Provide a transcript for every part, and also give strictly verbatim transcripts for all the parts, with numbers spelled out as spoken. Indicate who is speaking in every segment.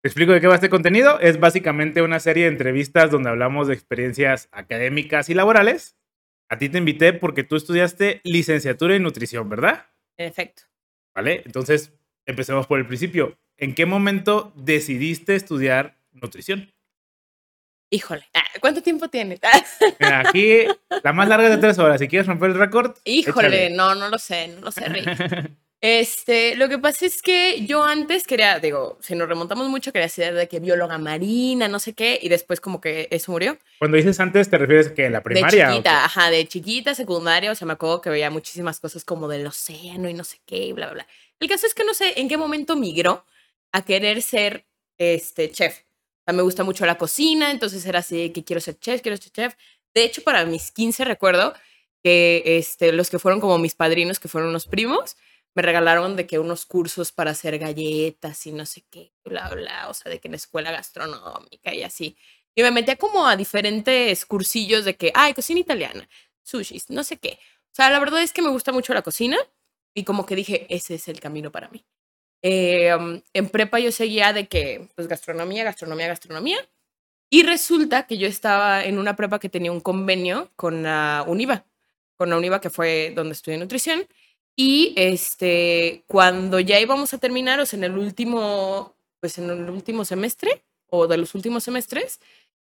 Speaker 1: Te explico de qué va este contenido. Es básicamente una serie de entrevistas donde hablamos de experiencias académicas y laborales. A ti te invité porque tú estudiaste licenciatura en nutrición, ¿verdad?
Speaker 2: Perfecto.
Speaker 1: ¿Vale? Entonces, empecemos por el principio. ¿En qué momento decidiste estudiar nutrición?
Speaker 2: Híjole, ah, ¿cuánto tiempo tiene?
Speaker 1: Mira, aquí la más larga es de tres horas. Si quieres romper el récord,
Speaker 2: Híjole,
Speaker 1: échale.
Speaker 2: no, no lo sé, no lo sé, Rick. Este, lo que pasa es que yo antes quería, digo, si nos remontamos mucho, quería ser de que bióloga marina, no sé qué, y después como que eso murió.
Speaker 1: Cuando dices antes, ¿te refieres que en la
Speaker 2: De
Speaker 1: primaria o qué?
Speaker 2: chiquita, ajá, de chiquita, secundaria, o sea, me acuerdo que veía muchísimas cosas como del océano y no sé qué, y bla, bla, bla. El caso es que no sé en qué momento migró a querer ser, este, chef. O sea, me gusta mucho la cocina, entonces era así que quiero ser chef, quiero ser chef. De hecho, para mis quince recuerdo que, este, los que fueron como mis padrinos, que fueron unos primos, me regalaron de que unos cursos para hacer galletas y no sé qué, bla, bla, o sea, de que en la escuela gastronómica y así. Y me metía como a diferentes cursillos de que, ay, cocina italiana, sushis, no sé qué. O sea, la verdad es que me gusta mucho la cocina y como que dije, ese es el camino para mí. Eh, um, en prepa yo seguía de que, pues, gastronomía, gastronomía, gastronomía. Y resulta que yo estaba en una prepa que tenía un convenio con la UNIVA, con la UNIVA que fue donde estudié nutrición. Y este, cuando ya íbamos a terminar, o sea, en el último, pues en el último semestre o de los últimos semestres,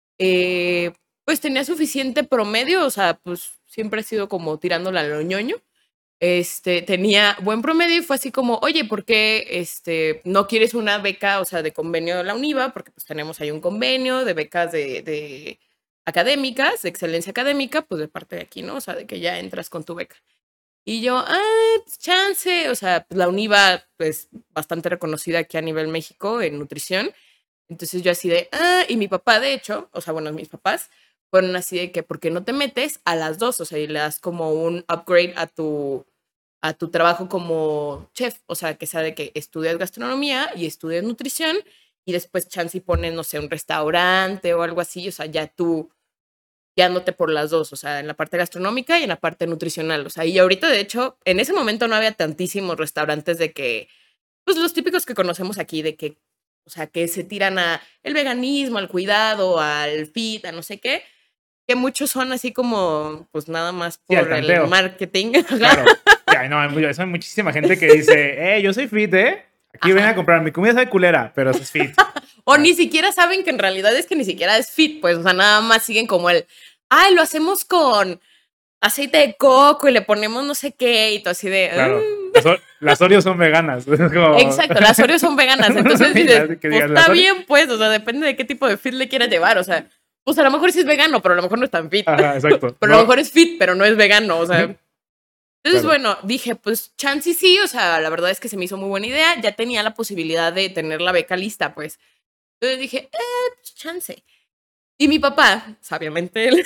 Speaker 2: eh, pues tenía suficiente promedio, o sea, pues siempre he sido como tirándola a lo ñoño. Este, tenía buen promedio y fue así como, oye, ¿por qué este, no quieres una beca, o sea, de convenio de la UNIVA? Porque pues tenemos ahí un convenio de becas de, de académicas, de excelencia académica, pues de parte de aquí, ¿no? O sea, de que ya entras con tu beca. Y yo, ah, pues, chance, o sea, pues la UNIVA, pues bastante reconocida aquí a nivel México en nutrición. Entonces yo así de, ah, y mi papá, de hecho, o sea, bueno, mis papás fueron así de que, ¿por qué no te metes a las dos? O sea, y le das como un upgrade a tu, a tu trabajo como chef, o sea, que sea de que estudias gastronomía y estudias nutrición y después chance y pones, no sé, un restaurante o algo así, o sea, ya tú guiándote por las dos, o sea, en la parte gastronómica y en la parte nutricional, o sea, y ahorita, de hecho, en ese momento no había tantísimos restaurantes de que, pues los típicos que conocemos aquí, de que, o sea, que se tiran a el veganismo, al cuidado, al fit, a no sé qué, que muchos son así como, pues nada más
Speaker 1: Sí, al
Speaker 2: por el
Speaker 1: tanteo.
Speaker 2: marketing.
Speaker 1: Claro. Ya, no, hay, mu- hay muchísima gente que dice, eh, yo soy fit, ¿eh? Aquí ven a
Speaker 2: Ajá.
Speaker 1: comprar. Mi comida sabe culera, pero es fit.
Speaker 2: O
Speaker 1: Ah,
Speaker 2: ni siquiera saben que en realidad es que ni siquiera es fit, pues, o sea, nada más siguen como el, ay, lo hacemos con aceite de coco y le ponemos no sé qué y todo así de...
Speaker 1: claro.
Speaker 2: "Mm".
Speaker 1: Las, O- las Oreos son veganas. Es como...
Speaker 2: Exacto, las Oreos son veganas, entonces dices,
Speaker 1: que
Speaker 2: pues
Speaker 1: digas, las
Speaker 2: está
Speaker 1: Oreos...
Speaker 2: bien, pues, o sea, depende de qué tipo de fit le quieras llevar, o sea, pues a lo mejor sí es vegano, pero a lo mejor no es tan fit,
Speaker 1: Ajá, exacto.
Speaker 2: pero a lo
Speaker 1: No,
Speaker 2: mejor es fit, pero no es vegano, o sea. Entonces,
Speaker 1: claro.
Speaker 2: bueno, dije, pues chance y sí, o sea, la verdad es que se me hizo muy buena idea, ya tenía la posibilidad de tener la beca lista, pues. Entonces dije, eh, pues chance. Y mi papá, sabiamente él,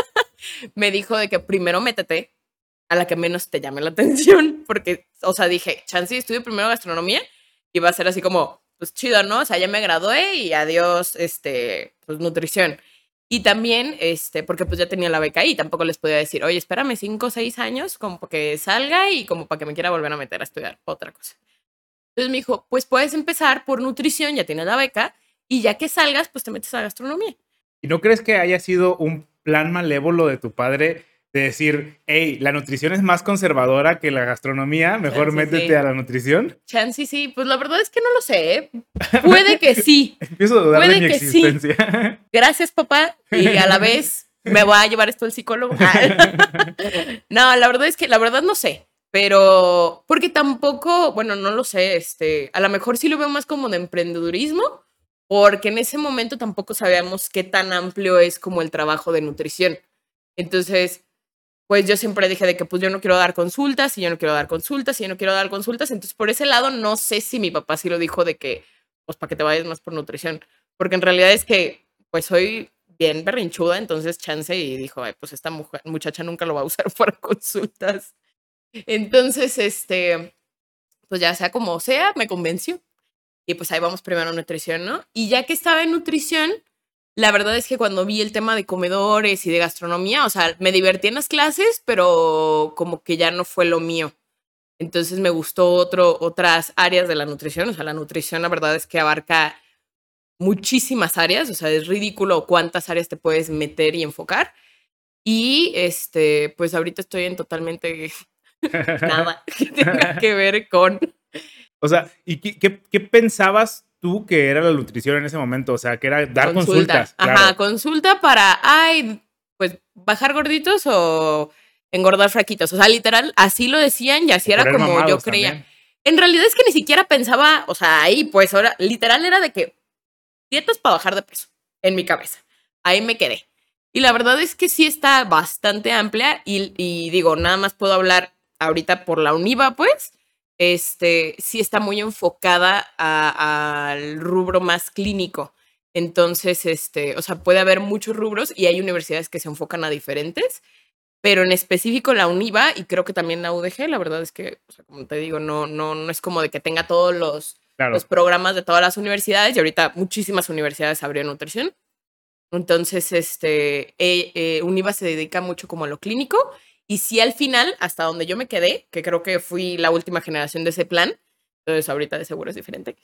Speaker 2: me dijo de que primero métete a la que menos te llame la atención, porque, o sea, dije, chance y estudio primero gastronomía y va a ser así como, pues chido, ¿no? O sea, ya me gradué y adiós, este, pues nutrición. Y también, este, porque pues ya tenía la beca ahí, tampoco les podía decir, oye, espérame cinco o seis años como para que salga y como para que me quiera volver a meter a estudiar otra cosa. Entonces me dijo, pues puedes empezar por nutrición, ya tienes la beca, y ya que salgas, pues te metes a gastronomía.
Speaker 1: ¿Y no crees que haya sido un plan malévolo de tu padre de decir, hey, la nutrición es más conservadora que la gastronomía, mejor
Speaker 2: Chance
Speaker 1: métete a
Speaker 2: sí.
Speaker 1: la nutrición?
Speaker 2: Chance sí. Pues la verdad es que no lo sé, ¿eh? Puede que sí.
Speaker 1: Empiezo a dudar de mi
Speaker 2: Puede que sí.
Speaker 1: existencia.
Speaker 2: Gracias, papá. Y a la vez me va a llevar esto el psicólogo. No, la verdad es que, la verdad no sé. Pero, porque tampoco, bueno, no lo sé, este, a lo mejor sí lo veo más como de emprendedurismo, porque en ese momento tampoco sabíamos qué tan amplio es como el trabajo de nutrición. Entonces, pues yo siempre dije de que pues yo no quiero dar consultas, y yo no quiero dar consultas, y yo no quiero dar consultas. Entonces, por ese lado, no sé si mi papá sí lo dijo de que, pues para que te vayas más por nutrición. Porque en realidad es que, pues soy bien berrinchuda, entonces chance y dijo, ay, pues esta mujer, muchacha nunca lo va a usar para consultas. Entonces, este, pues ya sea como sea, me convenció. Y pues ahí vamos primero a nutrición, ¿no? Y ya que estaba en nutrición, la verdad es que cuando vi el tema de comedores y de gastronomía, o sea, me divertí en las clases, pero como que ya no fue lo mío. Entonces me gustó otro, otras áreas de la nutrición. O sea, la nutrición, la verdad es que abarca muchísimas áreas, o sea, es ridículo cuántas áreas te puedes meter y enfocar. Y este, pues ahorita estoy en totalmente nada que tenga que ver con...
Speaker 1: O sea, ¿y qué, qué, qué pensabas tú que era la nutrición en ese momento? O sea, que era dar
Speaker 2: Consulta.
Speaker 1: consultas.
Speaker 2: Ajá,
Speaker 1: Claro.
Speaker 2: consulta para, ay, pues bajar gorditos o engordar fraquitos. O sea, literal, así lo decían y así
Speaker 1: O
Speaker 2: era
Speaker 1: poner
Speaker 2: como yo
Speaker 1: mamados
Speaker 2: creía.
Speaker 1: también.
Speaker 2: En realidad es que ni siquiera pensaba, o sea, ahí pues ahora, literal era de que dietas para bajar de peso en mi cabeza. Ahí me quedé. Y la verdad es que sí está bastante amplia y, y digo, nada más puedo hablar ahorita por la UNIVA, pues, este, sí está muy enfocada a- al rubro más clínico. Entonces, este, o sea, puede haber muchos rubros y hay universidades que se enfocan a diferentes, pero en específico la UNIVA y creo que también la U D G, la verdad es que, o sea, como te digo, no, no, no es como de que tenga todos los,
Speaker 1: Claro.
Speaker 2: los programas de todas las universidades y ahorita muchísimas universidades abrieron nutrición. Entonces, este, eh, eh, UNIVA se dedica mucho como a lo clínico y sí al final, hasta donde yo me quedé, que creo que fui la última generación de ese plan, entonces ahorita de seguro es diferente,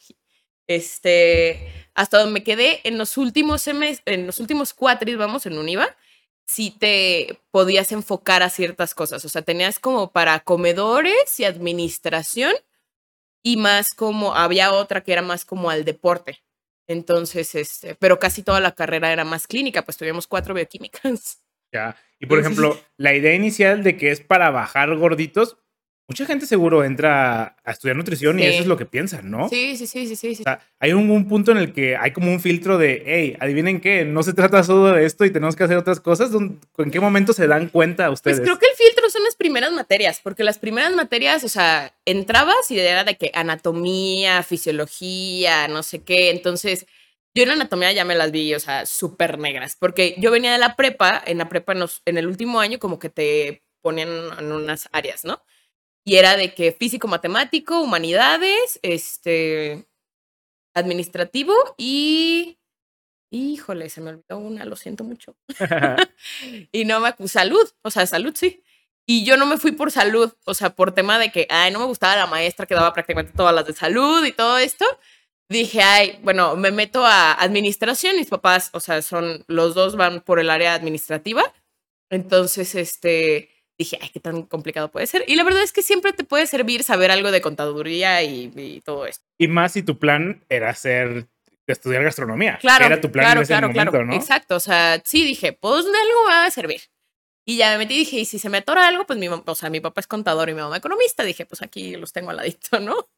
Speaker 2: este, hasta donde me quedé en los últimos semestres, en los últimos cuatris, vamos, en UNIVA, sí te podías enfocar a ciertas cosas, o sea, tenías como para comedores y administración y más como, había otra que era más como al deporte. Entonces, este, pero casi toda la carrera era más clínica, pues tuvimos cuatro bioquímicas.
Speaker 1: Ya. Y por
Speaker 2: Entonces,
Speaker 1: ejemplo, la idea inicial de que es para bajar gorditos, mucha gente seguro entra a estudiar nutrición y eso es
Speaker 2: sí.
Speaker 1: lo que piensan, ¿no?
Speaker 2: Sí, sí, sí, sí, sí, sí.
Speaker 1: O sea, hay un, un punto en el que hay como un filtro de, hey, adivinen qué, no se trata solo de esto y tenemos que hacer otras cosas. ¿Dónde- ¿En qué momento se dan cuenta ustedes?
Speaker 2: Pues creo que el filtro son las primeras materias, porque las primeras materias, o sea, entrabas y era de que anatomía, fisiología, no sé qué. Entonces, yo en anatomía ya me las vi, o sea, súper negras, porque yo venía de la prepa, en la prepa en, los- en el último año como que te ponían en unas áreas, ¿no? Y era de que físico, matemático, humanidades, este, administrativo y... Híjole, se me olvidó una, lo siento mucho. Y no me... Salud, o sea, salud sí. Y yo no me fui por salud, o sea, por tema de que, ay, no me gustaba la maestra que daba prácticamente todas las de salud y todo esto. Dije, ay, bueno, me meto a administración. Mis papás, o sea, son, los dos van por el área administrativa. Entonces, este, dije, ay, qué tan complicado puede ser. Y la verdad es que siempre te puede servir saber algo de contaduría y, y todo esto.
Speaker 1: Y más si tu plan era hacer, estudiar gastronomía.
Speaker 2: Claro,
Speaker 1: Era tu plan
Speaker 2: claro,
Speaker 1: en ese
Speaker 2: claro,
Speaker 1: momento,
Speaker 2: claro.
Speaker 1: ¿no?
Speaker 2: Exacto, o sea, sí dije, pues de algo me va a servir. Y ya me metí y dije, y si se me atora algo, pues mi, o sea, mi papá es contador y mi mamá economista. Dije, pues aquí los tengo al ladito, ¿no?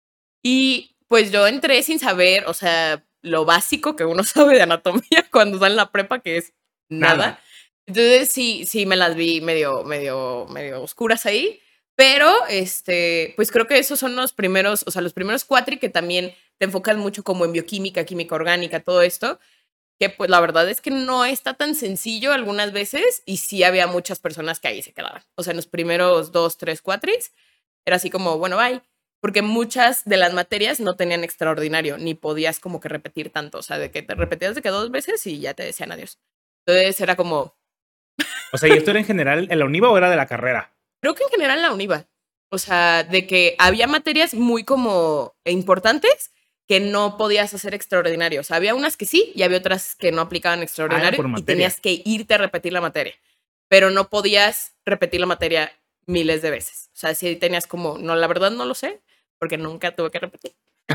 Speaker 2: Y pues yo entré sin saber, o sea, lo básico que uno sabe de anatomía cuando está en la prepa, que es nada.
Speaker 1: Nada.
Speaker 2: Entonces sí, sí me las vi medio, medio, medio oscuras ahí. Pero, este, pues creo que esos son los primeros, o sea, los primeros cuatri que también te enfocas mucho como en bioquímica, química orgánica, todo esto, que pues la verdad es que no está tan sencillo algunas veces y sí había muchas personas que ahí se quedaban. O sea, en los primeros dos, tres cuatris era así como, bueno, bye. Porque muchas de las materias no tenían extraordinario, ni podías como que repetir tanto. O sea, de que te repetías de que dos veces y ya te decían adiós. Entonces era como...
Speaker 1: O sea, ¿y esto era en general en la UNIVA o era de la carrera?
Speaker 2: Creo que en general la UNIVA. O sea, de que había materias muy como importantes que no podías hacer extraordinario. O sea, había unas que sí y había otras que no aplicaban extraordinario
Speaker 1: por
Speaker 2: y
Speaker 1: materia.
Speaker 2: tenías que irte a repetir la materia. Pero no podías repetir la materia miles de veces. O sea, sí tenías como, no, la verdad no lo sé, porque nunca tuve que repetir.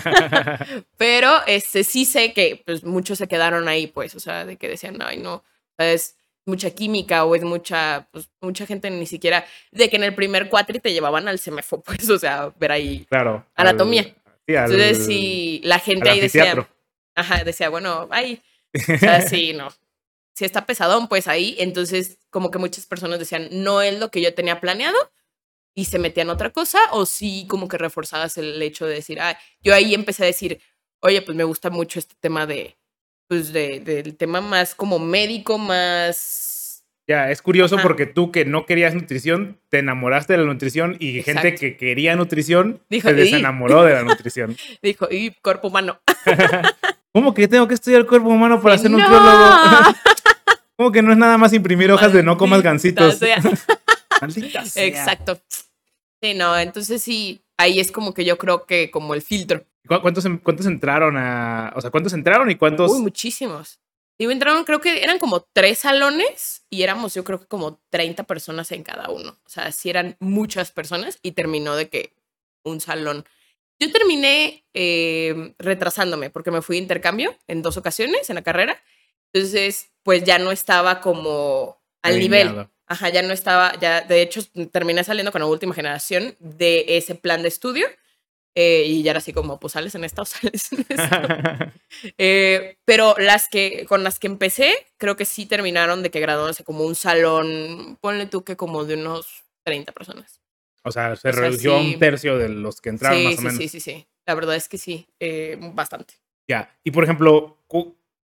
Speaker 2: Pero este, sí sé que pues, muchos se quedaron ahí, pues, o sea, de que decían, ay, no, es mucha química o es mucha, pues, mucha gente ni siquiera, de que en el primer cuatri te llevaban al CEMEFO, pues, o sea, ver ahí
Speaker 1: Claro.
Speaker 2: anatomía.
Speaker 1: Al, sí, al,
Speaker 2: Entonces, sí, la gente
Speaker 1: al
Speaker 2: ahí decía,
Speaker 1: anfiteatro.
Speaker 2: ajá, decía, bueno, ay, o sea, sí, no, si está pesadón, pues ahí, entonces, como que muchas personas decían, no es lo que yo tenía planeado, y se metían otra cosa, o sí como que reforzabas el hecho de decir, ah, yo ahí empecé a decir, oye, pues me gusta mucho este tema de, pues de, del tema más como médico, más...
Speaker 1: Ya, es curioso
Speaker 2: Ajá.
Speaker 1: porque tú que no querías nutrición, te enamoraste de la nutrición y
Speaker 2: Exacto.
Speaker 1: gente que quería nutrición
Speaker 2: Dijo,
Speaker 1: se
Speaker 2: "Y".
Speaker 1: desenamoró de la nutrición.
Speaker 2: Dijo, y cuerpo humano.
Speaker 1: ¿Cómo que tengo que estudiar el cuerpo humano para
Speaker 2: Sí,
Speaker 1: ser
Speaker 2: no.
Speaker 1: nutriólogo? ¿Cómo que no es nada más imprimir hojas de no comas gansitos?
Speaker 2: Sea.
Speaker 1: Maldita sea.
Speaker 2: Exacto. Sí, no, entonces sí, ahí es como que yo creo que como el filtro.
Speaker 1: ¿Cu cuántos en cuántos entraron a o sea, cuántos entraron y
Speaker 2: Uy,
Speaker 1: cuántos?
Speaker 2: muchísimos. Digo, entraron, creo que eran como tres salones y éramos, yo creo que como treinta personas en cada uno. O sea, sí eran muchas personas y terminó de que un salón. Yo terminé eh, retrasándome porque me fui de intercambio en dos ocasiones en la carrera. Entonces, pues ya no estaba como al nivel.
Speaker 1: Alineado.
Speaker 2: Ajá, ya no estaba, ya, de hecho, terminé saliendo con la última generación de ese plan de estudio. Eh, y ya era así como, pues sales en esta o sales en esto. Eh, pero las que, con las que empecé, creo que sí terminaron de que graduándose como un salón, ponle tú que como de unos treinta personas.
Speaker 1: O sea, se
Speaker 2: O sea,
Speaker 1: redujo a un
Speaker 2: sí,
Speaker 1: tercio de los que entraron,
Speaker 2: sí,
Speaker 1: más o
Speaker 2: sí, sí,
Speaker 1: menos.
Speaker 2: sí, sí. La verdad es que sí, eh, bastante.
Speaker 1: Ya. Y, por ejemplo, cu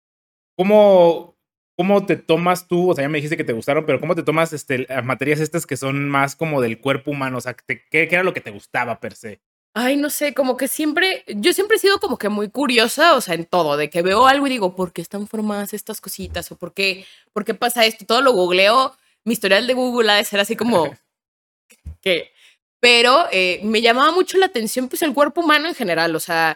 Speaker 1: ¿cómo cómo te tomas tú? O sea, ya me dijiste que te gustaron, pero, ¿cómo te tomas, este, las materias estas que son más como del cuerpo humano? O sea, ¿qué qué era lo que te gustaba per se?
Speaker 2: Ay, no sé, como que siempre, yo siempre he sido como que muy curiosa, o sea, en todo, de que veo algo y digo, ¿por qué están formadas estas cositas? ¿O por qué, por qué pasa esto? Todo lo googleo, mi historial de Google ha de ser así como que, pero eh, me llamaba mucho la atención, pues, el cuerpo humano en general, o sea,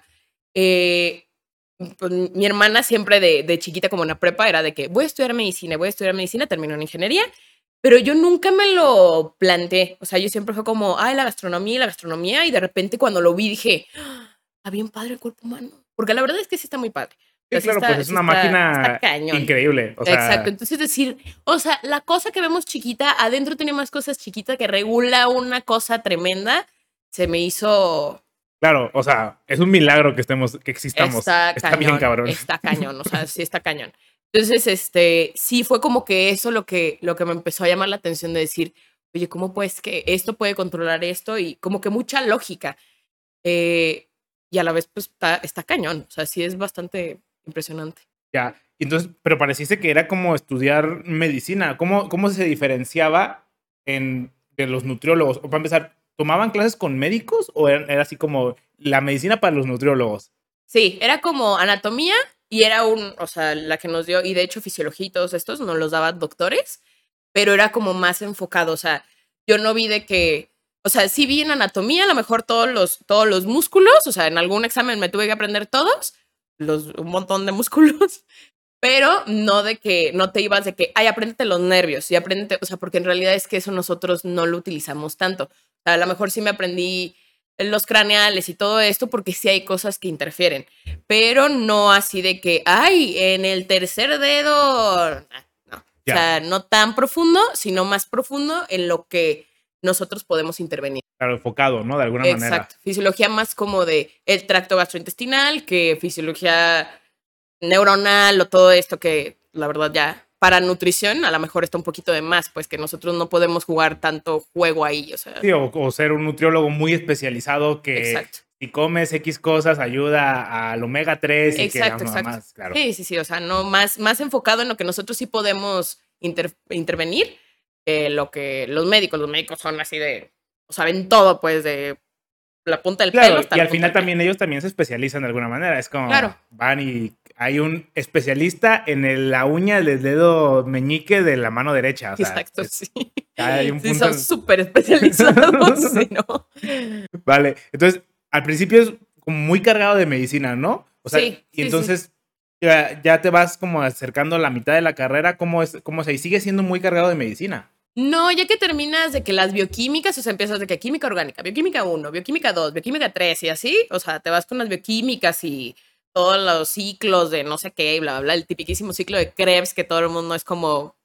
Speaker 2: eh, pues, mi hermana siempre de, de chiquita como en la prepa era de que voy a estudiar medicina, voy a estudiar medicina, terminó en ingeniería, pero yo nunca me lo planteé. O sea, yo siempre fue como, ay, la gastronomía y la gastronomía. Y de repente cuando lo vi dije, "Ah, está bien padre el cuerpo humano". Porque la verdad es que sí está muy padre. O
Speaker 1: Sí,
Speaker 2: sea, sí
Speaker 1: claro, pues
Speaker 2: está,
Speaker 1: es
Speaker 2: sí
Speaker 1: una
Speaker 2: está, está
Speaker 1: máquina
Speaker 2: cañón.
Speaker 1: increíble. O
Speaker 2: Exacto.
Speaker 1: sea,
Speaker 2: Entonces decir, o sea, la cosa que vemos chiquita, adentro tiene más cosas chiquitas que regula una cosa tremenda. Se me hizo,
Speaker 1: claro, o sea, es un milagro que estemos que existamos.
Speaker 2: está
Speaker 1: Está bien
Speaker 2: cañón,
Speaker 1: cabrón.
Speaker 2: está cañón, o sea, sí está cañón. Entonces, este, sí fue como que eso lo que, lo que me empezó a llamar la atención de decir, oye, ¿cómo pues que esto puede controlar esto? Y como que mucha lógica. Eh, y a la vez, pues está, está cañón, o sea, sí es bastante impresionante.
Speaker 1: Ya. Y entonces, pero pareciste que era como estudiar medicina. ¿Cómo cómo se diferenciaba en de los nutriólogos? O para empezar, ¿tomaban clases con médicos o eran era así como la medicina para los nutriólogos?
Speaker 2: Sí, era como anatomía y era un, o sea, la que nos dio, y de hecho fisiología y todos estos nos los daban doctores, pero era como más enfocado, o sea, yo no vi de que, o sea, sí vi en anatomía a lo mejor todos los, todos los músculos, o sea, en algún examen me tuve que aprender todos, los, un montón de músculos, pero no de que, no te ibas de que, ay, apréndete los nervios y apréndete, o sea, porque en realidad es que eso nosotros no lo utilizamos tanto. O sea, a lo mejor sí me aprendí los craneales y todo esto porque sí hay cosas que interfieren, pero no así de que, ay, en el tercer dedo, no. O
Speaker 1: Ya,
Speaker 2: sea, no tan profundo, sino más profundo en lo que nosotros podemos intervenir.
Speaker 1: claro, enfocado, ¿no? De alguna manera.
Speaker 2: Exacto. Fisiología más como de el tracto gastrointestinal que fisiología neuronal o todo esto que la verdad ya para nutrición a lo mejor está un poquito de más, pues que nosotros no podemos jugar tanto juego ahí, o sea,
Speaker 1: Sí, o o ser un nutriólogo muy especializado que
Speaker 2: exacto.
Speaker 1: si comes equis cosas ayuda al omega tres y que
Speaker 2: Exacto,
Speaker 1: nada
Speaker 2: exacto.
Speaker 1: más, claro.
Speaker 2: Sí, sí, sí, o sea, no más, más enfocado en lo que nosotros sí podemos inter- intervenir, eh, lo que los médicos, los médicos son así de, o saben todo, pues, de la punta del pelo
Speaker 1: Claro,
Speaker 2: hasta
Speaker 1: y
Speaker 2: la
Speaker 1: al
Speaker 2: punta
Speaker 1: final
Speaker 2: del pie.
Speaker 1: también ellos también se especializan de alguna manera. Es
Speaker 2: Claro,
Speaker 1: como van y hay un especialista en el la uña del dedo meñique de la mano derecha, o sea,
Speaker 2: exacto,
Speaker 1: es
Speaker 2: sí.
Speaker 1: hay un
Speaker 2: Sí,
Speaker 1: punto
Speaker 2: son
Speaker 1: en
Speaker 2: súper especializados, sí, ¿no?
Speaker 1: Vale, entonces, al principio es como muy cargado de medicina, ¿no? O sea,
Speaker 2: Sí,
Speaker 1: y
Speaker 2: sí, sí.
Speaker 1: entonces ya ya te vas como acercando a la mitad de la carrera, ¿cómo es cómo es ahí? Sigue siendo muy cargado de medicina.
Speaker 2: No, ya que terminas de que las bioquímicas, o sea, empiezas de que química orgánica, bioquímica uno, bioquímica dos, bioquímica tres y así, o sea, te vas con las bioquímicas y todos los ciclos de no sé qué, y bla, bla, bla, el tipiquísimo ciclo de Krebs que todo el mundo es como,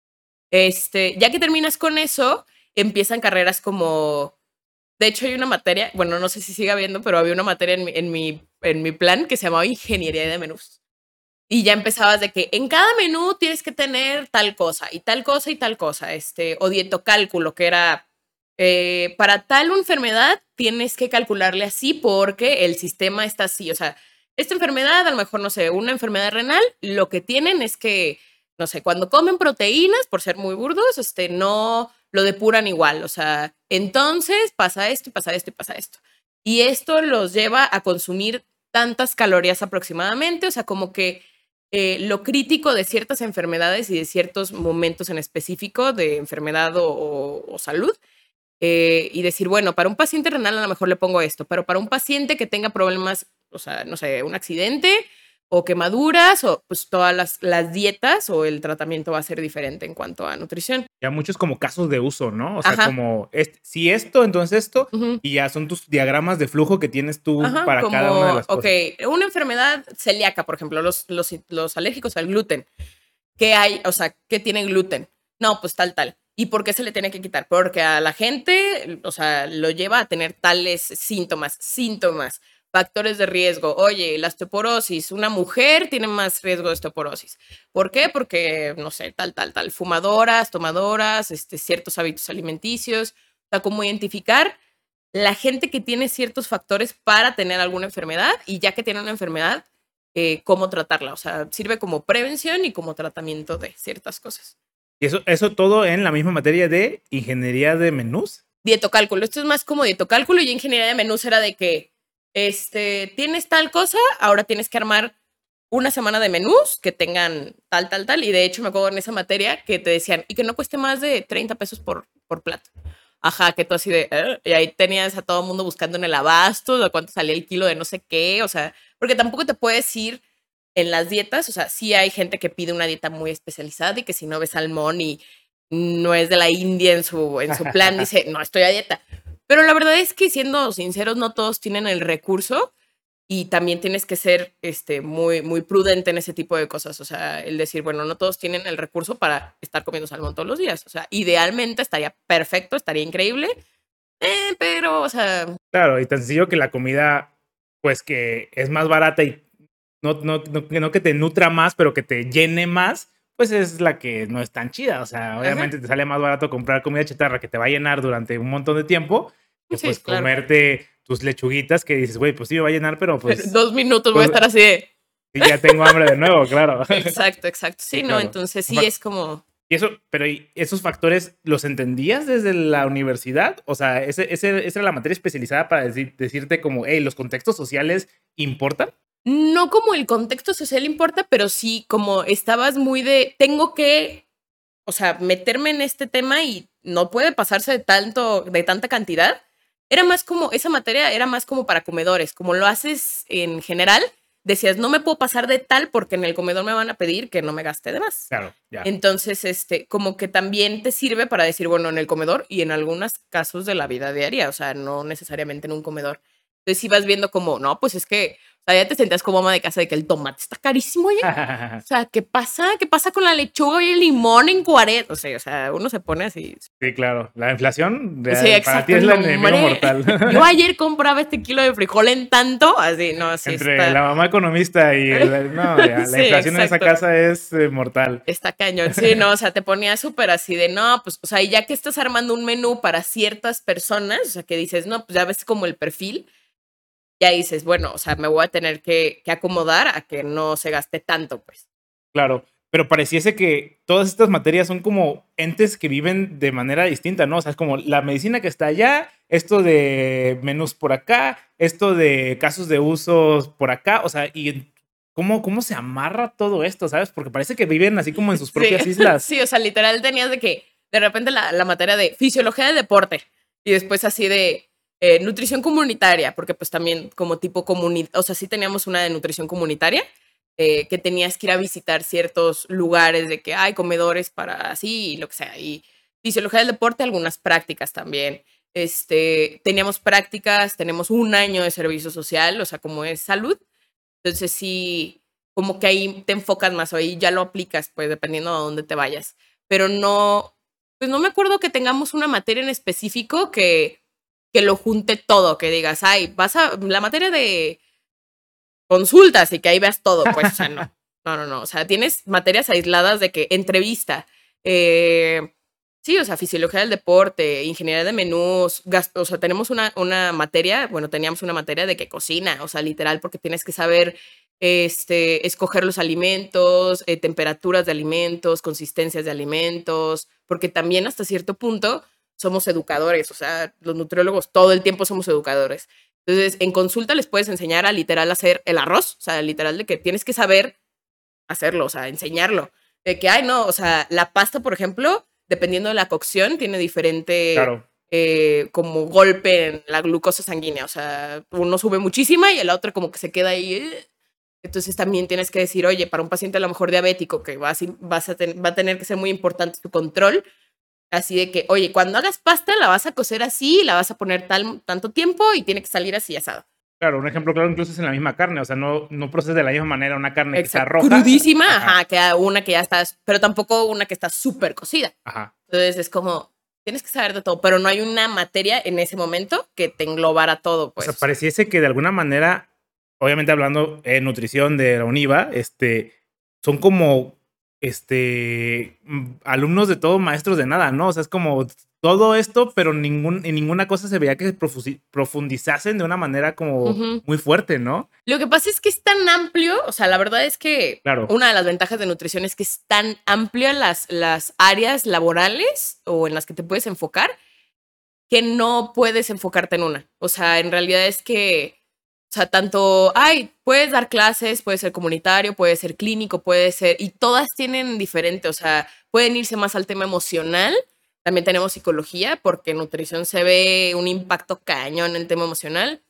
Speaker 2: este, ya que terminas con eso, empiezan carreras como, de hecho hay una materia, bueno, no sé si sigue habiendo, pero había una materia en mi, en mi, en mi plan que se llamaba ingeniería de menús. Y ya empezabas de que en cada menú tienes que tener tal cosa y tal cosa y tal cosa, este, o dietocálculo, que era eh, para tal enfermedad tienes que calcularle así porque el sistema está así. O sea, esta enfermedad, a lo mejor, no sé, una enfermedad renal, lo que tienen es que, no sé, cuando comen proteínas, por ser muy burdos, este, no lo depuran igual. O sea, entonces pasa esto y pasa esto y pasa esto. Y esto los lleva a consumir tantas calorías aproximadamente, o sea, como que eh, lo crítico de ciertas enfermedades y de ciertos momentos en específico de enfermedad o, o, o salud. Eh, y decir, bueno, para un paciente renal a lo mejor le pongo esto, pero para un paciente que tenga problemas o sea, no sé, un accidente o quemaduras o pues todas las, las dietas o el tratamiento va a ser diferente en cuanto a nutrición.
Speaker 1: Ya muchos como casos de uso, ¿no? O sea,
Speaker 2: Ajá.
Speaker 1: como este, si esto, entonces esto,
Speaker 2: Ujú.
Speaker 1: y ya son tus diagramas de flujo que tienes tú
Speaker 2: Ajá,
Speaker 1: para cada una de
Speaker 2: como,
Speaker 1: las
Speaker 2: ok,
Speaker 1: cosas.
Speaker 2: una enfermedad celíaca, por ejemplo, los, los, los alérgicos al gluten. ¿Qué hay? O sea, ¿qué tiene gluten? No, pues tal, tal. ¿Y por qué se le tiene que quitar? Porque a la gente, o sea, lo lleva a tener tales síntomas, síntomas, factores de riesgo. Oye, la osteoporosis, una mujer tiene más riesgo de osteoporosis. ¿Por qué? Porque, no sé, tal, tal, tal, fumadoras, tomadoras, este, ciertos hábitos alimenticios. O sea, cómo identificar la gente que tiene ciertos factores para tener alguna enfermedad y ya que tiene una enfermedad, eh, cómo tratarla. O sea, sirve como prevención y como tratamiento de ciertas cosas.
Speaker 1: Y eso, eso todo en la misma materia de ingeniería de menús.
Speaker 2: Dietocálculo. Esto es más como dietocálculo y ingeniería de menús era de que este, tienes tal cosa, ahora tienes que armar una semana de menús que tengan tal, tal, tal. Y de hecho me acuerdo en esa materia que te decían, y que no cueste más de treinta pesos por, por plato. Ajá, que tú así de, ¿eh? Y ahí tenías a todo el mundo buscando en el abasto, de cuánto salía el kilo de no sé qué, o sea, porque tampoco te puedes ir en las dietas, o sea, sí hay gente que pide una dieta muy especializada y que si no ve salmón y no es de la India en su, en su plan, dice, no estoy a dieta. Pero la verdad es que siendo sinceros, no todos tienen el recurso y también tienes que ser este, muy, muy prudente en ese tipo de cosas. O sea, el decir, bueno, no todos tienen el recurso para estar comiendo salmón todos los días. O sea, idealmente estaría perfecto, estaría increíble, eh, pero, o sea...
Speaker 1: Claro, y tan sencillo que la comida, pues que es más barata y no, no, no, no que te nutra más, pero que te llene más, pues es la que no es tan chida. O sea,
Speaker 2: Ajá.
Speaker 1: obviamente te sale más barato comprar comida chatarra que te va a llenar durante un montón de tiempo que
Speaker 2: Sí,
Speaker 1: pues
Speaker 2: claro.
Speaker 1: comerte tus lechuguitas que dices, güey, pues sí me va a llenar, pero
Speaker 2: Pero
Speaker 1: pues...
Speaker 2: dos minutos voy a
Speaker 1: pues
Speaker 2: estar así de...
Speaker 1: y ya tengo hambre de nuevo, claro.
Speaker 2: Exacto, exacto. Sí,
Speaker 1: Sí,
Speaker 2: no,
Speaker 1: claro.
Speaker 2: entonces sí es como...
Speaker 1: Y eso, pero ¿y esos factores los entendías desde la universidad? O sea, ese, ese, esa era la materia especializada para decir, decirte como, hey, los contextos sociales importan.
Speaker 2: No como el contexto social importa, pero sí como estabas muy de, tengo que, o sea, meterme en este tema y no puede pasarse de tanto, de tanta cantidad. Era más como, esa materia era más como para comedores, como lo haces en general, decías, no me puedo pasar de tal porque en el comedor me van a pedir que no me gaste de más.
Speaker 1: Claro, ya.
Speaker 2: Entonces, este, como que también te sirve para decir, bueno, en el comedor y en algunos casos de la vida diaria, o sea, no necesariamente en un comedor. Entonces, si vas viendo como, no, pues es que, o sea, ya te sentías como ama de casa de que el tomate está carísimo, oye. O sea, ¿qué pasa? ¿Qué pasa con la lechuga y el limón en cuarenta? O sea, o sea, uno se pone así.
Speaker 1: Sí, claro. La inflación
Speaker 2: Sí,
Speaker 1: de- para ti
Speaker 2: exacto,
Speaker 1: es el
Speaker 2: no,
Speaker 1: enemigo
Speaker 2: hombre.
Speaker 1: mortal.
Speaker 2: Yo ayer compraba este kilo de frijol en tanto, así, no, así
Speaker 1: Entre
Speaker 2: está.
Speaker 1: la mamá economista y el... No, ya, la
Speaker 2: Sí,
Speaker 1: inflación en esa
Speaker 2: exacto.
Speaker 1: casa es eh, mortal.
Speaker 2: Está cañón. Sí, no, o sea, te ponía súper así de, no, pues, o sea, y ya que estás armando un menú para ciertas personas, o sea, que dices, no, pues ya ves como el perfil, ya dices, bueno, o sea, me voy a tener que, que acomodar a que no se gaste tanto, pues.
Speaker 1: Claro, pero pareciese que todas estas materias son como entes que viven de manera distinta, ¿no? O sea, es como la medicina que está allá, esto de menús por acá, esto de casos de usos por acá, o sea, y cómo, cómo se amarra todo esto, ¿sabes? Porque parece que viven así como en sus
Speaker 2: Sí,
Speaker 1: propias islas.
Speaker 2: sí, o sea, literal tenías de que de repente la, la materia de fisiología del deporte y después así de eh, nutrición comunitaria, porque pues también como tipo comunitaria, o sea, sí teníamos una de nutrición comunitaria, eh, que tenías que ir a visitar ciertos lugares de que hay comedores para así y lo que sea. Y fisiología del deporte, algunas prácticas también. Este, teníamos prácticas, tenemos un año de servicio social, o sea, como es salud. Entonces sí, como que ahí te enfocas más o ahí ya lo aplicas, pues dependiendo a dónde te vayas. Pero no, pues no me acuerdo que tengamos una materia en específico que, que lo junte todo, que digas, ay, vas a la materia de consultas y que ahí veas todo, pues, o sea, no. No, no, no. O sea, tienes materias aisladas de que entrevista, eh, sí, o sea, fisiología del deporte, ingeniería de menús, gas- o sea, tenemos una, una materia, bueno, teníamos una materia de que cocina, o sea, literal, porque tienes que saber este, escoger los alimentos, eh, temperaturas de alimentos, consistencias de alimentos, porque también hasta cierto punto somos educadores, o sea, los nutriólogos todo el tiempo somos educadores. Entonces, en consulta les puedes enseñar a literal hacer el arroz, o sea, literal de que tienes que saber hacerlo, o sea, enseñarlo. De que, ay, no, o sea, la pasta, por ejemplo, dependiendo de la cocción, tiene diferente
Speaker 1: Claro.
Speaker 2: eh, como golpe en la glucosa sanguínea. O sea, uno sube muchísima y el otro como que se queda ahí. eh. Entonces también tienes que decir, oye, para un paciente a lo mejor diabético, que vas, y- vas a ten- va a tener que ser muy importante tu control, así de que, oye, cuando hagas pasta la vas a cocer así, la vas a poner tal, tanto tiempo y tiene que salir así asado.
Speaker 1: Claro, un ejemplo claro incluso es en la misma carne, o sea, no, no procesas de la misma manera una carne que está
Speaker 2: Exacto.
Speaker 1: roja.
Speaker 2: Crudísima,
Speaker 1: Ajá,
Speaker 2: ajá, que a una que ya está, pero tampoco una que está súper cocida.
Speaker 1: ajá.
Speaker 2: Entonces es como, tienes que saber de todo, pero no hay una materia en ese momento que te englobara todo,
Speaker 1: O sea,
Speaker 2: pues.
Speaker 1: pareciese que de alguna manera, obviamente hablando de nutrición de la UNIVA, este, son como, este, mm, alumnos de todo, maestros de nada, ¿no? O sea, es como todo esto, pero ningún, en ninguna cosa se veía que se profusi- profundizasen de una manera como
Speaker 2: Ujú.
Speaker 1: muy fuerte, ¿no?
Speaker 2: Lo que pasa es que es tan amplio, o sea, la verdad es que
Speaker 1: Claro,
Speaker 2: una de las ventajas de nutrición es que es tan amplio las, las áreas laborales o en las que te puedes enfocar que no puedes enfocarte en una. O sea, en realidad es que, o sea, tanto, ay, puedes dar clases, puede ser comunitario, puede ser clínico, puede ser, y todas tienen diferente, o sea, pueden irse más al tema emocional. También tenemos psicología, porque en nutrición se ve un impacto cañón en el tema emocional.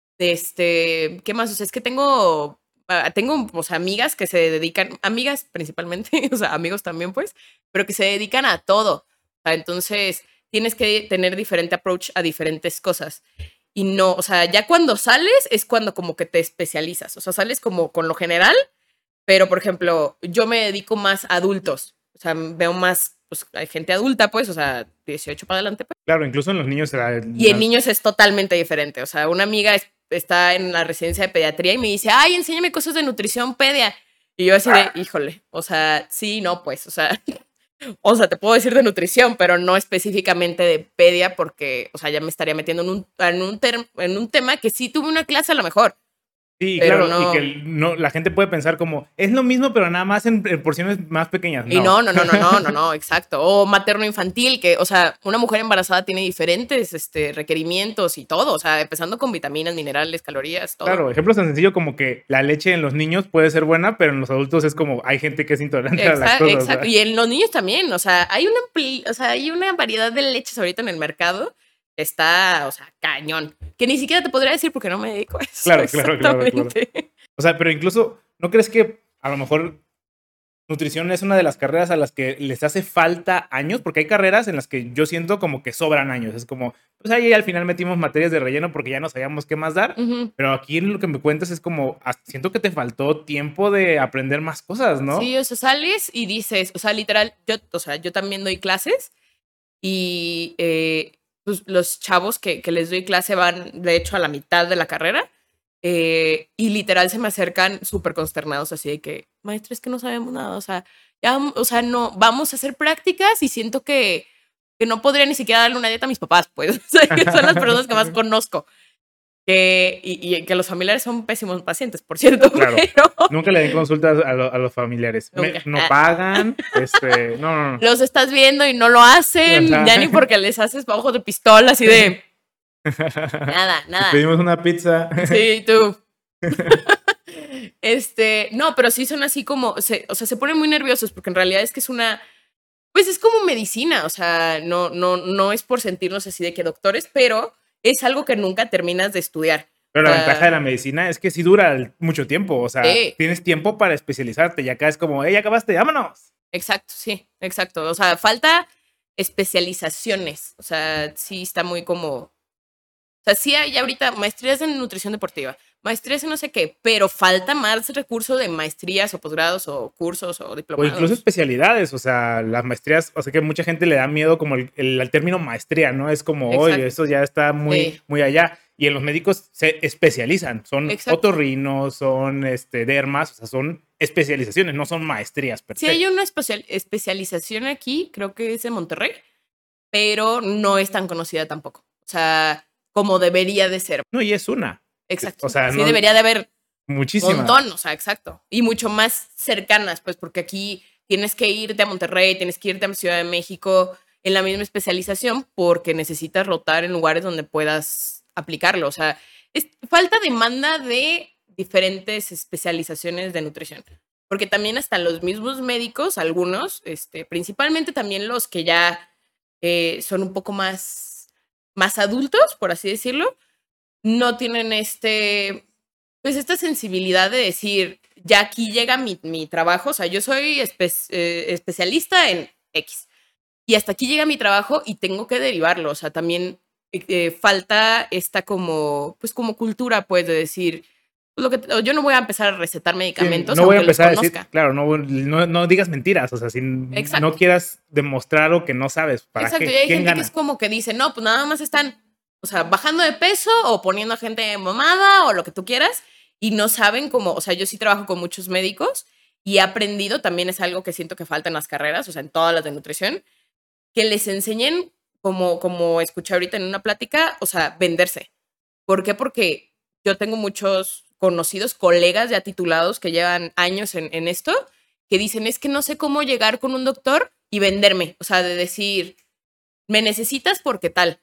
Speaker 2: Este, ¿qué más? O sea, es que tengo, ah, tengo, o sea, amigas que se dedican, amigas principalmente, o sea, amigos también, pues, pero que se dedican a todo. O sea, entonces tienes que tener diferente approach a diferentes cosas. Y no, o sea, ya cuando sales es cuando como que te especializas. O sea, sales como con lo general, pero por ejemplo, yo me dedico más a adultos. O sea, veo más, pues, hay gente adulta, pues, o sea, dieciocho para adelante, pues.
Speaker 1: claro, incluso en los niños era
Speaker 2: Y en
Speaker 1: las-
Speaker 2: niños es totalmente diferente. O sea, una amiga es- está en la residencia de pediatría y me dice, ay, enséñame cosas de nutrición pedia. Y yo así de, híjole, o sea, sí, no, pues, o sea, o sea, te puedo decir de nutrición, pero no específicamente de pedia porque, o sea, ya me estaría metiendo en un, en un, term- en un tema que sí tuve una clase a lo mejor,
Speaker 1: Sí,
Speaker 2: pero
Speaker 1: claro, y que
Speaker 2: no.
Speaker 1: el- no, la gente puede pensar como, es lo mismo, pero nada más en, en porciones más pequeñas.
Speaker 2: Y
Speaker 1: No.
Speaker 2: no, no, no, no, no, no, no, exacto. O materno infantil, que, o sea, una mujer embarazada tiene diferentes este, requerimientos y todo, o sea, empezando con vitaminas, minerales, calorías, todo.
Speaker 1: Claro, ejemplos tan sencillo como que la leche en los niños puede ser buena, pero en los adultos es como, hay gente que es intolerante a la
Speaker 2: Exacto,
Speaker 1: lactosa. O
Speaker 2: exacto.
Speaker 1: sea,
Speaker 2: Y en los niños también, o sea, hay una, ampli- o sea, hay una variedad de leches ahorita en el mercado. Está, o sea, cañón. Que ni siquiera te podría decir porque no me dedico a eso
Speaker 1: claro, claro, claro, claro.
Speaker 2: exactamente.
Speaker 1: O sea, pero incluso, ¿no crees que a lo mejor nutrición es una de las carreras a las que les hace falta años? Porque hay carreras en las que yo siento como que sobran años. Es como, pues ahí al final metimos materias de relleno porque ya no sabíamos qué más dar.
Speaker 2: Ujú.
Speaker 1: Pero aquí en lo que me cuentas es como, ah, siento que te faltó tiempo de aprender más cosas, ¿no?
Speaker 2: Sí, o sea, sales y dices, o sea, literal, yo, o sea, yo también doy clases y eh, pues, los chavos que, que les doy clase van, de hecho, a la mitad de la carrera. eh, y literal se me acercan súper consternados, así de que, maestra, es que no sabemos nada, o sea, ya, vam- o sea, no, vamos a hacer prácticas y siento que, que no podría ni siquiera darle una dieta a mis papás, pues, o sea, que son las personas que más conozco. Que, y, y que los familiares son pésimos pacientes, por cierto,
Speaker 1: Claro.
Speaker 2: pero
Speaker 1: Nunca le den consultas a, lo- a los familiares. Me-
Speaker 2: nunca.
Speaker 1: no
Speaker 2: Ah,
Speaker 1: pagan. Este, no, no, no.
Speaker 2: los estás viendo y no lo
Speaker 1: O
Speaker 2: hacen, ya
Speaker 1: sea,
Speaker 2: ni porque les haces ojos de pistola, así de nada,
Speaker 1: te
Speaker 2: nada.
Speaker 1: pedimos una pizza.
Speaker 2: Sí, tú. Este, no, pero sí son así como, se, o sea, se ponen muy nerviosos porque en realidad es que es una, pues es como medicina, o sea, no, no, no es por sentirnos así de que doctores, pero es algo que nunca terminas de estudiar.
Speaker 1: Pero
Speaker 2: O
Speaker 1: la ventaja de
Speaker 2: sea,
Speaker 1: la medicina es que sí dura el- mucho tiempo. O sea,
Speaker 2: sí,
Speaker 1: tienes tiempo para especializarte. Y acá es como, hey, ya acabaste, vámonos.
Speaker 2: exacto, sí, exacto. O sea, falta especializaciones. O sea, sí está muy como. O sea, sí hay ahorita maestrías en nutrición deportiva, maestrías en no sé qué, pero falta más recurso de maestrías o posgrados o cursos o
Speaker 1: O incluso
Speaker 2: diplomados.
Speaker 1: especialidades. O sea, las maestrías, o sea, que mucha gente le da miedo como el, el- al término maestría, ¿no? Es como, oye,
Speaker 2: Exacto.
Speaker 1: eso ya está muy,
Speaker 2: Sí,
Speaker 1: muy allá. Y en los médicos se especializan. Son
Speaker 2: exacto.
Speaker 1: otorrinos, son este, dermas, o sea, son especializaciones, no son maestrías per
Speaker 2: Sí
Speaker 1: se.
Speaker 2: hay una especial- especialización aquí, creo que es en Monterrey, pero no es tan conocida tampoco. O sea, como debería de ser.
Speaker 1: No, y es una. O
Speaker 2: Exacto.
Speaker 1: sea,
Speaker 2: Sí
Speaker 1: no,
Speaker 2: debería de haber
Speaker 1: muchísimas.
Speaker 2: montón, o sea, exacto. Y mucho más cercanas, pues, porque aquí tienes que irte a Monterrey, tienes que irte a Ciudad de México en la misma especialización porque necesitas rotar en lugares donde puedas aplicarlo. O sea, es, falta demanda de diferentes especializaciones de nutrición. Porque también hasta los mismos médicos, algunos, este, principalmente también los que ya eh, son un poco más más adultos, por así decirlo, no tienen este, pues esta sensibilidad de decir, ya aquí llega mi, mi trabajo, o sea, yo soy espe eh, especialista en X, y hasta aquí llega mi trabajo y tengo que derivarlo, o sea, también eh, falta esta como, pues como cultura, pues, de decir, lo que yo no voy a empezar a recetar medicamentos,
Speaker 1: sí, no voy a
Speaker 2: aunque los
Speaker 1: empezar a decir,
Speaker 2: conozca.
Speaker 1: claro, no, no, no digas mentiras, o sea, si
Speaker 2: Exacto.
Speaker 1: no quieras demostrar algo que no sabes, ¿para
Speaker 2: Exacto,
Speaker 1: qué?
Speaker 2: y hay
Speaker 1: ¿Quién
Speaker 2: gente
Speaker 1: gana?
Speaker 2: que es como que dice, no, pues nada más están, o sea, bajando de peso o poniendo a gente mamada o lo que tú quieras y no saben cómo, o sea, yo sí trabajo con muchos médicos y he aprendido, también es algo que siento que falta en las carreras, o sea, en todas las de nutrición, que les enseñen, como, como escuché ahorita en una plática, o sea, venderse. ¿Por qué? Porque yo tengo muchos conocidos, colegas ya titulados que llevan años en, en esto, que dicen, es que no sé cómo llegar con un doctor y venderme, o sea, de decir, me necesitas porque tal.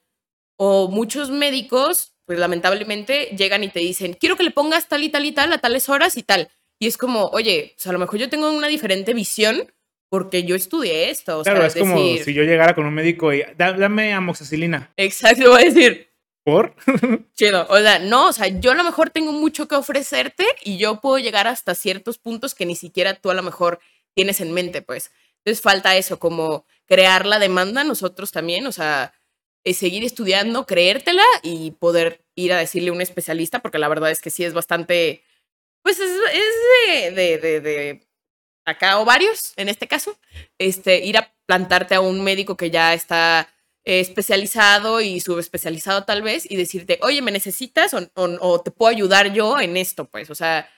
Speaker 2: O muchos médicos, pues lamentablemente, llegan y te dicen, quiero que le pongas tal y tal y tal a tales horas y tal. Y es como, oye, o sea, a lo mejor yo tengo una diferente visión porque yo estudié esto. O
Speaker 1: Claro,
Speaker 2: sea,
Speaker 1: es como
Speaker 2: decir,
Speaker 1: si yo llegara con un médico y "Da- dame amoxicilina.
Speaker 2: exacto, voy a decir,
Speaker 1: ¿Por?
Speaker 2: chido. O sea, no, o sea, yo a lo mejor tengo mucho que ofrecerte y yo puedo llegar hasta ciertos puntos que ni siquiera tú a lo mejor tienes en mente, pues. Entonces falta eso, como crear la demanda nosotros también, o sea, es seguir estudiando, creértela y poder ir a decirle a un especialista, porque la verdad es que sí es bastante, pues es, es de, de, de, de acá o varios, en este caso, este, ir a plantarte a un médico que ya está eh, especializado y subespecializado tal vez y decirte, oye, ¿me necesitas o, o, o te puedo ayudar yo en esto? Pues, o sea,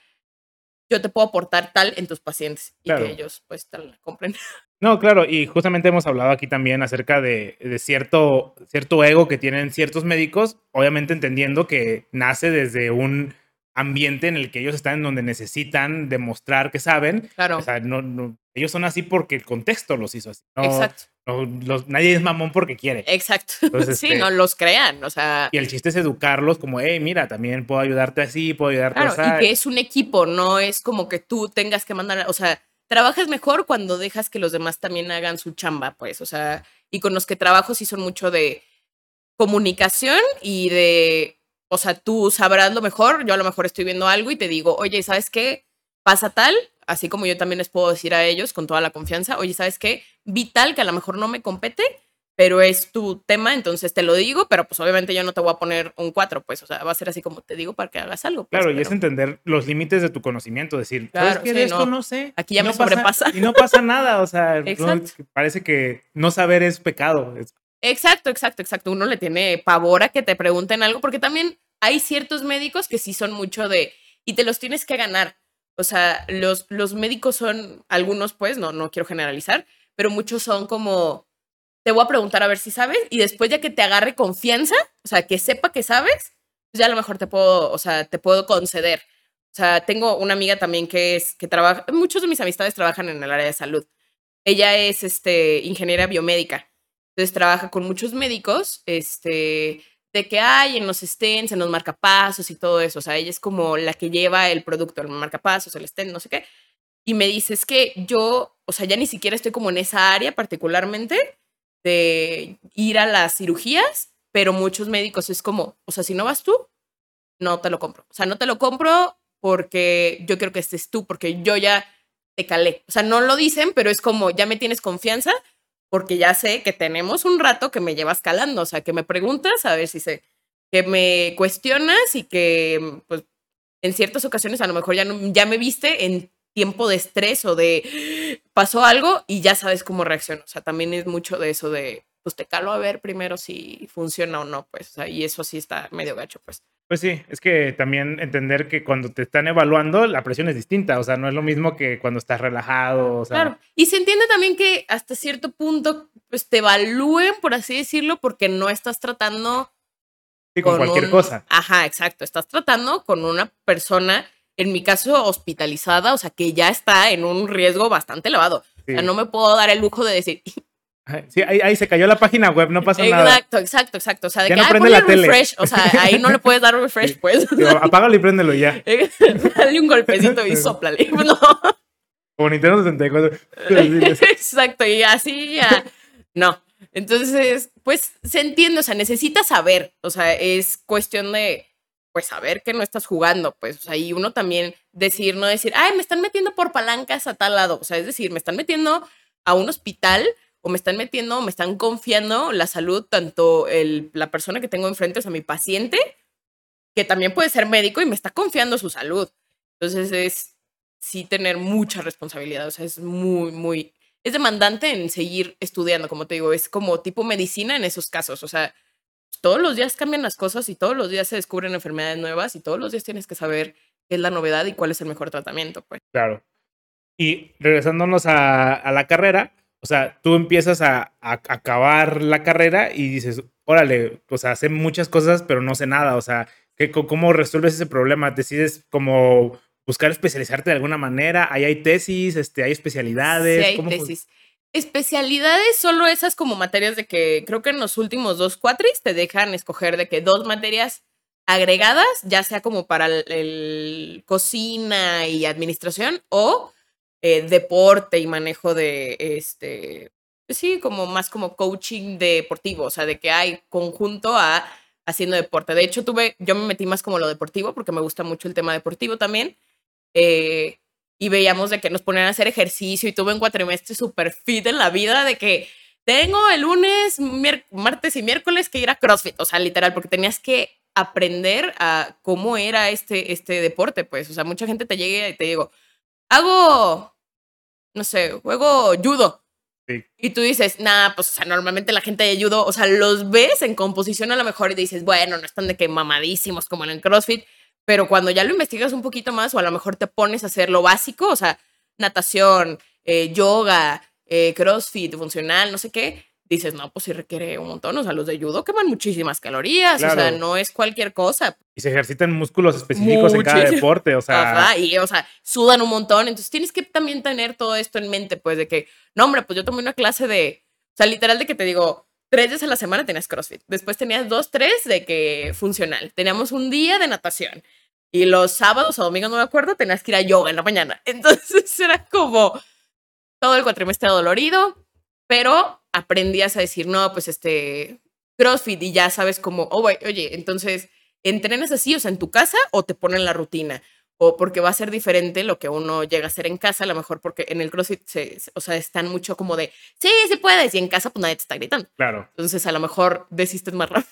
Speaker 2: yo te puedo aportar tal en tus pacientes y
Speaker 1: Claro.
Speaker 2: que ellos pues tal compren.
Speaker 1: No, claro, y justamente hemos hablado aquí también acerca de, de cierto, cierto ego que tienen ciertos médicos, obviamente entendiendo que nace desde un ambiente en el que ellos están en donde necesitan demostrar que saben.
Speaker 2: Claro.
Speaker 1: O sea, no, no, ellos son así porque el contexto los hizo así. No,
Speaker 2: Exacto.
Speaker 1: no, los, nadie es mamón porque quiere.
Speaker 2: Exacto.
Speaker 1: Entonces,
Speaker 2: sí,
Speaker 1: este,
Speaker 2: no los crean, o sea.
Speaker 1: Y el chiste es educarlos como, hey, mira, también puedo ayudarte así, puedo ayudarte
Speaker 2: Claro,
Speaker 1: así.
Speaker 2: y que es un equipo, no es como que tú tengas que mandar, o sea, trabajas mejor cuando dejas que los demás también hagan su chamba, pues, o sea, y con los que trabajo sí son mucho de comunicación y de, o sea, tú sabrás lo mejor, yo a lo mejor estoy viendo algo y te digo, oye, ¿sabes qué? Pasa tal, así como yo también les puedo decir a ellos con toda la confianza, oye, ¿sabes qué? Vi tal que a lo mejor no me compete, pero es tu tema, entonces te lo digo, pero pues obviamente yo no te voy a poner un cuatro, pues, o sea, va a ser así como te digo para que hagas algo. Pues,
Speaker 1: Claro, y
Speaker 2: pero...
Speaker 1: es entender los límites de tu conocimiento, decir,
Speaker 2: claro,
Speaker 1: ¿sabes qué?
Speaker 2: sí,
Speaker 1: De esto
Speaker 2: no,
Speaker 1: no sé.
Speaker 2: aquí ya
Speaker 1: y
Speaker 2: me
Speaker 1: no pasa,
Speaker 2: sobrepasa.
Speaker 1: y no pasa nada, o sea, no,
Speaker 2: Exacto.
Speaker 1: parece que no saber es pecado. Es...
Speaker 2: Exacto, exacto, exacto. Uno le tiene pavor a que te pregunten algo, porque también hay ciertos médicos que sí son mucho de, y te los tienes que ganar. O sea, los, los médicos son, algunos pues, no, no quiero generalizar, pero muchos son como, te voy a preguntar a ver si sabes, y después ya que te agarre confianza, o sea, que sepa que sabes, pues ya a lo mejor te puedo, o sea, te puedo conceder. O sea, tengo una amiga también que es, que trabaja, muchos de mis amistades trabajan en el área de salud. Ella es, este, ingeniera biomédica. Entonces trabaja con muchos médicos, este, de que hay en los stents, en los marcapasos y todo eso. O sea, ella es como la que lleva el producto, el marcapasos, el stent, no sé qué. Y me dice, es que yo, o sea, ya ni siquiera estoy como en esa área particularmente de ir a las cirugías, pero muchos médicos es como, o sea, si no vas tú, no te lo compro. O sea, no te lo compro porque yo quiero que estés tú, porque yo ya te calé. O sea, no lo dicen, pero es como, ya me tienes confianza porque ya sé que tenemos un rato que me llevas calando. O sea, que me preguntas a ver si sé, que me cuestionas y que, pues, en ciertas ocasiones a lo mejor ya, no, ya me viste en tiempo de estrés o de pasó algo y ya sabes cómo reacciono. O sea, también es mucho de eso de, pues te calo a ver primero si funciona o no, pues, o sea, y eso sí está medio gacho, pues.
Speaker 1: Pues sí, es que también entender que cuando te están evaluando, la presión es distinta, o sea, no es lo mismo que cuando estás relajado, o sea.
Speaker 2: Claro, y se entiende también que hasta cierto punto, pues te evalúen, por así decirlo, porque no estás tratando
Speaker 1: Sí, con
Speaker 2: con
Speaker 1: cualquier
Speaker 2: un,
Speaker 1: cosa.
Speaker 2: ajá, exacto, estás tratando con una persona, en mi caso, hospitalizada, o sea, que ya está en un riesgo bastante elevado.
Speaker 1: Sí.
Speaker 2: O sea, no me puedo dar el lujo de decir,
Speaker 1: sí, ahí, ahí se cayó la página web, no pasa
Speaker 2: exacto,
Speaker 1: nada.
Speaker 2: Exacto, exacto, exacto. O sea, de
Speaker 1: ya
Speaker 2: que,
Speaker 1: no
Speaker 2: ah,
Speaker 1: prende
Speaker 2: ponle
Speaker 1: la tele.
Speaker 2: refresh. O sea, ahí no le puedes dar refresh,
Speaker 1: sí.
Speaker 2: pues.
Speaker 1: Digo, apágalo y préndelo ya.
Speaker 2: Dale un golpecito y sóplale. No.
Speaker 1: Como Nintendo sesenta y cuatro.
Speaker 2: Exacto, y así ya. No. Entonces, pues se entiende, o sea, necesitas saber, o sea, es cuestión de, pues, saber que no estás jugando, pues, o sea, y uno también decir, no decir, ay, me están metiendo por palancas a tal lado, o sea, es decir, me están metiendo a un hospital o me están metiendo, o me están confiando la salud, tanto el, la persona que tengo enfrente, o sea, mi paciente, que también puede ser médico y me está confiando su salud. Entonces es sí tener mucha responsabilidad, o sea, es muy, muy, es demandante en seguir estudiando, como te digo, es como tipo medicina en esos casos, o sea, todos los días cambian las cosas y todos los días se descubren enfermedades nuevas y todos los días tienes que saber qué es la novedad y cuál es el mejor tratamiento, pues.
Speaker 1: Claro. Y regresándonos a, a la carrera, o sea, tú empiezas a, a acabar la carrera y dices, órale, o sea, sé muchas cosas, pero no sé nada. O sea, ¿qué, ¿cómo resuelves ese problema? ¿Decides como buscar especializarte de alguna manera? ¿Ahí hay tesis? Este, ¿hay
Speaker 2: Sí
Speaker 1: especialidades?
Speaker 2: hay
Speaker 1: ¿Cómo fue?
Speaker 2: tesis. Especialidades, solo esas como materias de que creo que en los últimos dos cuatris te dejan escoger de que dos materias agregadas, ya sea como para el, el cocina y administración o eh, deporte y manejo de este, sí, como más como coaching deportivo, o sea, de que hay conjunto a haciendo deporte. De hecho, tuve, yo me metí más como lo deportivo porque me gusta mucho el tema deportivo también. Eh, y veíamos de que nos ponían a hacer ejercicio y tuve un cuatrimestre súper fit en la vida de que tengo el lunes, martes y miércoles que ir a CrossFit, o sea, literal, porque tenías que aprender a cómo era este, este deporte, pues, o sea, mucha gente te llega y te digo, hago, no sé, juego judo.
Speaker 1: Sí.
Speaker 2: Y tú dices, nah, pues, o sea, normalmente la gente de judo, o sea, los ves en composición a lo mejor y dices, bueno, no están de que mamadísimos como en el CrossFit, pero cuando ya lo investigas un poquito más o a lo mejor te pones a hacer lo básico, o sea, natación, eh, yoga, eh, CrossFit, funcional, no sé qué, dices, no, pues sí requiere un montón, o sea, los de judo queman muchísimas calorías, o sea,
Speaker 1: Claro.
Speaker 2: no es cualquier cosa.
Speaker 1: Y se ejercitan músculos específicos en cada
Speaker 2: Muchísimo.
Speaker 1: deporte, o sea,
Speaker 2: Ajá, y o sea, sudan un montón, entonces tienes que también tener todo esto en mente, pues de que, no, hombre, pues yo tomé una clase de, o sea, literal de que te digo, tres veces a la semana tenías CrossFit, después tenías dos, tres de que funcional, teníamos un día de natación y los sábados o domingos, no me acuerdo, tenías que ir a yoga en la mañana, entonces era como todo el cuatrimestre dolorido, pero aprendías a decir, no, pues este, CrossFit y ya sabes cómo, oh, oye, entonces, ¿entrenas así, o sea, en tu casa o te ponen la rutina? O porque va a ser diferente lo que uno llega a hacer en casa, a lo mejor porque en el CrossFit, se, se, o sea, están mucho como de, sí, se puede, y en casa pues nadie te está gritando.
Speaker 1: claro.
Speaker 2: Entonces, a lo mejor desistes más rápido.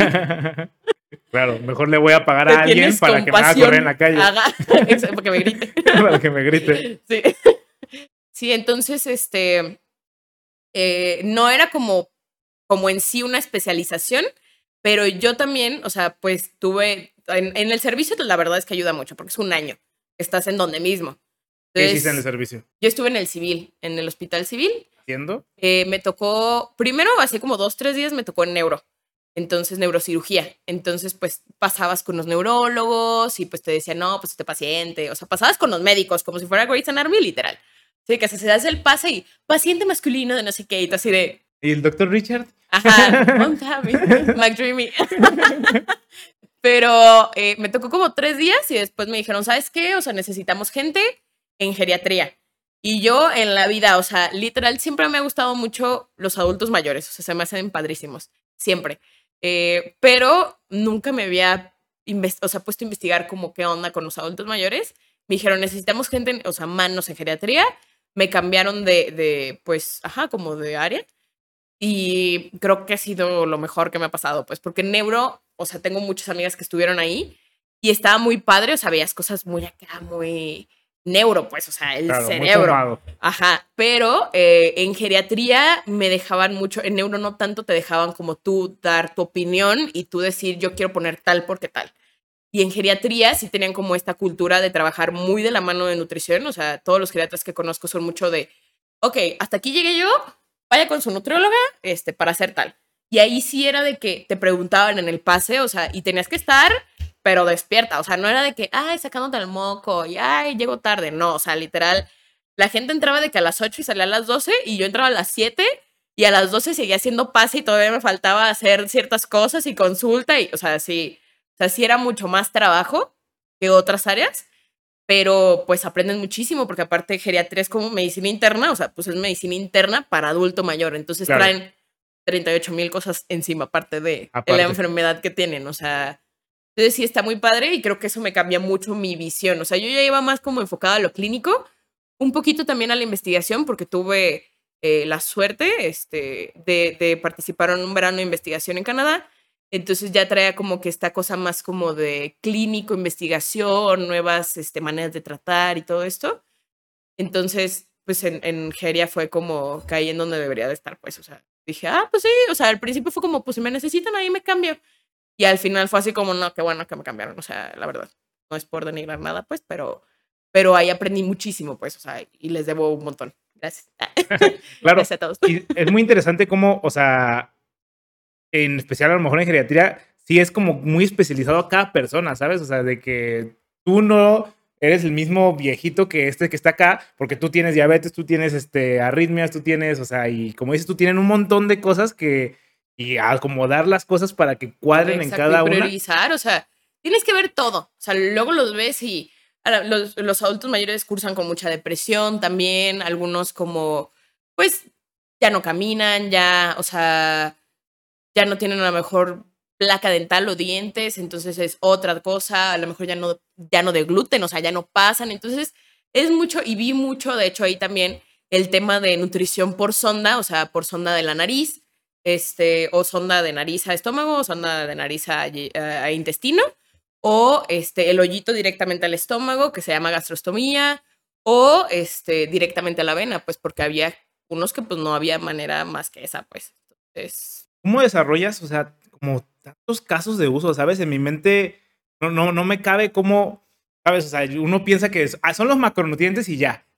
Speaker 1: Claro, mejor le voy a pagar
Speaker 2: Te
Speaker 1: a alguien para que me haga correr en la calle.
Speaker 2: Haga, para que me grite.
Speaker 1: Para que me grite.
Speaker 2: Sí. Sí, entonces, este, eh, no era como, como en sí una especialización, pero yo también, o sea, pues tuve, en, en el servicio la verdad es que ayuda mucho, porque es un año, estás en donde mismo.
Speaker 1: ¿Qué hiciste en el
Speaker 2: Entonces,
Speaker 1: servicio?
Speaker 2: yo estuve en el civil, en el hospital civil.
Speaker 1: ¿Haciendo?
Speaker 2: Eh, me tocó, primero, así como dos, tres días me tocó en neuro. Entonces, neurocirugía. Entonces, pues pasabas con los neurólogos y pues te decían, no, pues este paciente. O sea, pasabas con los médicos como si fuera Grey's Anatomy, literal. Sí, que se hace el pase y paciente masculino de no sé qué, y tú así de.
Speaker 1: ¿Y el doctor Richard?
Speaker 2: Ajá, on time, McDreamy. Pero eh, me tocó como tres días y después me dijeron, ¿sabes qué? O sea, necesitamos gente en geriatría. Y yo en la vida, o sea, literal, siempre me ha gustado mucho los adultos mayores. O sea, se me hacen padrísimos. Siempre. Eh, pero nunca me había o sea, puesto a investigar como qué onda con los adultos mayores. Me dijeron, necesitamos gente, en, o sea, manos en geriatría. Me cambiaron de, de, pues, ajá, como de área. Y creo que ha sido lo mejor que me ha pasado, pues, porque neuro, o sea, tengo muchas amigas que estuvieron ahí y estaba muy padre, o sea, veías cosas muy acá, muy neuro, pues, o sea, el
Speaker 1: Claro, muy
Speaker 2: cerebro.
Speaker 1: fumado.
Speaker 2: Ajá, pero eh, en geriatría me dejaban mucho, en neuro no tanto, te dejaban como tú dar tu opinión y tú decir, yo quiero poner tal porque tal. Y en geriatría sí tenían como esta cultura de trabajar muy de la mano de nutrición, o sea, todos los geriatras que conozco son mucho de, ok, hasta aquí llegué yo, vaya con su nutrióloga este, para hacer tal. Y ahí sí era de que te preguntaban en el pase, o sea, y tenías que estar, pero despierta, o sea, no era de que, ay, sacándote el moco, y ay, llego tarde, no, o sea, literal, la gente entraba de que a las ocho y salía a las doce, y yo entraba a las siete, y a las doce seguía haciendo pase y todavía me faltaba hacer ciertas cosas y consulta, y, o sea, sí, o sea, sí era mucho más trabajo que otras áreas, pero pues aprenden muchísimo porque aparte geriatría es como medicina interna, o sea, pues es medicina interna para adulto mayor, entonces
Speaker 1: Claro.
Speaker 2: traen treinta y ocho mil cosas encima, aparte de,
Speaker 1: Aparte.
Speaker 2: de la enfermedad que tienen, o sea, entonces sí está muy padre y creo que eso me cambia mucho mi visión, o sea, yo ya iba más como enfocada a lo clínico, un poquito también a la investigación, porque tuve eh, la suerte este, de, de participar en un verano de investigación en Canadá, entonces ya traía como que esta cosa más como de clínico, investigación, nuevas este, maneras de tratar y todo esto, entonces pues en, en Geria fue como caí en donde debería de estar, pues, o sea, dije, ah, pues sí, o sea, al principio fue como, pues si me necesitan ahí me cambio. Y al final fue así como, no, qué bueno que me cambiaron, o sea, la verdad, no es por denigrar nada, pues, pero, pero ahí aprendí muchísimo, pues, o sea, y les debo un montón. Gracias.
Speaker 1: Claro,
Speaker 2: Gracias a todos.
Speaker 1: y es muy interesante cómo, o sea, en especial a lo mejor en geriatría, sí es como muy especializado a cada persona, ¿sabes? O sea, de que tú no eres el mismo viejito que este que está acá, porque tú tienes diabetes, tú tienes este, arritmias, tú tienes, o sea, y como dices, tú tienen un montón de cosas que, y acomodar las cosas para que cuadren
Speaker 2: Exacto,
Speaker 1: en cada
Speaker 2: y
Speaker 1: una.
Speaker 2: priorizar, o sea, tienes que ver todo, o sea, luego los ves y ahora, los, los adultos mayores cursan con mucha depresión también, algunos como, pues, ya no caminan, ya, o sea, ya no tienen a lo mejor placa dental o dientes, entonces es otra cosa, a lo mejor ya no, ya no de gluten, o sea, ya no pasan, entonces es mucho, y vi mucho, de hecho, ahí también el tema de nutrición por sonda, o sea, por sonda de la nariz, este, o sonda de nariz a estómago, o sonda de nariz a, a intestino, o este, el hoyito directamente al estómago, que se llama gastrostomía, o este, directamente a la vena, pues porque había unos que pues no había manera más que esa, pues. Entonces,
Speaker 1: ¿Cómo desarrollas, o sea, como tantos casos de uso, sabes? En mi mente no, no, no me cabe cómo, sabes, o sea, uno piensa que es, ah, son los macronutrientes y ya,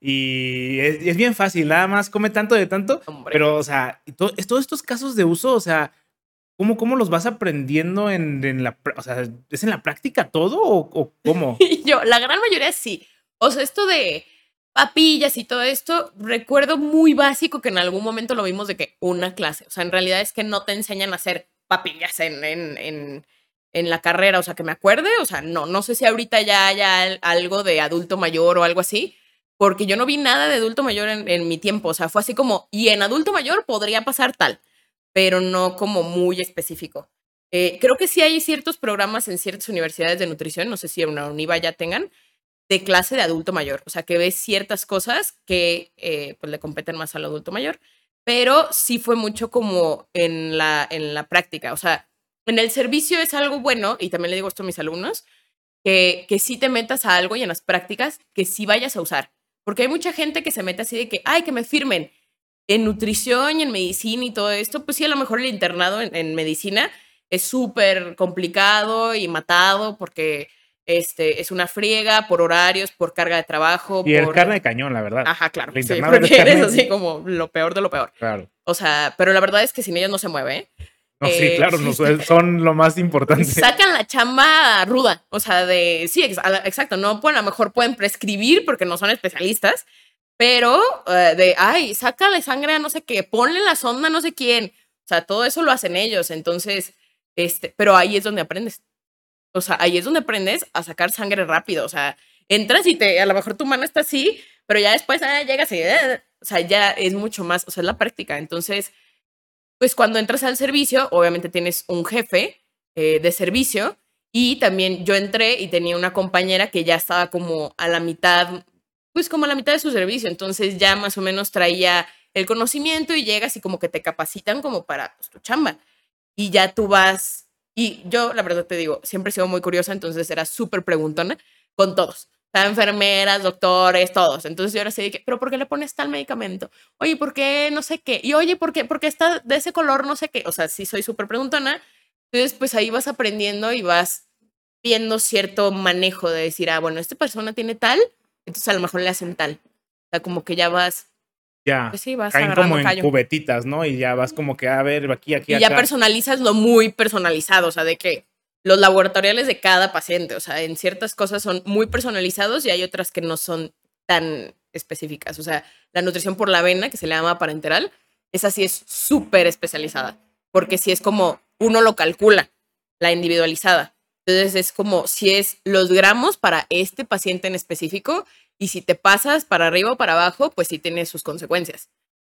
Speaker 1: y es, es bien fácil, nada más come tanto de tanto,
Speaker 2: hombre.
Speaker 1: pero, o sea, y to, es, todos estos casos de uso, o sea, ¿cómo, cómo los vas aprendiendo en, en la, o sea, ¿es en la práctica todo o, o cómo?
Speaker 2: Y yo, la gran mayoría sí. O sea, esto de papillas y todo esto, recuerdo muy básico que en algún momento lo vimos de que una clase, o sea, en realidad es que no te enseñan a hacer papillas en, en, en, en la carrera, o sea, que me acuerde, o sea, no, no sé si ahorita ya haya algo de adulto mayor o algo así, porque yo no vi nada de adulto mayor en, en mi tiempo, o sea, fue así como, y en adulto mayor podría pasar tal, pero no como muy específico. Eh, creo que sí hay ciertos programas en ciertas universidades de nutrición, no sé si en una UNIVA ya tengan, de clase de adulto mayor, o sea, que ves ciertas cosas que eh, pues le competen más al adulto mayor, pero sí fue mucho como en la, en la práctica, o sea, en el servicio es algo bueno, y también le digo esto a mis alumnos, que, que sí te metas a algo y en las prácticas que sí vayas a usar, porque hay mucha gente que se mete así de que, ay, que me firmen en nutrición y en medicina y todo esto, pues sí, a lo mejor el internado en, en medicina es súper complicado y matado porque este, es una friega por horarios, por carga de trabajo,
Speaker 1: Y el
Speaker 2: por...
Speaker 1: carne de cañón, la verdad.
Speaker 2: Ajá, claro,
Speaker 1: El
Speaker 2: sí,
Speaker 1: internado
Speaker 2: porque
Speaker 1: es carne,
Speaker 2: eres así como lo peor de lo peor.
Speaker 1: claro.
Speaker 2: O sea, pero la verdad es que sin ellos no se mueve, ¿eh?
Speaker 1: No, sí,
Speaker 2: Eh,
Speaker 1: claro, no, son lo más importante.
Speaker 2: sacan la chamba ruda, o sea, de, sí, ex- exacto, no pueden, a lo mejor pueden prescribir porque no son especialistas, pero uh, de, ay, sácale sangre a no sé qué, ponle la sonda a no sé quién, o sea, todo eso lo hacen ellos, entonces, este, pero ahí es donde aprendes, o sea, ahí es donde aprendes a sacar sangre rápido, o sea, entras y te, a lo mejor tu mano está así, pero ya después ah, llegas y, eh, o sea, ya es mucho más, o sea, es la práctica, entonces pues cuando entras al servicio, obviamente tienes un jefe eh, de servicio y también yo entré y tenía una compañera que ya estaba como a la mitad, pues como a la mitad de su servicio, entonces ya más o menos traía el conocimiento y llegas y como que te capacitan como para pues, tu chamba y ya tú vas, y yo la verdad te digo, siempre he sido muy curiosa, entonces era súper preguntona con todos. O sea, enfermeras, doctores, todos. Entonces yo era así de que, ¿pero por qué le pones tal medicamento? Oye, ¿por qué no sé qué? Y oye, ¿por qué, ¿por qué está de ese color no sé qué? O sea, sí soy súper preguntona. Entonces, pues ahí vas aprendiendo y vas viendo cierto manejo de decir, ah, bueno, esta persona tiene tal, entonces a lo mejor le hacen tal. O sea, como que ya vas,
Speaker 1: Ya,
Speaker 2: pues sí, vas
Speaker 1: caen como
Speaker 2: agarrando
Speaker 1: en
Speaker 2: callo.
Speaker 1: cubetitas, ¿no? Y ya vas como que, a ver, aquí, aquí,
Speaker 2: Y ya
Speaker 1: acá.
Speaker 2: personalizas lo muy personalizado, o sea, de que los laboratoriales de cada paciente, o sea, en ciertas cosas son muy personalizados y hay otras que no son tan específicas. O sea, la nutrición por la vena, que se le llama parenteral, esa sí es súper especializada, porque si es como uno lo calcula, la individualizada. Entonces es como si es los gramos para este paciente en específico y si te pasas para arriba o para abajo, pues sí tiene sus consecuencias.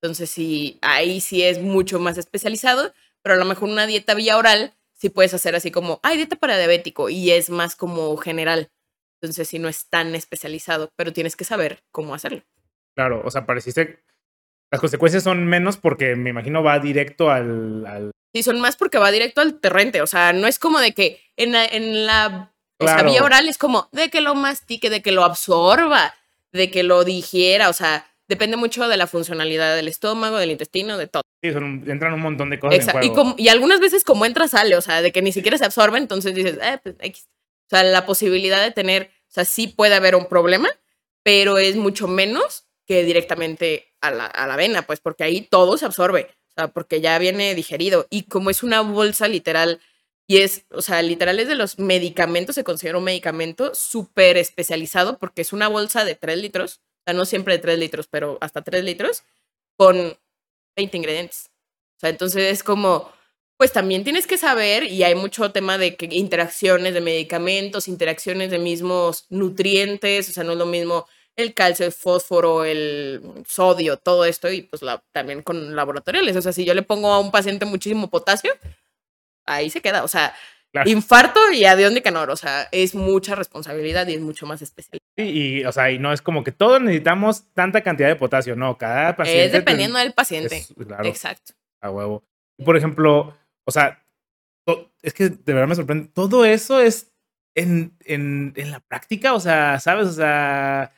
Speaker 2: Entonces, sí, ahí sí es mucho más especializado, pero a lo mejor una dieta vía oral sí puedes hacer así como, ay, dieta para diabético, y es más como general. Entonces, sí no es tan especializado, pero tienes que saber cómo hacerlo.
Speaker 1: Claro, o sea, pareciste... Las consecuencias son menos porque me imagino va directo al... al...
Speaker 2: Sí, son más porque va directo al torrente. O sea, no es como de que en la, en la o sea,
Speaker 1: Claro.
Speaker 2: vía oral es como de que lo mastique, de que lo absorba, de que lo digiera. O sea, depende mucho de la funcionalidad del estómago, del intestino, de todo.
Speaker 1: Sí, son, entran un montón de cosas
Speaker 2: Exacto.
Speaker 1: en
Speaker 2: Y,
Speaker 1: juego.
Speaker 2: como, y algunas veces como entra, sale. O sea, de que ni siquiera se absorbe, entonces dices, eh, pues, X. O sea, la posibilidad de tener, o sea, sí puede haber un problema, pero es mucho menos que directamente a la, a la vena, pues porque ahí todo se absorbe. O sea, porque ya viene digerido. Y como es una bolsa literal, y es, o sea, literal es de los medicamentos, se considera un medicamento súper especializado porque es una bolsa de tres litros, o sea, no siempre de tres litros, pero hasta tres litros, con veinte ingredientes. O sea, entonces es como, pues también tienes que saber, y hay mucho tema de que interacciones de medicamentos, interacciones de mismos nutrientes, o sea, no es lo mismo el calcio, el fósforo, el sodio, todo esto, y pues la, también con laboratoriales. O sea, si yo le pongo a un paciente muchísimo potasio, ahí se queda. O sea, claro. Infarto y adiós Nicanor. O sea, es mucha responsabilidad y es mucho más especial.
Speaker 1: Sí, y, o sea, y no es como que todos necesitamos tanta cantidad de potasio, no, cada paciente...
Speaker 2: Es dependiendo te, del paciente.
Speaker 1: Es, claro,
Speaker 2: exacto.
Speaker 1: A huevo. Por ejemplo, o sea, to, es que de verdad me sorprende, todo eso es en, en, en la práctica, o sea, ¿sabes? O sea...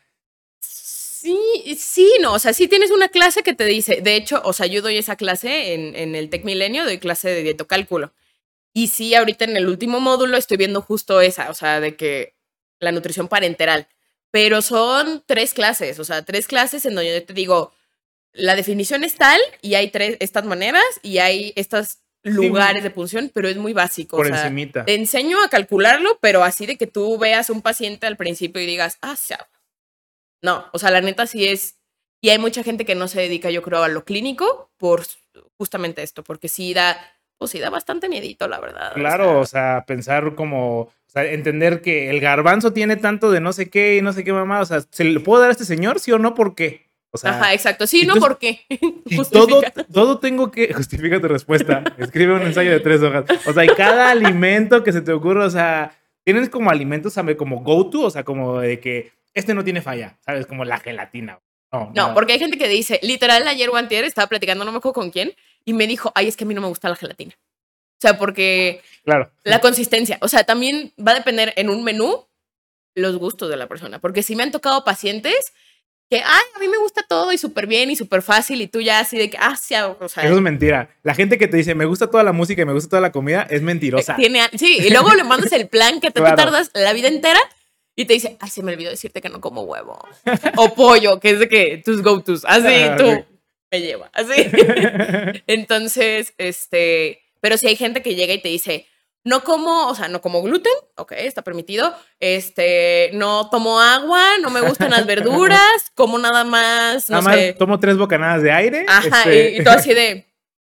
Speaker 2: Sí, sí, no, o sea, sí tienes una clase que te dice, de hecho, o sea, yo doy esa clase en, en el Tec Milenio, doy clase de dietocálculo. Y sí, ahorita en el último módulo estoy viendo justo esa, o sea, de que la nutrición parenteral. Pero son tres clases, o sea, tres clases en donde yo te digo, la definición es tal y hay tres, estas maneras y hay estos lugares sí, de punción, pero es muy básico.
Speaker 1: Por
Speaker 2: o sea,
Speaker 1: encimita.
Speaker 2: Te enseño a calcularlo, pero así de que tú veas a un paciente al principio y digas, ah, sí. No, o sea, la neta sí es... Y hay mucha gente que no se dedica, yo creo, a lo clínico por justamente esto, porque sí da... Pues sí da bastante miedito, la verdad.
Speaker 1: Claro, o sea, o sea pensar como... O sea, entender que el garbanzo tiene tanto de no sé qué y no sé qué mamá. O sea, ¿se le puedo dar a este señor, sí o no? ¿Por qué? O sea,
Speaker 2: ajá, exacto. Sí, no, ¿por qué?
Speaker 1: Y todo, todo tengo que... Justifica tu respuesta. Escribe un ensayo de tres hojas. O sea, y cada alimento que se te ocurra, o sea... Tienes como alimentos, ¿sabes? Como go-to, o sea, como de que este no tiene falla, ¿sabes? Como la gelatina. No,
Speaker 2: no porque hay gente que dice, literal, ayer o antier estaba platicando, no me acuerdo con quién, y me dijo, ay, es que a mí no me gusta la gelatina. O sea, porque
Speaker 1: claro.
Speaker 2: la consistencia, o sea, también va a depender en un menú los gustos de la persona, porque sí me han tocado pacientes que, ay, a mí me gusta todo y súper bien y súper fácil y tú ya así de que, ah, sí, o sea.
Speaker 1: Eso es mentira. La gente que te dice, me gusta toda la música y me gusta toda la comida, es mentirosa.
Speaker 2: Tiene, sí, y luego le mandas el plan que te, claro. te tardas la vida entera y te dice, ay, se me olvidó decirte que no como huevo. O pollo, que es de que tus go-tos. Así, ah, tú sí. me lleva, así. Entonces, este, pero si hay gente que llega y te dice, no como, o sea, no como gluten, ok, está permitido. Este, no tomo agua, no me gustan las verduras, como nada más, no
Speaker 1: nada
Speaker 2: sé.
Speaker 1: Más tomo tres bocanadas de aire.
Speaker 2: Ajá, este... y, y todo así de...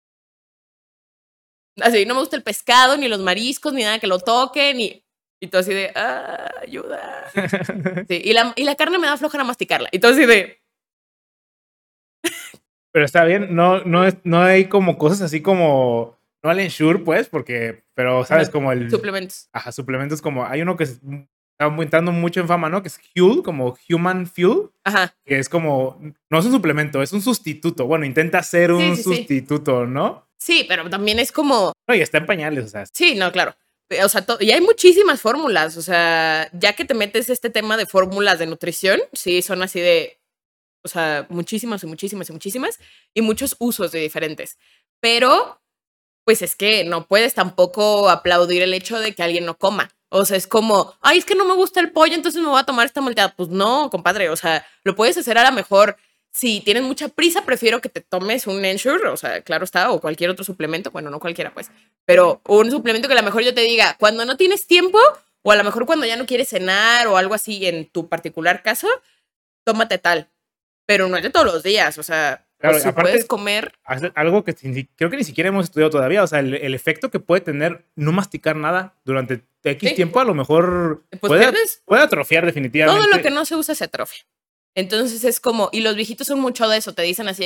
Speaker 2: Así, no me gusta el pescado, ni los mariscos, ni nada que lo toque, ni... Y todo así de, ah, ayuda. Sí, y la, y la carne me da flojera masticarla. Y todo así de...
Speaker 1: Pero está bien, no, no, es, no hay como cosas así como... No al Ensure, pues, porque... Pero, ¿sabes? Ajá, como el...
Speaker 2: Suplementos.
Speaker 1: Ajá, suplementos como... Hay uno que está entrando mucho en fama, ¿no? Que es Huel, como Human Fuel.
Speaker 2: Ajá.
Speaker 1: Que es como... No es un suplemento, es un sustituto. Bueno, intenta ser un sí, sí, sustituto, sí. ¿no?
Speaker 2: Sí, pero también es como...
Speaker 1: No, y está en pañales, o sea...
Speaker 2: Sí, no, claro. O sea, y hay muchísimas fórmulas. O sea, ya que te metes este tema de fórmulas de nutrición, sí, son así de... O sea, muchísimas y muchísimas y muchísimas. Y muchos usos de diferentes. Pero... pues es que no puedes tampoco aplaudir el hecho de que alguien no coma. O sea, es como, ay, es que no me gusta el pollo, entonces me voy a tomar esta malteada. Pues no, compadre, o sea, lo puedes hacer a lo mejor. Si tienes mucha prisa, prefiero que te tomes un Ensure, o sea, claro está, o cualquier otro suplemento. Bueno, no cualquiera, pues. Pero un suplemento que a lo mejor yo te diga, cuando no tienes tiempo, o a lo mejor cuando ya no quieres cenar, o algo así, en tu particular caso, tómate tal. Pero no es de todos los días, o sea... Claro, o si aparte, puedes comer...
Speaker 1: Algo que creo que ni siquiera hemos estudiado todavía. O sea, el, el efecto que puede tener no masticar nada durante X ¿sí? tiempo, a lo mejor pues puede, puede atrofiar definitivamente.
Speaker 2: Todo lo que no se usa se atrofia. Entonces es como... Y los viejitos son mucho de eso. Te dicen así de que,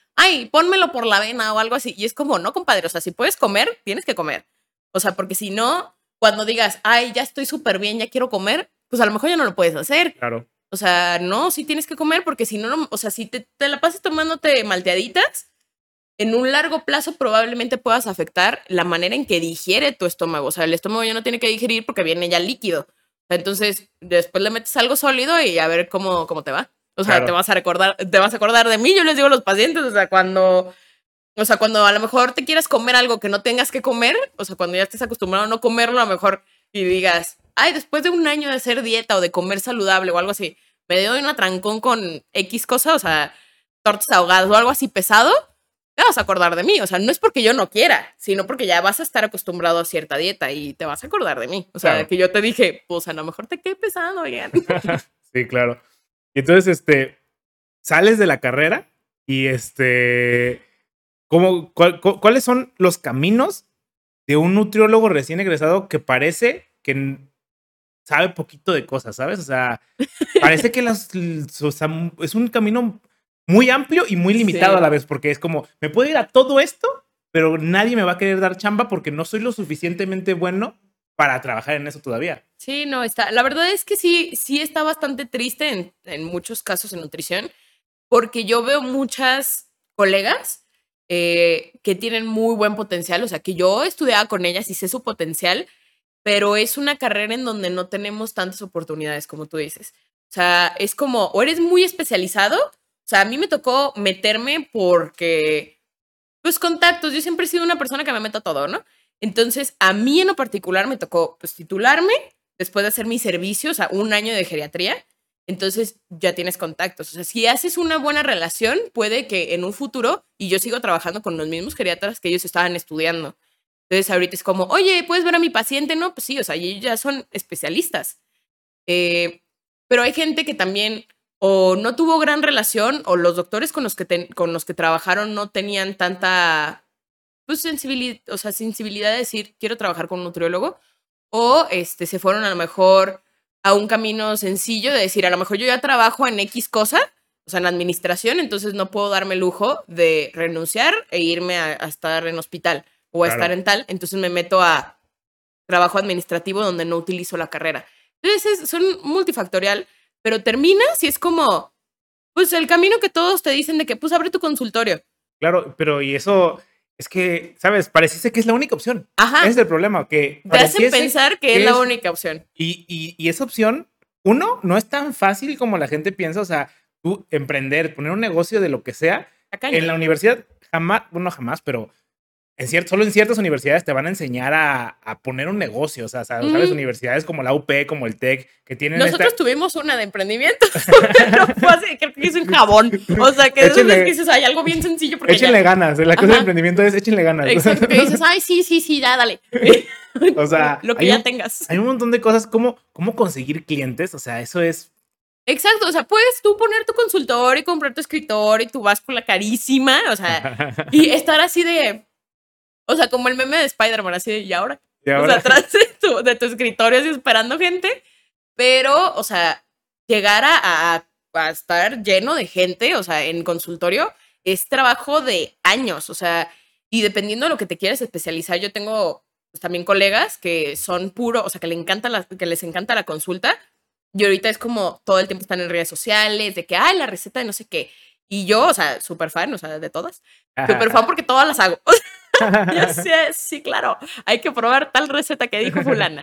Speaker 2: ay, pónmelo por la vena o algo así. Y es como, no, compadre, o sea, si puedes comer, tienes que comer. O sea, porque si no, cuando digas, ay, ya estoy súper bien, ya quiero comer, pues a lo mejor ya no lo puedes hacer.
Speaker 1: Claro.
Speaker 2: O sea, no, sí tienes que comer porque si no, no o sea, si te, te la pasas tomándote malteaditas, en un largo plazo probablemente puedas afectar la manera en que digiere tu estómago. O sea, el estómago ya no tiene que digerir porque viene ya líquido. Entonces, después le metes algo sólido y a ver cómo, cómo te va. O sea,
Speaker 1: Claro.
Speaker 2: te vas a recordar, te vas a acordar de mí. Yo les digo a los pacientes, o sea, cuando, o sea, cuando a lo mejor te quieras comer algo que no tengas que comer, o sea, cuando ya estés acostumbrado a no comerlo, a lo mejor y digas, ay, después de un año de hacer dieta o de comer saludable o algo así, me doy un atrancón con X cosa, o sea, tortas ahogadas o algo así pesado, te vas a acordar de mí. O sea, no es porque yo no quiera, sino porque ya vas a estar acostumbrado a cierta dieta y te vas a acordar de mí. O sea,
Speaker 1: Claro.
Speaker 2: que yo te dije, pues a lo mejor te quedé pesado, oigan.
Speaker 1: Sí, claro. Y entonces, este, sales de la carrera y este, ¿cómo, cuál- cu- ¿cuáles son los caminos de un nutriólogo recién egresado que parece que n- sabe poquito de cosas, ¿sabes? O sea, parece que las, l- o sea, m- es un camino muy amplio y muy limitado a
Speaker 2: Sí.
Speaker 1: la vez, porque es como, me puedo ir a todo esto, pero nadie me va a querer dar chamba porque no soy lo suficientemente bueno para trabajar en eso todavía.
Speaker 2: Sí, no, está. La verdad es que sí, sí está bastante triste en, en muchos casos en nutrición, porque yo veo muchas colegas eh, que tienen muy buen potencial. O sea, que yo estudiaba con ellas y sé su potencial, pero es una carrera en donde no tenemos tantas oportunidades como tú dices. O sea, es como, o eres muy especializado. O sea, a mí me tocó meterme porque, pues, contactos. Yo siempre he sido una persona que me meto a todo, ¿no? Entonces, a mí en lo particular me tocó, pues, titularme después de hacer mi servicio, o sea, un año de geriatría. Entonces, ya tienes contactos. O sea, si haces una buena relación, puede que en un futuro, y yo sigo trabajando con los mismos geriatras que ellos estaban estudiando. Entonces, ahorita es como, oye, ¿puedes ver a mi paciente? No, pues sí, o sea, y ellos ya son especialistas. Eh, pero hay gente que también o no tuvo gran relación o los doctores con los que, ten- con los que trabajaron no tenían tanta pues, sensibilidad, o sea, sensibilidad de decir, quiero trabajar con un nutriólogo, o este, se fueron a lo mejor a un camino sencillo de decir, a lo mejor yo ya trabajo en X cosa, o sea, en administración, entonces no puedo darme el lujo de renunciar e irme a, a estar en hospital o a estar
Speaker 1: Claro.
Speaker 2: en tal, entonces me meto a trabajo administrativo donde no utilizo la carrera. Entonces, es- son multifactorial, pero terminas y es como, pues el camino que todos te dicen de que, pues abre tu consultorio.
Speaker 1: Claro, pero y eso es que, ¿sabes? Pareciese que es la única opción. Ese es
Speaker 2: Ajá,
Speaker 1: el problema, que
Speaker 2: te hacen
Speaker 1: pareciese
Speaker 2: pensar que es
Speaker 1: que
Speaker 2: la
Speaker 1: es.
Speaker 2: única opción.
Speaker 1: Y, y, y esa opción, uno, no es tan fácil como la gente piensa. O sea, tú emprender, poner un negocio de lo que sea.
Speaker 2: Está
Speaker 1: En la
Speaker 2: cañón.
Speaker 1: universidad, jamás, bueno, jamás, pero en cier- solo en ciertas universidades te van a enseñar a, a poner un negocio. O sea, sa- ¿sabes?
Speaker 2: Mm,
Speaker 1: Universidades como la U P, como el TEC, que tienen
Speaker 2: Nosotros
Speaker 1: esta.
Speaker 2: tuvimos una de emprendimiento, pero fue así, creo que es un jabón. O sea, que de esas veces que
Speaker 1: Échenle,
Speaker 2: dices, hay algo bien sencillo porque
Speaker 1: échenle
Speaker 2: ya.
Speaker 1: ganas. La cosa del
Speaker 2: Ajá,
Speaker 1: emprendimiento es échenle ganas.
Speaker 2: exacto, que dices, ay, sí, sí, sí, ya, dale.
Speaker 1: O sea,
Speaker 2: Lo que
Speaker 1: hay
Speaker 2: ya
Speaker 1: un,
Speaker 2: tengas.
Speaker 1: hay un montón de cosas como cómo conseguir clientes. O sea, eso es.
Speaker 2: Exacto, o sea, puedes tú poner tu consultorio y comprar tu escritorio y tu báscula carísima, o sea, y estar así de, o sea, como el meme de Spider-Man, así de, ¿y ahora?
Speaker 1: Y
Speaker 2: O sea,
Speaker 1: ahora,
Speaker 2: atrás de tu, de tu escritorio así esperando gente, pero, o sea, llegar a, a- a estar lleno de gente, o sea, en consultorio, es trabajo de años, o sea, y dependiendo de lo que te quieras especializar, yo tengo pues, también colegas que son puro, o sea, que, le encanta la, que les encanta la consulta, y ahorita es como todo el tiempo están en redes sociales, de que, ay, la receta de no sé qué, y yo, o sea, súper fan, o sea, de todas, súper fan porque todas las hago. Ya sé, sí, claro. Hay que probar tal receta que dijo fulana.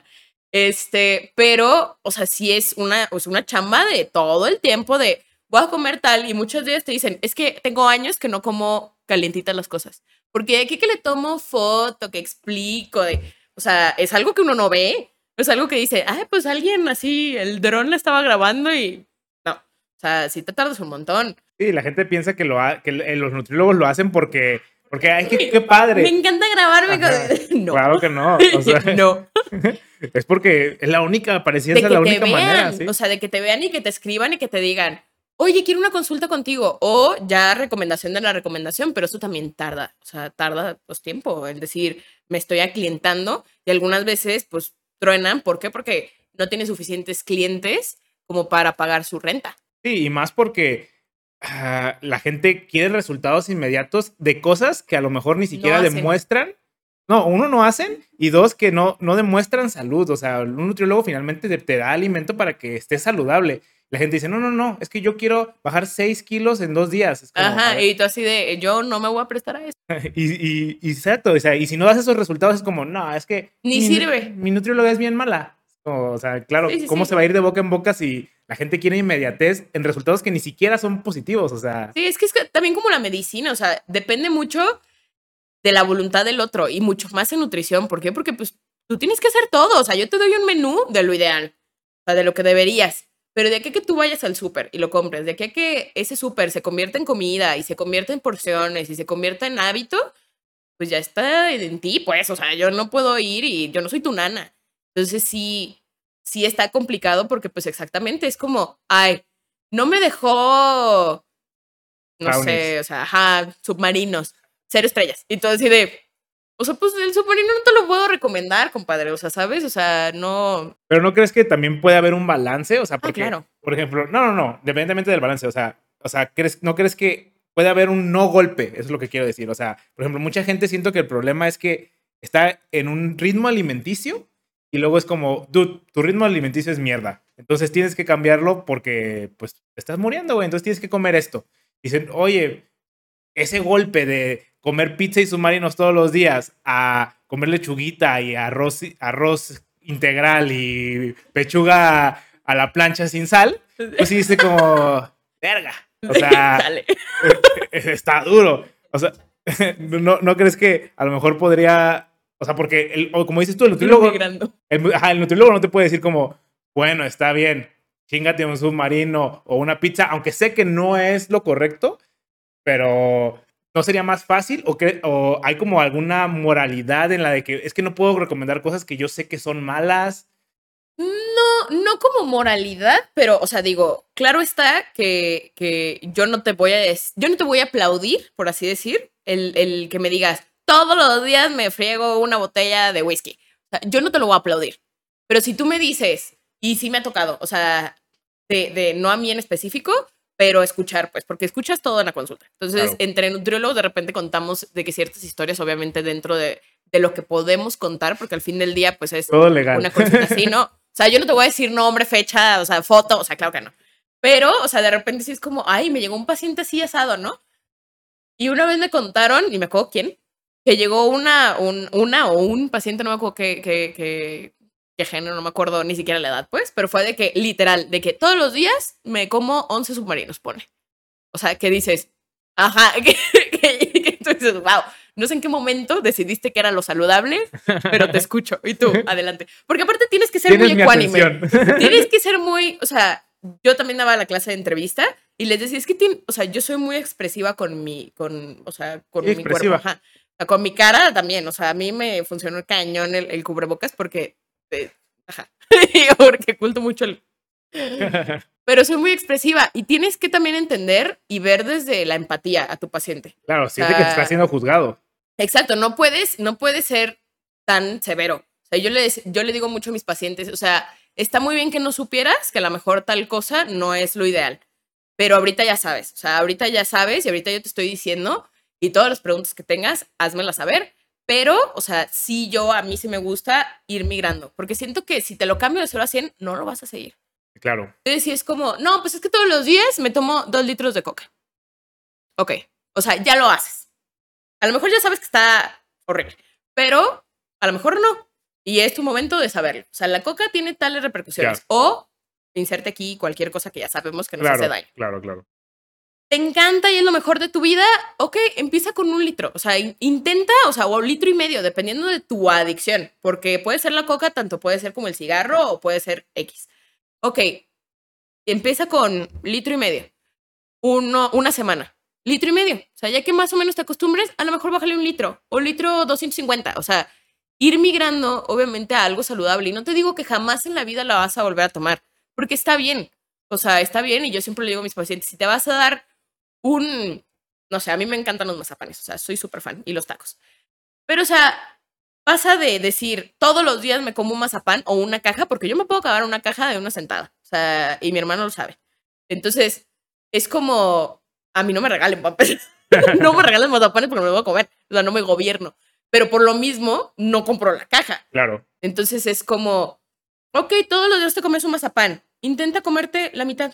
Speaker 2: Este, pero, o sea, sí es una, o sea, una chamba de todo el tiempo de voy a comer tal y muchos días te dicen, es que tengo años que no como calientitas las cosas. Porque aquí que le tomo foto, que explico, de, o sea, es algo que uno no ve. Es algo que dice, ay, pues alguien así, el dron la estaba grabando y no. O sea, sí te tardas un montón.
Speaker 1: sí, la gente piensa que, lo ha- que el- los nutriólogos lo hacen porque, porque ay, qué, qué
Speaker 2: Me
Speaker 1: padre.
Speaker 2: encanta grabarme
Speaker 1: Ajá.
Speaker 2: con... No.
Speaker 1: Claro que no. O sea,
Speaker 2: No.
Speaker 1: es porque es la única, parecía
Speaker 2: De
Speaker 1: ser
Speaker 2: que
Speaker 1: la
Speaker 2: te
Speaker 1: única manera,
Speaker 2: vean, o
Speaker 1: ¿sí?
Speaker 2: sea, de que te vean y que te escriban y que te digan, oye, quiero una consulta contigo, o ya recomendación de la recomendación, pero eso también tarda, o sea, tarda pues tiempo, es decir, me estoy aclientando y algunas veces pues truenan, ¿por qué? Porque no tiene suficientes clientes como para pagar su renta.
Speaker 1: Sí, y más porque ah, la gente quiere resultados inmediatos de cosas que a lo mejor ni
Speaker 2: No
Speaker 1: siquiera
Speaker 2: hacen.
Speaker 1: demuestran. No, uno, no hacen, y dos, que no, no demuestran salud. O sea, un nutriólogo finalmente te, te da alimento para que estés saludable. La gente dice, no, no, no, es que yo quiero bajar seis kilos en dos días. Es como, a
Speaker 2: Ajá,
Speaker 1: ver,
Speaker 2: y tú así de, yo no me voy a prestar a eso.
Speaker 1: y, y, y exacto, o sea, y si no das esos resultados es como, no, es que
Speaker 2: Ni
Speaker 1: mi, nu-
Speaker 2: sirve.
Speaker 1: mi nutrióloga es bien mala. Como, o sea,
Speaker 2: Sí,
Speaker 1: claro,
Speaker 2: sí,
Speaker 1: ¿cómo
Speaker 2: sí.
Speaker 1: se va a ir de boca en boca si la gente quiere inmediatez en resultados que ni siquiera son positivos? O sea,
Speaker 2: Sí, es que es que también como la medicina, o sea, depende mucho de la voluntad del otro y mucho más en nutrición. ¿Por qué? Porque pues tú tienes que hacer todo. O sea, yo te doy un menú de lo ideal, o sea, de lo que deberías. Pero de aquí a que tú vayas al súper y lo compres, de aquí a que ese súper se convierta en comida y se convierta en porciones y se convierta en hábito, pues ya está en ti, pues. O sea, yo no puedo ir y yo no soy tu nana. Entonces sí, sí está complicado porque pues exactamente es como, ay, no me dejó no
Speaker 1: brownies.
Speaker 2: sé, o sea, ajá, submarinos, cero estrellas. Y todo así de, o sea, pues el submarino no te lo puedo recomendar, compadre, o sea, ¿sabes? O sea, no.
Speaker 1: Pero ¿no crees que también puede haber un balance? O sea,
Speaker 2: Ah,
Speaker 1: porque,
Speaker 2: claro.
Speaker 1: por ejemplo, no, no, no, independientemente del balance, o sea, o sea, ¿crees, ¿no crees que puede haber un no golpe? Eso es lo que quiero decir. O sea, por ejemplo, mucha gente siento que el problema es que está en un ritmo alimenticio y luego es como, dude, tu ritmo alimenticio es mierda. Entonces tienes que cambiarlo porque, pues, te estás muriendo, güey. Entonces tienes que comer esto. Dicen, oye, ese golpe de comer pizza y submarinos todos los días a comer lechuguita y arroz, arroz integral y pechuga a la plancha sin sal, pues sí dice como, verga. O
Speaker 2: Sí,
Speaker 1: sea,
Speaker 2: chale.
Speaker 1: eh, eh, está duro. O sea, ¿no, ¿no crees que a lo mejor podría, o sea, porque, el, o como dices tú, el
Speaker 2: Ir
Speaker 1: nutriólogo,
Speaker 2: migrando.
Speaker 1: el, ajá, el nutriólogo no te puede decir como, bueno, está bien, chingate un submarino o una pizza, aunque sé que no es lo correcto, pero ¿no sería más fácil o, que, o hay como alguna moralidad en la de que es que no puedo recomendar cosas que yo sé que son malas?
Speaker 2: No, no como moralidad, pero, o sea, digo, claro está que, que yo no te voy a des- yo no te voy a aplaudir, por así decir, el, el que me digas, todos los días me friego una botella de whisky. O sea, yo no te lo voy a aplaudir. Pero si tú me dices, y sí me ha tocado, o sea, de, de no a mí en específico, pero escuchar, pues, porque escuchas todo en la consulta. Entonces,
Speaker 1: Claro,
Speaker 2: entre nutriólogos de repente contamos de que ciertas historias, obviamente, dentro de, de lo que podemos contar, porque al fin del día, pues, es
Speaker 1: todo legal.
Speaker 2: una consulta así, ¿no? O sea, yo no te voy a decir nombre, fecha, o sea, foto, o sea, claro que no. Pero, o sea, de repente sí es como, ay, me llegó un paciente así asado, ¿no? Y una vez me contaron, y me acuerdo quién, que llegó una, un, una o un paciente, no me acuerdo qué, qué, qué, qué género, no me acuerdo ni siquiera la edad, pues, pero fue de que, literal, de que todos los días me como once submarinos, pone. O sea, que dices, ajá, que, que, que tú dices, wow, no sé en qué momento decidiste que era lo saludable, pero te escucho. Y tú, adelante. Porque aparte tienes que ser muy
Speaker 1: Tienes mi
Speaker 2: ecuánime.
Speaker 1: atención.
Speaker 2: Tienes que ser muy, o sea, yo también daba la clase de entrevista y les decía, es que, tiene, o sea, yo soy muy expresiva con mi, con, o sea,
Speaker 1: Sí,
Speaker 2: con mi cuerpo,
Speaker 1: expresiva.
Speaker 2: ajá. O sea, con mi cara también, o sea, a mí me funcionó cañón el, el cubrebocas porque, eh, ajá, porque oculto mucho el, pero soy muy expresiva y tienes que también entender y ver desde la empatía a tu paciente.
Speaker 1: Claro,
Speaker 2: O
Speaker 1: siente que está
Speaker 2: sea,
Speaker 1: siendo juzgado.
Speaker 2: exacto, no puedes, no puedes ser tan severo. O sea, yo le, yo le digo mucho a mis pacientes, o sea, está muy bien que no supieras que a lo mejor tal cosa no es lo ideal, pero ahorita ya sabes, o sea, ahorita ya sabes y ahorita yo te estoy diciendo y todas las preguntas que tengas, házmelas saber. Pero, o sea, sí yo, a mí sí me gusta ir migrando, porque siento que si te lo cambio de cero a cien, no lo vas a seguir.
Speaker 1: Claro,
Speaker 2: Entonces, sí es como, no, pues es que todos los días me tomo dos litros de coca. Ok. O sea, ya lo haces. A lo mejor ya sabes que está horrible, pero a lo mejor no. Y es tu momento de saberlo. O sea, la coca tiene tales
Speaker 1: ya.
Speaker 2: repercusiones. O inserte aquí cualquier cosa que ya sabemos que nos hace
Speaker 1: Claro,
Speaker 2: daño.
Speaker 1: claro, claro.
Speaker 2: ¿Te encanta y es lo mejor de tu vida? Ok, empieza con un litro. O sea, in- intenta, o sea, o un litro y medio, dependiendo de tu adicción. Porque puede ser la coca, tanto puede ser como el cigarro o puede ser X. Ok, empieza con litro y medio. Uno, una semana. Litro y medio. O sea, ya que más o menos te acostumbres, a lo mejor bájale un litro o litro doscientos cincuenta. O sea, ir migrando obviamente a algo saludable. Y no te digo que jamás en la vida la vas a volver a tomar, porque está bien. O sea, está bien. Y yo siempre le digo a mis pacientes, si te vas a dar un, no sé, a mí me encantan los mazapanes. O sea, soy súper fan y los tacos. Pero, o sea, pasa de decir, todos los días me como un mazapán o una caja, porque yo me puedo acabar una caja de una sentada. O sea, y mi hermano lo sabe. Entonces, es como a mí no me regalen papeles. No me regalen mazapanes porque me lo voy a comer. O sea, no me gobierno. Pero por lo mismo, no compro la caja.
Speaker 1: Claro.
Speaker 2: Entonces es como, ok, todos los días te comes un mazapán. Intenta comerte la mitad.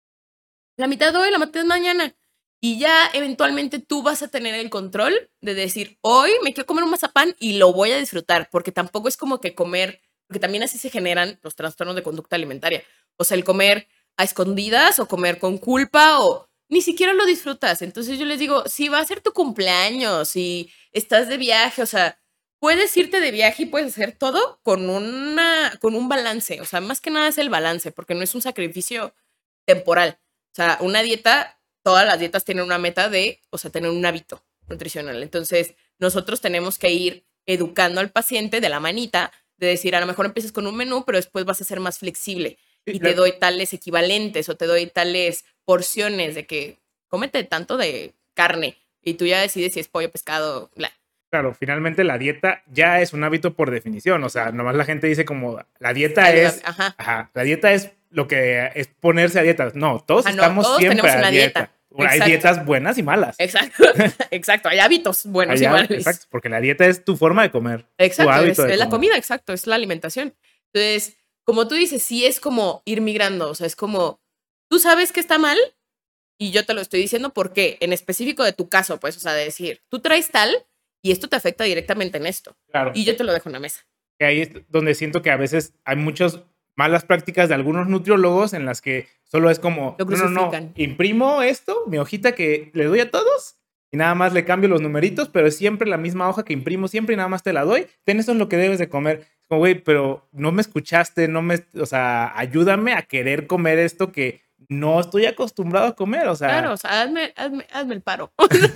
Speaker 2: La mitad hoy, la mitad mañana. Y ya eventualmente tú vas a tener el control de decir, hoy me quiero comer un mazapán y lo voy a disfrutar. Porque tampoco es como que comer, porque también así se generan los trastornos de conducta alimentaria. O sea, el comer a escondidas o comer con culpa o ni siquiera lo disfrutas. Entonces yo les digo, si va a ser tu cumpleaños, si estás de viaje, o sea, puedes irte de viaje y puedes hacer todo con, una, con un balance. O sea, más que nada es el balance, porque no es un sacrificio temporal. O sea, una dieta, todas las dietas tienen una meta de, o sea, tener un hábito nutricional. Entonces, nosotros tenemos que ir educando al paciente de la manita, de decir, a lo mejor empiezas con un menú, pero después vas a ser más flexible. Y te doy tales equivalentes o te doy tales porciones de que cómete tanto de carne y tú ya decides si es pollo, pescado, bla.
Speaker 1: Claro, finalmente la dieta ya es un hábito por definición. O sea, nomás la gente dice como la dieta es. Ajá. Ajá, la dieta es lo que es ponerse a dieta. No, todos ajá, no, estamos todos siempre tenemos una a dieta. dieta. Hay dietas buenas y malas.
Speaker 2: Exacto, exacto. Hay hábitos buenos Hay, y malos.
Speaker 1: Exacto, porque la dieta es tu forma de comer.
Speaker 2: Exacto,
Speaker 1: tu
Speaker 2: hábito
Speaker 1: es,
Speaker 2: de
Speaker 1: es
Speaker 2: la comida, exacto, es la alimentación. Entonces, como tú dices, sí es como ir migrando, o sea, es como, tú sabes que está mal y yo te lo estoy diciendo porque en específico de tu caso, pues, o sea, de decir, tú traes tal y esto te afecta directamente en esto.
Speaker 1: Claro.
Speaker 2: Y yo te lo dejo en la mesa.
Speaker 1: Ahí es donde siento que a veces hay muchas malas prácticas de algunos nutriólogos en las que solo es como, no, no, no, imprimo esto, mi hojita que le doy a todos y nada más le cambio los numeritos, pero es siempre la misma hoja que imprimo siempre y nada más te la doy. Ten, esto es lo que debes de comer. Como, güey, pero no me escuchaste, no me, o sea, ayúdame a querer comer esto que no estoy acostumbrado a comer, o sea.
Speaker 2: Claro, o sea, hazme, hazme, hazme el paro.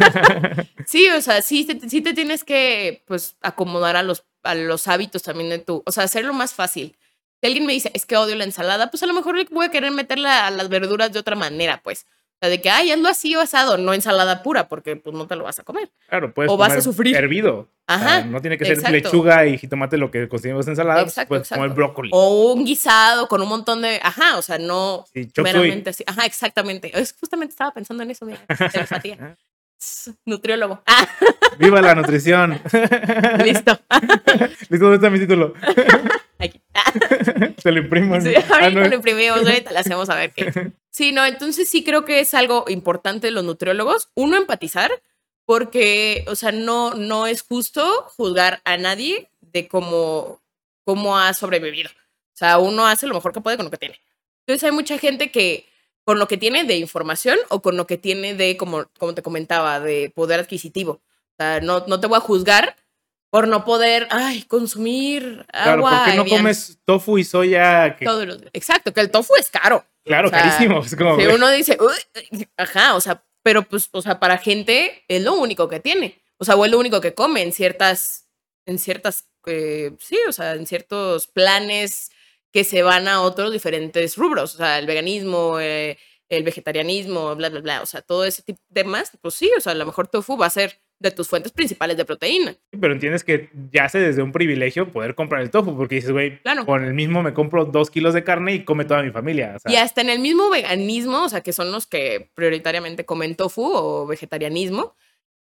Speaker 2: Sí, o sea, sí, sí te tienes que, pues, acomodar a los, a los hábitos también de tu, o sea, hacerlo más fácil. Si alguien me dice, es que odio la ensalada, pues a lo mejor voy a querer meterla a las verduras de otra manera, pues. O sea, de que, ay, hazlo así o asado, no ensalada pura, porque pues no te lo vas a comer.
Speaker 1: Claro, puedes
Speaker 2: o vas a sufrir.
Speaker 1: hervido.
Speaker 2: Ajá.
Speaker 1: O sea, no tiene que ser exacto. lechuga y jitomate lo que conseguimos en ensalada, exacto, puedes exacto. comer brócoli.
Speaker 2: O un guisado con un montón de, ajá, o sea, no sí, meramente así. Ajá, exactamente. Es, justamente estaba pensando en eso, mira, telepatía. Nutriólogo. Ah.
Speaker 1: ¡Viva la nutrición!
Speaker 2: Listo.
Speaker 1: Listo, ¿dónde está mi título?
Speaker 2: Aquí.
Speaker 1: Te lo imprimo.
Speaker 2: Sí, ahorita ah, no. lo imprimimos, ahorita le hacemos a ver qué. Sí, no, entonces sí creo que es algo importante de los nutriólogos. Uno, empatizar, porque, o sea, no, no es justo juzgar a nadie de cómo, cómo ha sobrevivido. O sea, uno hace lo mejor que puede con lo que tiene. Entonces hay mucha gente que con lo que tiene de información o con lo que tiene de, como, como te comentaba, de poder adquisitivo. O sea, no, no te voy a juzgar por no poder, ay, consumir
Speaker 1: claro,
Speaker 2: agua.
Speaker 1: Claro, ¿por qué no bien. comes tofu y soya? Que...
Speaker 2: Todo lo, exacto, que el tofu es caro.
Speaker 1: Claro, o sea, carísimo. Es como...
Speaker 2: Si uno dice, ajá, o sea, pero pues, o sea, para gente es lo único que tiene. O sea, o es lo único que come en ciertas, en ciertas, eh, sí, o sea, en ciertos planes que se van a otros diferentes rubros. O sea, el veganismo, eh, el vegetarianismo, bla, bla, bla. O sea, todo ese tipo de temas, pues sí, o sea, a lo mejor tofu va a ser de tus fuentes principales de proteína.
Speaker 1: Pero entiendes que ya hace desde un privilegio poder comprar el tofu, porque dices, güey, claro. con el mismo me compro dos kilos de carne y come toda mi familia. O sea.
Speaker 2: Y hasta en el mismo veganismo, o sea, que son los que prioritariamente comen tofu o vegetarianismo,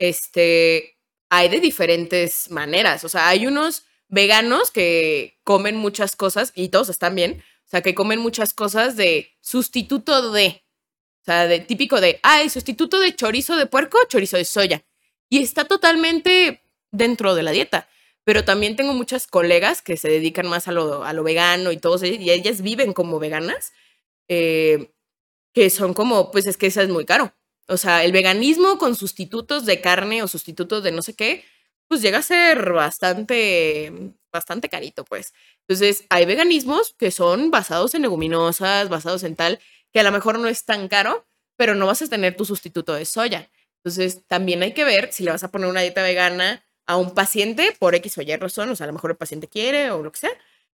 Speaker 2: este, hay de diferentes maneras. O sea, hay unos veganos que comen muchas cosas, y todos están bien, o sea, que comen muchas cosas de sustituto de, o sea, de típico de, ay, sustituto de chorizo de puerco, chorizo de soya. Y está totalmente dentro de la dieta. Pero también tengo muchas colegas que se dedican más a lo, a lo vegano y todos, y ellas viven como veganas, eh, que son como, pues es que eso es muy caro. O sea, el veganismo con sustitutos de carne o sustitutos de no sé qué, pues llega a ser bastante, bastante carito, pues. Entonces, hay veganismos que son basados en leguminosas, basados en tal, que a lo mejor no es tan caro, pero no vas a tener tu sustituto de soya. Entonces, también hay que ver si le vas a poner una dieta vegana a un paciente por X o Y razón, o sea, a lo mejor el paciente quiere o lo que sea,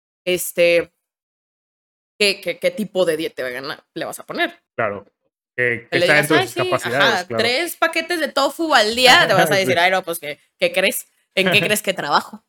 Speaker 2: este, ¿qué, qué, qué tipo de dieta vegana le vas a poner?
Speaker 1: Claro. Que, que está dentro de sus capacidades.
Speaker 2: Ajá,
Speaker 1: claro.
Speaker 2: Tres paquetes de tofu al día, te vas a decir, ay, no, pues, ¿qué, qué crees? ¿En qué crees que trabajo?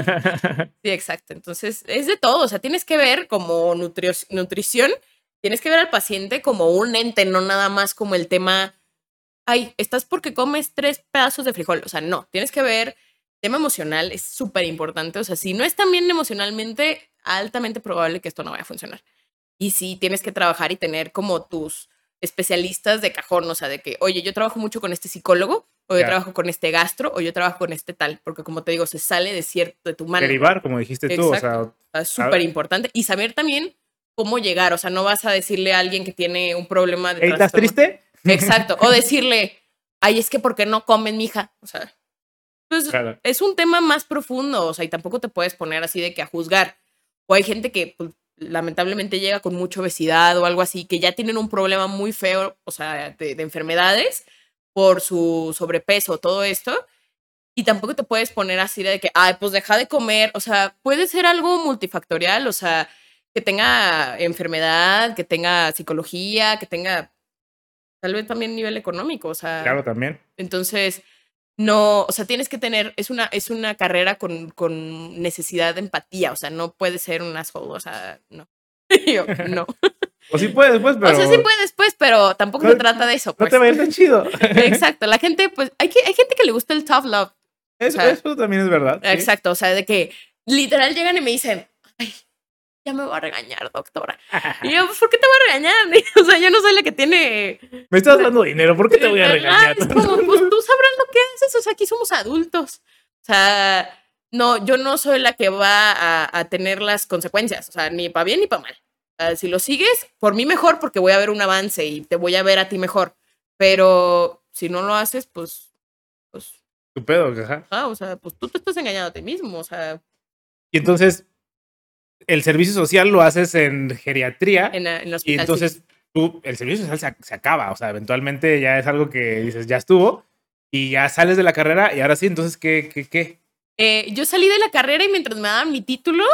Speaker 2: Sí, exacto. Entonces, es de todo. O sea, tienes que ver como nutri- nutrición, tienes que ver al paciente como un ente, no nada más como el tema ay, estás porque comes tres pedazos de frijol. O sea, no, tienes que ver, tema emocional es súper importante. O sea, si no están bien emocionalmente, altamente probable que esto no vaya a funcionar. Y sí, tienes que trabajar y tener como tus especialistas de cajón, o sea, de que, oye, yo trabajo mucho con este psicólogo, o yo
Speaker 1: Ya.
Speaker 2: trabajo con este gastro, o yo trabajo con este tal, porque como te digo, se sale de cierto, de tu mano.
Speaker 1: Derivar, como dijiste tú, o sea,
Speaker 2: Exacto. Es súper importante. Y saber también cómo llegar, o sea, no vas a decirle a alguien que tiene un problema de
Speaker 1: ¿hey, ¿estás
Speaker 2: trastorno.
Speaker 1: triste?
Speaker 2: Exacto. O decirle, ay, es que ¿por qué no comen, mija? O sea, pues
Speaker 1: Claro.
Speaker 2: es un tema más profundo, o sea, y tampoco te puedes poner así de que a juzgar. O hay gente que pues, lamentablemente llega con mucha obesidad o algo así, que ya tienen un problema muy feo, o sea, de, de enfermedades por su sobrepeso, todo esto. Y tampoco te puedes poner así de que, ay, pues deja de comer. O sea, puede ser algo multifactorial, o sea, que tenga enfermedad, que tenga psicología, que tenga tal vez también nivel económico, o sea.
Speaker 1: Claro, también.
Speaker 2: Entonces, no, o sea, tienes que tener, es una, es una carrera con, con necesidad de empatía, o sea, no puede ser un asshole, o sea, no. Yo, no.
Speaker 1: O sí puedes, pues, pero...
Speaker 2: O sea, sí puedes, pues, pero tampoco
Speaker 1: no,
Speaker 2: se trata de eso,
Speaker 1: no
Speaker 2: pues.
Speaker 1: te va a ir tan chido.
Speaker 2: Exacto, la gente, pues, hay, que, hay gente que le gusta el tough love.
Speaker 1: Eso,
Speaker 2: O sea,
Speaker 1: eso también es verdad. ¿sí?
Speaker 2: Exacto, o sea, de que literal llegan y me dicen, ay, ya me va a regañar, doctora. Y yo, ¿por qué te voy a regañar? O sea, yo no soy la que tiene...
Speaker 1: Me estás dando dinero, ¿por qué te voy a regañar?
Speaker 2: Es como, pues tú sabrás lo que haces, o sea, aquí somos adultos. O sea, no, yo no soy la que va a, a tener las consecuencias, o sea, ni para bien ni para mal. O sea, si lo sigues, por mí mejor, porque voy a ver un avance y te voy a ver a ti mejor. Pero si no lo haces, pues... pues
Speaker 1: Tu pedo, ajá.
Speaker 2: ah, o sea, pues tú te estás engañando a ti mismo, o sea...
Speaker 1: Y entonces, el servicio social lo haces en geriatría.
Speaker 2: En, en el hospital,
Speaker 1: y entonces,
Speaker 2: sí.
Speaker 1: tú, el servicio social se, se acaba. O sea, eventualmente ya es algo que dices, ya estuvo. Y ya sales de la carrera. Y ahora sí, entonces, ¿qué? ¿Qué? ¿Qué?
Speaker 2: Eh, yo salí de la carrera y mientras me daban mi título,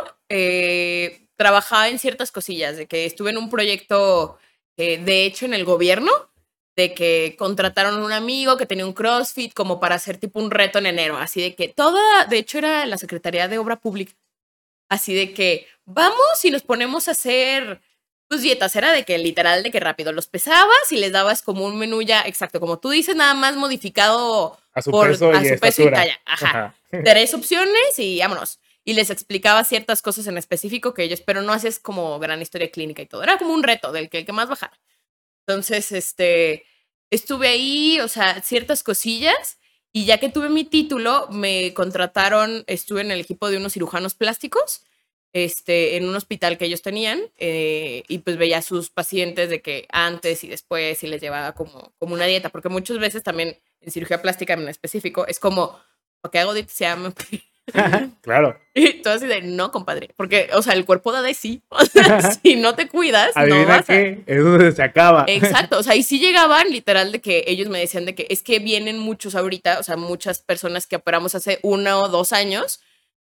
Speaker 2: eh, trabajaba en ciertas cosillas. De que estuve en un proyecto, eh, de hecho, en el gobierno, de que contrataron a un amigo que tenía un CrossFit como para hacer tipo un reto en enero. Así de que toda, de hecho, era la Secretaría de Obra Pública. Así de que vamos y nos ponemos a hacer, pues dietas, era de que literal, de que rápido los pesabas y les dabas como un menú ya, exacto, como tú dices, nada más modificado
Speaker 1: A su
Speaker 2: por,
Speaker 1: peso
Speaker 2: a
Speaker 1: y
Speaker 2: su peso y
Speaker 1: estatura.
Speaker 2: talla. Ajá.
Speaker 1: Ajá.
Speaker 2: Tres opciones y vámonos. Y les explicaba ciertas cosas en específico que ellos, pero no haces como gran historia clínica y todo. Era como un reto del que el que más bajara. Entonces, este, estuve ahí, o sea, ciertas cosillas. Y ya que tuve mi título, me contrataron, estuve en el equipo de unos cirujanos plásticos, este, en un hospital que ellos tenían, eh, y pues veía a sus pacientes de que antes y después y les llevaba como, como una dieta, porque muchas veces también en cirugía plástica en específico es como, ¿para qué hago dieta? Se llama.
Speaker 1: Claro.
Speaker 2: Y todo así de, no, compadre, porque, o sea, el cuerpo da de sí. O sea, si no te cuidas,
Speaker 1: Adivina
Speaker 2: no vas a...
Speaker 1: qué, eso se acaba.
Speaker 2: Exacto, o sea, y sí llegaban literal de que ellos me decían de que es que vienen muchos ahorita, o sea, muchas personas que operamos hace uno o dos años,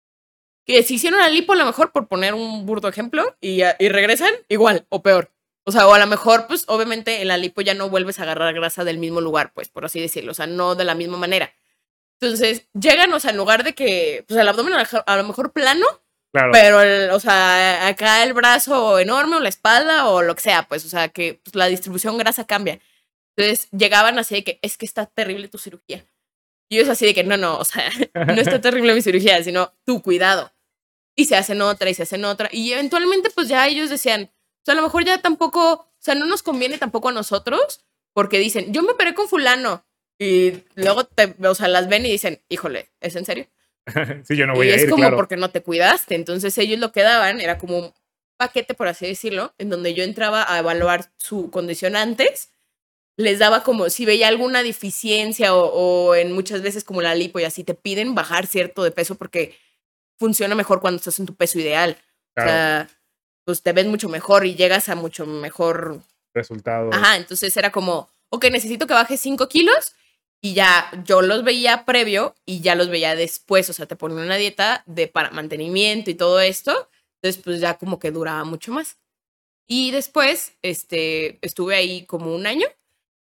Speaker 2: que se hicieron la lipo a lo mejor por poner un burdo ejemplo y, y regresan igual o peor. O sea, o a lo mejor, pues obviamente en la lipo ya no vuelves a agarrar grasa del mismo lugar, pues por así decirlo, o sea, no de la misma manera. Entonces, llegan, o sea, en lugar de que, pues el abdomen a lo mejor plano,
Speaker 1: Claro.
Speaker 2: pero, el, o sea, acá el brazo enorme o la espalda o lo que sea, pues, o sea, que pues, la distribución grasa cambia. Entonces, llegaban así de que, es que está terrible tu cirugía. Y ellos así de que, no, no, o sea, no está terrible mi cirugía, sino tu cuidado. Y se hacen otra y se hacen otra. Y eventualmente, pues ya ellos decían, o sea, a lo mejor ya tampoco, o sea, no nos conviene tampoco a nosotros, porque dicen, yo me operé con fulano. Y luego, te, o sea, las ven y dicen, híjole, ¿es en serio?
Speaker 1: Sí, yo no voy
Speaker 2: y
Speaker 1: a
Speaker 2: es
Speaker 1: ir,
Speaker 2: como
Speaker 1: claro.
Speaker 2: porque no te cuidaste. Entonces ellos lo que daban era como un paquete, por así decirlo, en donde yo entraba a evaluar su condición antes. Les daba como si veía alguna deficiencia o, o en muchas veces como la lipo y así te piden bajar cierto de peso porque funciona mejor cuando estás en tu peso ideal. Claro. O sea, pues te ves mucho mejor y llegas a mucho mejor
Speaker 1: resultado.
Speaker 2: Ajá, entonces era como, ok, necesito que bajes cinco kilos y ya yo los veía previo y ya los veía después, o sea, te ponen una dieta de para mantenimiento y todo esto, entonces pues ya como que duraba mucho más. Y después, este, estuve ahí como un año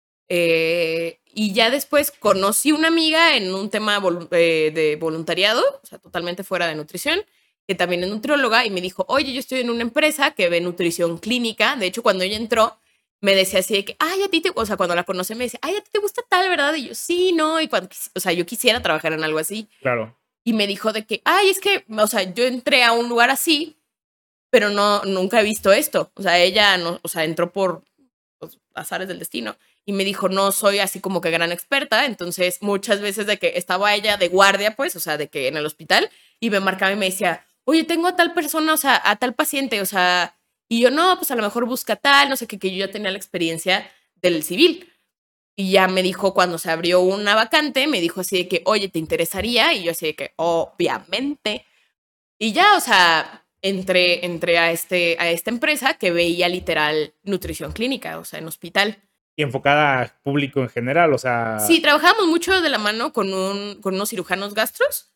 Speaker 2: eh, y ya después conocí una amiga en un tema vol eh, de voluntariado, o sea, totalmente fuera de nutrición, que también es nutrióloga y me dijo, oye, yo estoy en una empresa que ve nutrición clínica, de hecho cuando ella entró, me decía así de que, ay, a ti te, o sea, cuando la conocí me decía, ay, a ti te gusta tal, ¿verdad? Y yo, sí, no, y cuando, o sea, yo quisiera trabajar en algo así.
Speaker 1: Claro.
Speaker 2: Y me dijo de que, ay, es que, o sea, yo entré a un lugar así, pero no, nunca he visto esto. O sea, ella, no, o sea, entró por pues, azares del destino. Y me dijo, no soy así como que gran experta. Entonces, muchas veces de que estaba ella de guardia, pues, o sea, de que en el hospital, y me marcaba y me decía, oye, tengo a tal persona, o sea, a tal paciente, o sea, y yo, no, pues a lo mejor busca tal, no sé qué, que yo ya tenía la experiencia del civil. Y ya me dijo cuando se abrió una vacante, me dijo así de que, oye, ¿te interesaría? Y yo así de que, obviamente. Y ya, o sea, entré, entré a, este, a esta empresa que veía literal nutrición clínica, o sea, en hospital.
Speaker 1: Y enfocada a público en general, o sea...
Speaker 2: Sí, trabajamos mucho de la mano con, un, con unos cirujanos gastros,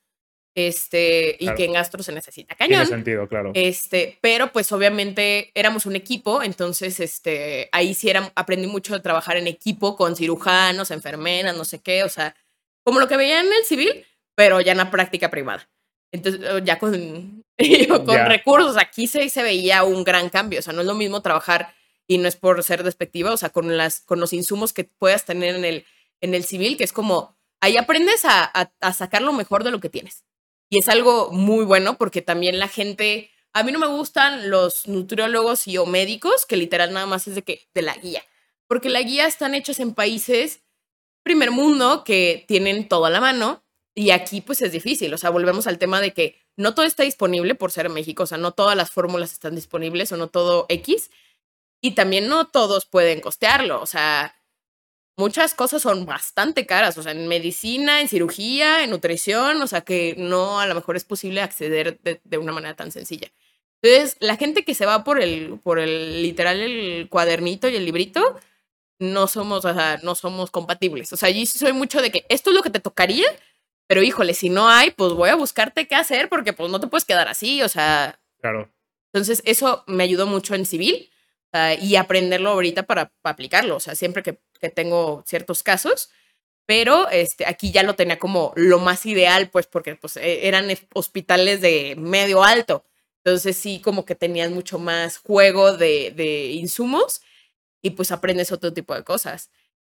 Speaker 2: este, y
Speaker 1: Claro.
Speaker 2: que en gastro se necesita
Speaker 1: Tiene
Speaker 2: cañón.
Speaker 1: sentido, claro.
Speaker 2: Este, pero pues obviamente éramos un equipo, entonces este, ahí sí era, aprendí mucho de trabajar en equipo con cirujanos, enfermeras, no sé qué, o sea, como lo que veía en el civil, pero ya en la práctica privada. Entonces, ya con, con
Speaker 1: Ya.
Speaker 2: recursos, aquí se, se veía un gran cambio, o sea, no es lo mismo trabajar, y no es por ser despectiva, o sea, con, las, con los insumos que puedas tener en el, en el civil, que es como, ahí aprendes a, a, a sacar lo mejor de lo que tienes. Y es algo muy bueno porque también la gente, a mí no me gustan los nutriólogos y o médicos, que literal nada más es de que de la guía, porque la guía están hechos en países primer mundo que tienen todo a la mano y aquí pues es difícil, o sea, volvemos al tema de que no todo está disponible por ser México, o sea, no todas las fórmulas están disponibles o no todo X y también no todos pueden costearlo, o sea, muchas cosas son bastante caras, o sea, en medicina, en cirugía, en nutrición, o sea, que no a lo mejor es posible acceder de, de una manera tan sencilla. Entonces, la gente que se va por el, por el literal, el cuadernito y el librito, no somos, o sea, no somos compatibles. O sea, yo sí soy mucho de que esto es lo que te tocaría, pero híjole, si no hay, pues voy a buscarte qué hacer porque pues no te puedes quedar así, o sea.
Speaker 1: Claro.
Speaker 2: Entonces, eso me ayudó mucho en civil uh, y aprenderlo ahorita para, para aplicarlo, o sea, siempre que, que tengo ciertos casos, pero este, aquí ya lo tenía como lo más ideal, pues, porque pues, eran hospitales de medio alto, entonces sí, como que tenían mucho más juego de, de insumos y pues aprendes otro tipo de cosas.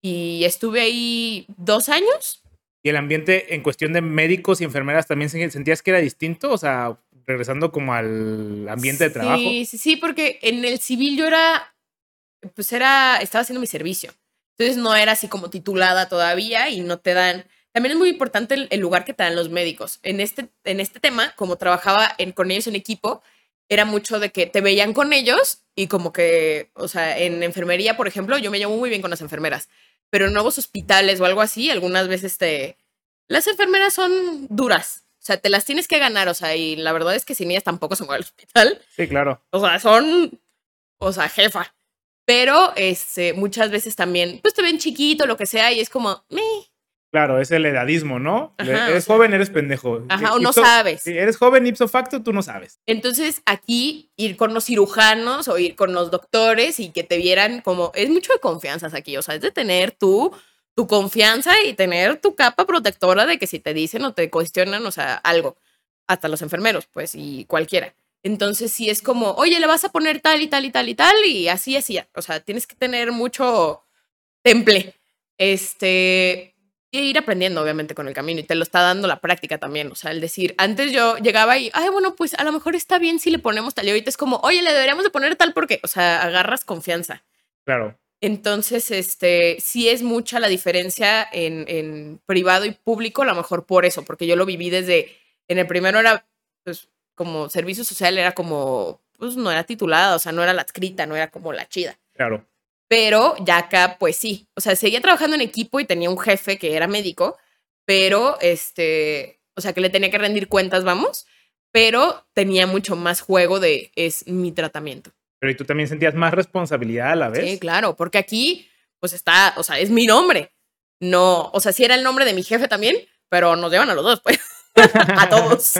Speaker 2: Y estuve ahí dos años.
Speaker 1: ¿Y el ambiente en cuestión de médicos y enfermeras también sentías que era distinto? O sea, regresando como al ambiente de trabajo.
Speaker 2: Sí, sí, sí, porque en el civil yo era, pues era, estaba haciendo mi servicio. Entonces no era así como titulada todavía y no te dan. También es muy importante el, el lugar que te dan los médicos. En este, en este tema, como trabajaba en, con ellos en equipo, era mucho de que te veían con ellos y como que, o sea, en enfermería, por ejemplo, yo me llevo muy bien con las enfermeras, pero en nuevos hospitales o algo así, algunas veces te... Las enfermeras son duras. O sea, te las tienes que ganar, o sea, y la verdad es que sin ellas tampoco se mueve el hospital.
Speaker 1: Sí, claro.
Speaker 2: O sea, son, o sea, jefa. Pero este, muchas veces también, pues te ven chiquito, lo que sea, y es como, meh.
Speaker 1: Claro, es el edadismo, ¿no?
Speaker 2: Ajá,
Speaker 1: eres
Speaker 2: o sea,
Speaker 1: joven, eres pendejo.
Speaker 2: Ajá, o no
Speaker 1: ipso,
Speaker 2: sabes.
Speaker 1: Si eres joven, ipso facto, tú no sabes.
Speaker 2: Entonces, aquí, ir con los cirujanos o ir con los doctores y que te vieran como, es mucho de confianza aquí, o sea, es de tener tú tu confianza y tener tu capa protectora de que si te dicen o te cuestionan, o sea, algo, hasta los enfermeros, pues, y cualquiera. Entonces, sí es como, oye, le vas a poner tal y tal y tal y tal, y así, así, o sea, tienes que tener mucho temple, este, y ir aprendiendo, obviamente, con el camino, y te lo está dando la práctica también, o sea, el decir, antes yo llegaba y, ay, bueno, pues, a lo mejor está bien si le ponemos tal, y ahorita es como, oye, le deberíamos de poner tal porque, o sea, agarras confianza.
Speaker 1: Claro.
Speaker 2: Entonces, este, sí es mucha la diferencia en, en privado y público, a lo mejor por eso, porque yo lo viví desde, en el primero era, pues, como servicio social, era como, pues, no era titulada, o sea, no era la adscrita, no era como la chida.
Speaker 1: Claro.
Speaker 2: Pero ya acá, pues sí, o sea, seguía trabajando en equipo y tenía un jefe que era médico, pero, este, o sea, que le tenía que rendir cuentas, vamos, pero tenía mucho más juego de, es mi tratamiento.
Speaker 1: Pero ¿y tú también sentías más responsabilidad a la vez?
Speaker 2: Sí, claro, porque aquí, pues está, o sea, es mi nombre. No, o sea, sí era el nombre de mi jefe también, pero nos llevan a los dos, pues, a todos.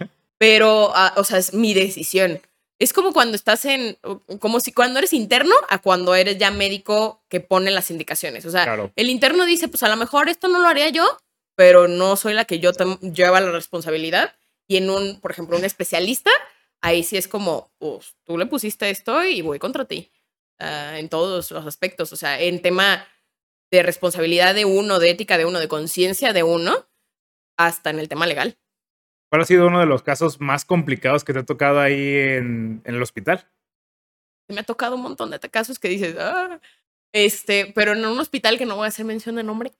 Speaker 2: Pero, uh, o sea, es mi decisión. Es como cuando estás en, como si cuando eres interno a cuando eres ya médico que pone las indicaciones. O sea,
Speaker 1: claro.
Speaker 2: El interno dice, pues a lo mejor esto no lo haría yo, pero no soy la que yo lleva la responsabilidad. Y en un, por ejemplo, un especialista, ahí sí es como, pues tú le pusiste esto y voy contra ti. uh, en todos los aspectos, o sea, en tema de responsabilidad de uno, de ética de uno, de conciencia de uno, hasta en el tema legal.
Speaker 1: ¿Cuál ha sido uno de los casos más complicados que te ha tocado ahí en, en el hospital?
Speaker 2: Me ha tocado un montón de casos que dices, ah, este, pero en un hospital que no voy a hacer mención de nombre.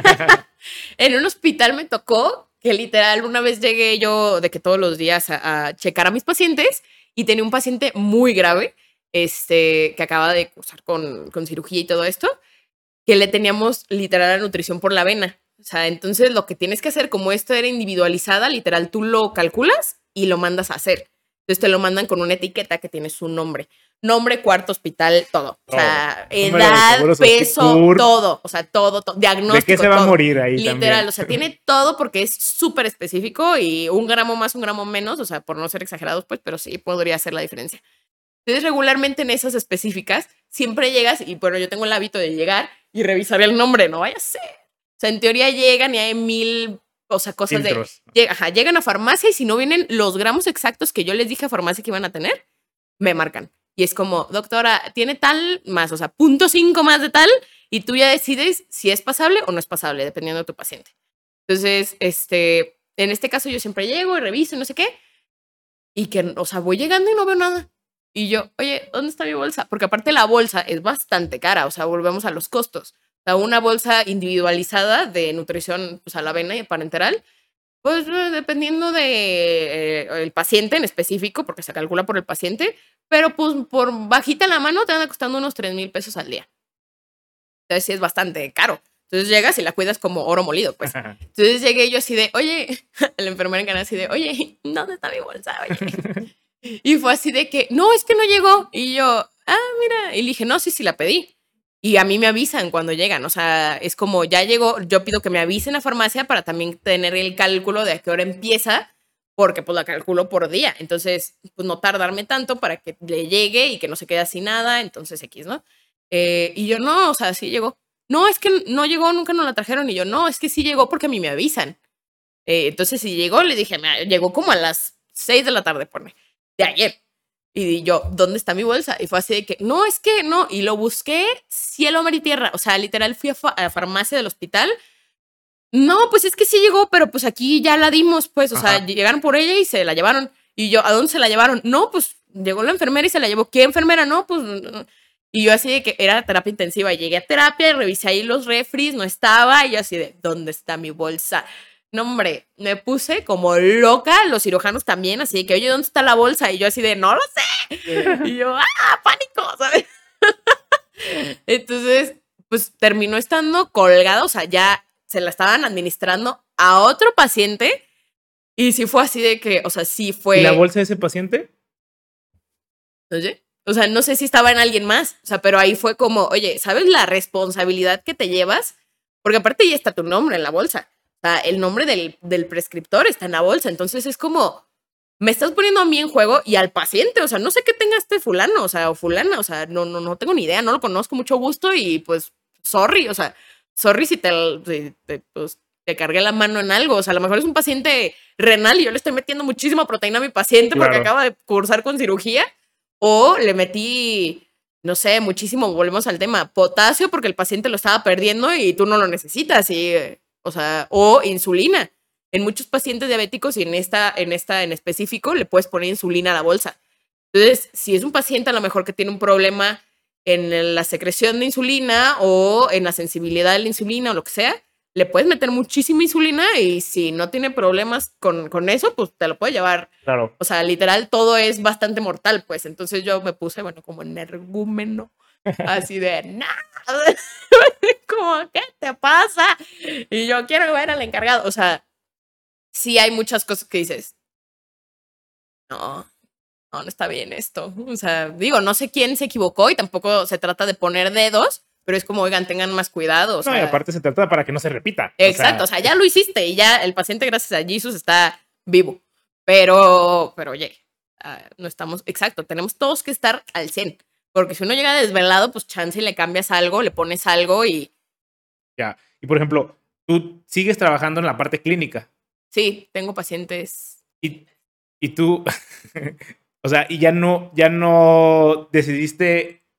Speaker 2: En un hospital me tocó que literal una vez llegué yo de que todos los días a, a checar a mis pacientes y tenía un paciente muy grave, este, que acaba de cursar con, con cirugía y todo esto, que le teníamos literal la nutrición por la vena. O sea, entonces lo que tienes que hacer, como esto era individualizada, literal tú lo calculas y lo mandas a hacer. Entonces te lo mandan con una etiqueta que tiene su nombre. Nombre, cuarto, hospital, todo. O sea,
Speaker 1: oh,
Speaker 2: edad, peso, todo. O sea, todo, todo. Diagnóstico,
Speaker 1: ¿de qué se va
Speaker 2: todo.
Speaker 1: a morir ahí
Speaker 2: literal,
Speaker 1: también?
Speaker 2: O sea, tiene todo porque es súper específico y un gramo más, un gramo menos. O sea, por no ser exagerados, pues, pero sí podría hacer la diferencia. Entonces, regularmente en esas específicas, siempre llegas y, bueno, yo tengo el hábito de llegar y revisar el nombre, no vaya a ser. O sea, en teoría llegan y hay mil, o sea, cosas
Speaker 1: Filtros.
Speaker 2: de... Ajá, llegan a farmacia y si no vienen los gramos exactos que yo les dije a farmacia que iban a tener, me marcan. Y es como, doctora, tiene tal más, o sea, punto cinco más de tal, y tú ya decides si es pasable o no es pasable, dependiendo de tu paciente. Entonces, este, en este caso yo siempre llego y reviso y no sé qué, y que, o sea, voy llegando y no veo nada. Y yo, oye, ¿dónde está mi bolsa? Porque aparte la bolsa es bastante cara, o sea, volvemos a los costos. O sea, una bolsa individualizada de nutrición, pues a la avena y parenteral, pues dependiendo de eh, el paciente en específico, porque se calcula por el paciente, pero pues por bajita la mano te anda costando unos tres mil pesos al día. Entonces sí es bastante caro. Entonces llegas y la cuidas como oro molido, pues. Entonces llegué yo así de, oye, la enfermera en canal así de, oye, ¿dónde está mi bolsa? Oye. Y fue así de que, no, es que no llegó. Y yo, ah, mira. Y le dije, no, sí, sí la pedí. Y a mí me avisan cuando llegan. O sea, es como, ya llegó, yo pido que me avisen a farmacia para también tener el cálculo de a qué hora empieza, porque pues la calculo por día. Entonces, pues no tardarme tanto para que le llegue y que no se quede así nada. Entonces, X, ¿no? Eh, y yo, no, o sea, sí llegó. No, es que no llegó, nunca nos la trajeron. Y yo, no, es que sí llegó porque a mí me avisan. Eh, entonces, si llegó, le dije, me, llegó como a las seis de la tarde, pone, de ayer. Y yo, ¿dónde está mi bolsa? Y fue así de que, no, es que no. Y lo busqué cielo, mar y tierra. O sea, literal, fui a, fa a la farmacia del hospital. No, pues es que sí llegó, pero pues aquí ya la dimos, pues. O Ajá. sea, llegaron por ella y se la llevaron. Y yo, ¿a dónde se la llevaron? No, pues llegó la enfermera y se la llevó. ¿Qué enfermera? No, pues... Y yo así de que era terapia intensiva. Llegué a terapia, revisé ahí los refris, no estaba. Y yo así de, ¿dónde está mi bolsa? No, hombre, me puse como loca, los cirujanos también, así de que, oye, ¿dónde está la bolsa? Y yo así de, no lo sé. Y yo, ¡ah, pánico! ¿Sabes? Entonces, pues terminó estando colgada, o sea, ya se la estaban administrando a otro paciente. Y sí fue así de que, o sea, sí fue...
Speaker 1: ¿Y la bolsa de ese paciente?
Speaker 2: Oye, o sea, no sé si estaba en alguien más, o sea, pero ahí fue como, oye, ¿sabes la responsabilidad que te llevas? Porque aparte ya está tu nombre en la bolsa. O sea, el nombre del, del prescriptor está en la bolsa. Entonces es como, me estás poniendo a mí en juego y al paciente. O sea, no sé qué tenga este fulano, o sea, o fulana. O sea, no, no, no tengo ni idea, no lo conozco, mucho gusto y pues, sorry. O sea, sorry si te, si te, pues, te cargué la mano en algo. O sea, a lo mejor es un paciente renal y yo le estoy metiendo muchísima proteína a mi paciente claro. porque acaba de cursar con cirugía. O le metí, no sé, muchísimo, volvemos al tema, potasio porque el paciente lo estaba perdiendo y tú no lo necesitas. Y... O sea, o insulina. En muchos pacientes diabéticos y en esta, en esta en específico le puedes poner insulina a la bolsa. Entonces, si es un paciente a lo mejor que tiene un problema en la secreción de insulina o en la sensibilidad de la insulina o lo que sea, le puedes meter muchísima insulina y si no tiene problemas con, con eso, pues te lo puede llevar.
Speaker 1: Claro.
Speaker 2: O sea, literal, todo es bastante mortal, pues. Entonces yo me puse, bueno, como energúmeno, así de, nada. Como, ¿qué te pasa? Y yo quiero ver al encargado. O sea, sí hay muchas cosas que dices, no, no, no está bien esto. O sea, digo, no sé quién se equivocó y tampoco se trata de poner dedos, pero es como, oigan, tengan más cuidado. O
Speaker 1: no,
Speaker 2: sea,
Speaker 1: y aparte se trata para que no se repita.
Speaker 2: Exacto, o sea, o sea, ya lo hiciste y ya el paciente, gracias a Jesus, está vivo. Pero, pero oye, uh, no estamos, exacto, tenemos todos que estar al cien. Porque si uno llega desvelado, pues chance y le cambias algo, le pones algo y...
Speaker 1: Ya. Y por ejemplo, tú sigues trabajando en la parte clínica.
Speaker 2: Sí, tengo pacientes.
Speaker 1: Y, y tú, o sea, y ya no, ya no decidiste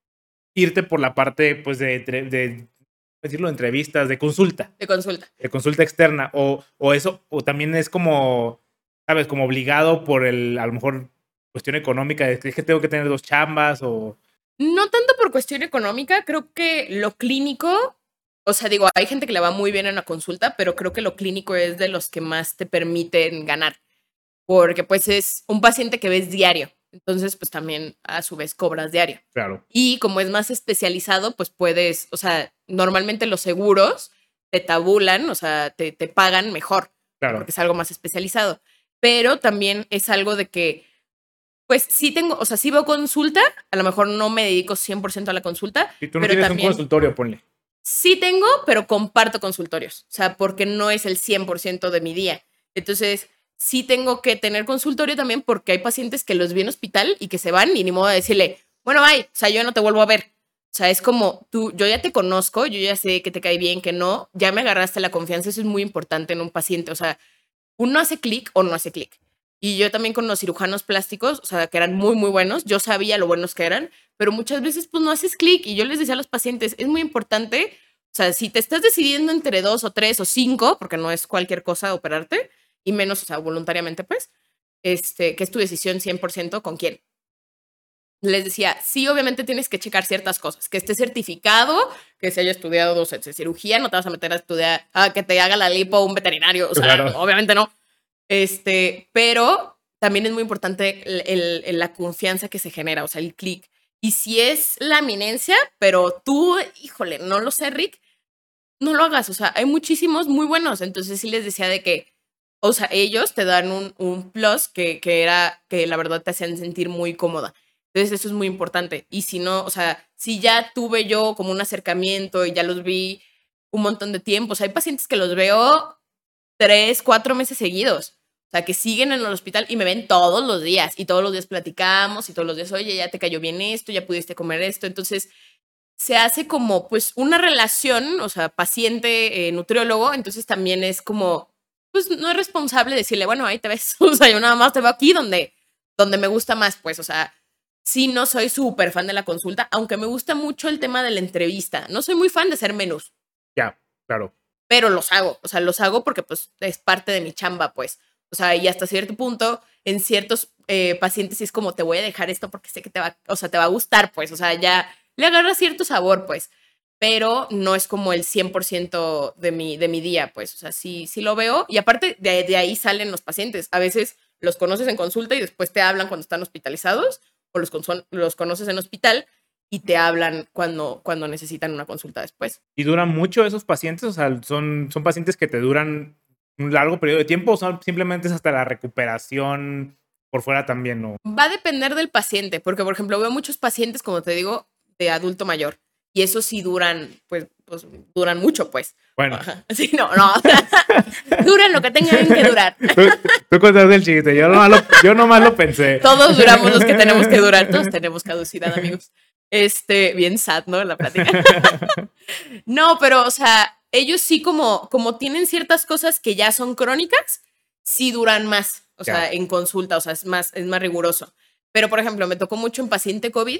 Speaker 1: irte por la parte, pues, de, de, de decirlo, de entrevistas, de consulta.
Speaker 2: De consulta.
Speaker 1: De consulta externa. O, o eso, o también es como, ¿sabes? Como obligado por el, a lo mejor, cuestión económica, de que es que tengo que tener dos chambas o...
Speaker 2: No tanto por cuestión económica, creo que lo clínico, o sea, digo, hay gente que le va muy bien en la consulta, pero creo que lo clínico es de los que más te permiten ganar, porque pues es un paciente que ves diario, entonces pues también a su vez cobras diario.
Speaker 1: Claro.
Speaker 2: Y como es más especializado, pues puedes, o sea, normalmente los seguros te tabulan, o sea, te, te pagan mejor,
Speaker 1: Claro.
Speaker 2: porque es algo más especializado, pero también es algo de que pues sí tengo, o sea, sí veo consulta, a lo mejor no me dedico cien por ciento a la consulta.
Speaker 1: Si tú no
Speaker 2: pero
Speaker 1: tienes
Speaker 2: también,
Speaker 1: un consultorio, ponle.
Speaker 2: Sí tengo, pero comparto consultorios, o sea, porque no es el cien por ciento de mi día. Entonces, sí tengo que tener consultorio también porque hay pacientes que los vi en hospital y que se van y ni modo de decirle, bueno, bye, o sea, yo no te vuelvo a ver. O sea, es como tú, yo ya te conozco, yo ya sé que te cae bien, que no, ya me agarraste la confianza, eso es muy importante en un paciente, o sea, uno hace clic o no hace clic. Y yo también con los cirujanos plásticos, o sea, que eran muy, muy buenos, yo sabía lo buenos que eran, pero muchas veces pues no haces clic y yo les decía a los pacientes, es muy importante, o sea, si te estás decidiendo entre dos o tres o cinco, porque no es cualquier cosa operarte, y menos, o sea, voluntariamente pues, este, que es tu decisión cien por ciento con quién. Les decía, sí, obviamente tienes que checar ciertas cosas, que esté certificado, que se haya estudiado dos años de cirugía, no te vas a meter a estudiar, a que te haga la lipo un veterinario, o sea,
Speaker 1: Claro.
Speaker 2: obviamente no. Este, pero también es muy importante el, el, el, la confianza que se genera, o sea, el clic. Y si es la eminencia, pero tú, híjole, no lo sé, Rick, no lo hagas. O sea, hay muchísimos muy buenos. Entonces sí les decía de que, o sea, ellos te dan un, un plus que, que era que la verdad te hacían sentir muy cómoda. Entonces eso es muy importante. Y si no, o sea, si ya tuve yo como un acercamiento y ya los vi un montón de tiempo, o sea, hay pacientes que los veo tres, cuatro meses seguidos. O sea, que siguen en el hospital y me ven todos los días. Y todos los días platicamos y todos los días, oye, ya te cayó bien esto, ya pudiste comer esto. Entonces, se hace como, pues, una relación, o sea, paciente-nutriólogo. Eh, entonces, también es como, pues, no es responsable decirle, bueno, ahí te ves. O sea, yo nada más te veo aquí donde, donde me gusta más, pues, o sea, sí no soy súper fan de la consulta, aunque me gusta mucho el tema de la entrevista. No soy muy fan de hacer menús.
Speaker 1: Ya, claro.
Speaker 2: Pero los hago, o sea, los hago porque pues es parte de mi chamba, pues. O sea, y hasta cierto punto, en ciertos eh, pacientes sí es como, te voy a dejar esto porque sé que te va, o sea, te va a gustar, pues. O sea, ya le agarra cierto sabor, pues. Pero no es como el cien por ciento de mi, de mi día, pues. O sea, sí, sí lo veo. Y aparte, de, de ahí salen los pacientes. A veces los conoces en consulta y después te hablan cuando están hospitalizados o los, los conoces en hospital y te hablan cuando, cuando necesitan una consulta después.
Speaker 1: ¿Y duran mucho esos pacientes? O sea, ¿son, son pacientes que te duran un largo periodo de tiempo o son simplemente es hasta la recuperación por fuera también? ¿No?
Speaker 2: Va a depender del paciente, porque, por ejemplo, veo muchos pacientes, como te digo, de adulto mayor. Y eso sí duran, pues, pues duran mucho, pues.
Speaker 1: Bueno.
Speaker 2: Sí, no, no. Duran lo que tengan que durar.
Speaker 1: Tú, tú contaste el chiste, yo nomás, lo, yo nomás lo pensé.
Speaker 2: Todos duramos los que tenemos que durar, todos tenemos caducidad, amigos. Este, bien sad, ¿no? La plática. No, pero, o sea, ellos sí como, como tienen ciertas cosas que ya son crónicas, sí duran más, o sea, yeah. en consulta, o sea, es más, es más riguroso. Pero, por ejemplo, me tocó mucho en paciente COVID,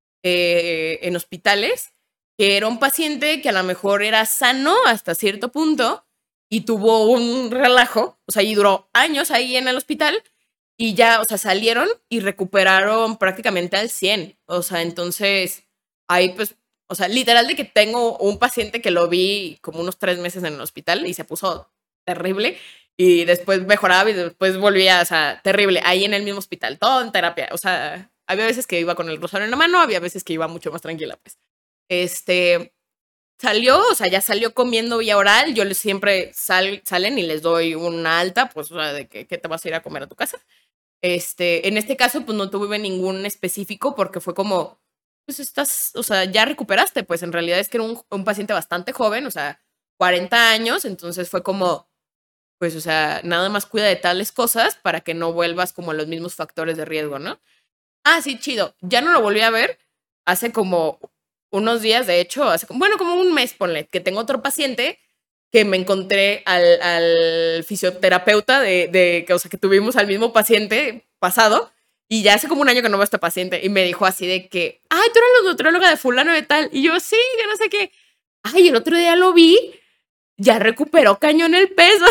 Speaker 2: eh, en hospitales, que era un paciente que a lo mejor era sano hasta cierto punto y tuvo un relajo, o sea, y duró años ahí en el hospital y ya, o sea, salieron y recuperaron prácticamente al cien. O sea, entonces, ahí pues, o sea, literal de que tengo un paciente que lo vi como unos tres meses en el hospital y se puso terrible y después mejoraba y después volvía, o sea, terrible, ahí en el mismo hospital, todo en terapia. O sea, había veces que iba con el rosario en la mano, había veces que iba mucho más tranquila, pues. Este, salió, o sea, ya salió comiendo vía oral, yo les siempre sal, salen y les doy una alta, pues, o sea, de que, que te vas a ir a comer a tu casa. Este, en este caso, pues, no tuve ningún específico porque fue como, pues, estás, o sea, ya recuperaste, pues, en realidad es que era un, un paciente bastante joven, o sea, cuarenta años, entonces fue como, pues, o sea, nada más cuida de tales cosas para que no vuelvas como a los mismos factores de riesgo, ¿no? Ah, sí, chido, ya no lo volví a ver hace como unos días, de hecho, hace, bueno, como un mes, ponle, que tengo otro paciente que me encontré al, al fisioterapeuta de, de que, o sea, que tuvimos al mismo paciente pasado Y ya hace como un año que no veo a este paciente. Y me dijo así de que, ay, tú eres la nutrióloga de fulano de tal. Y yo, sí, que no sé qué. Ay, el otro día lo vi. Ya recuperó cañón el peso.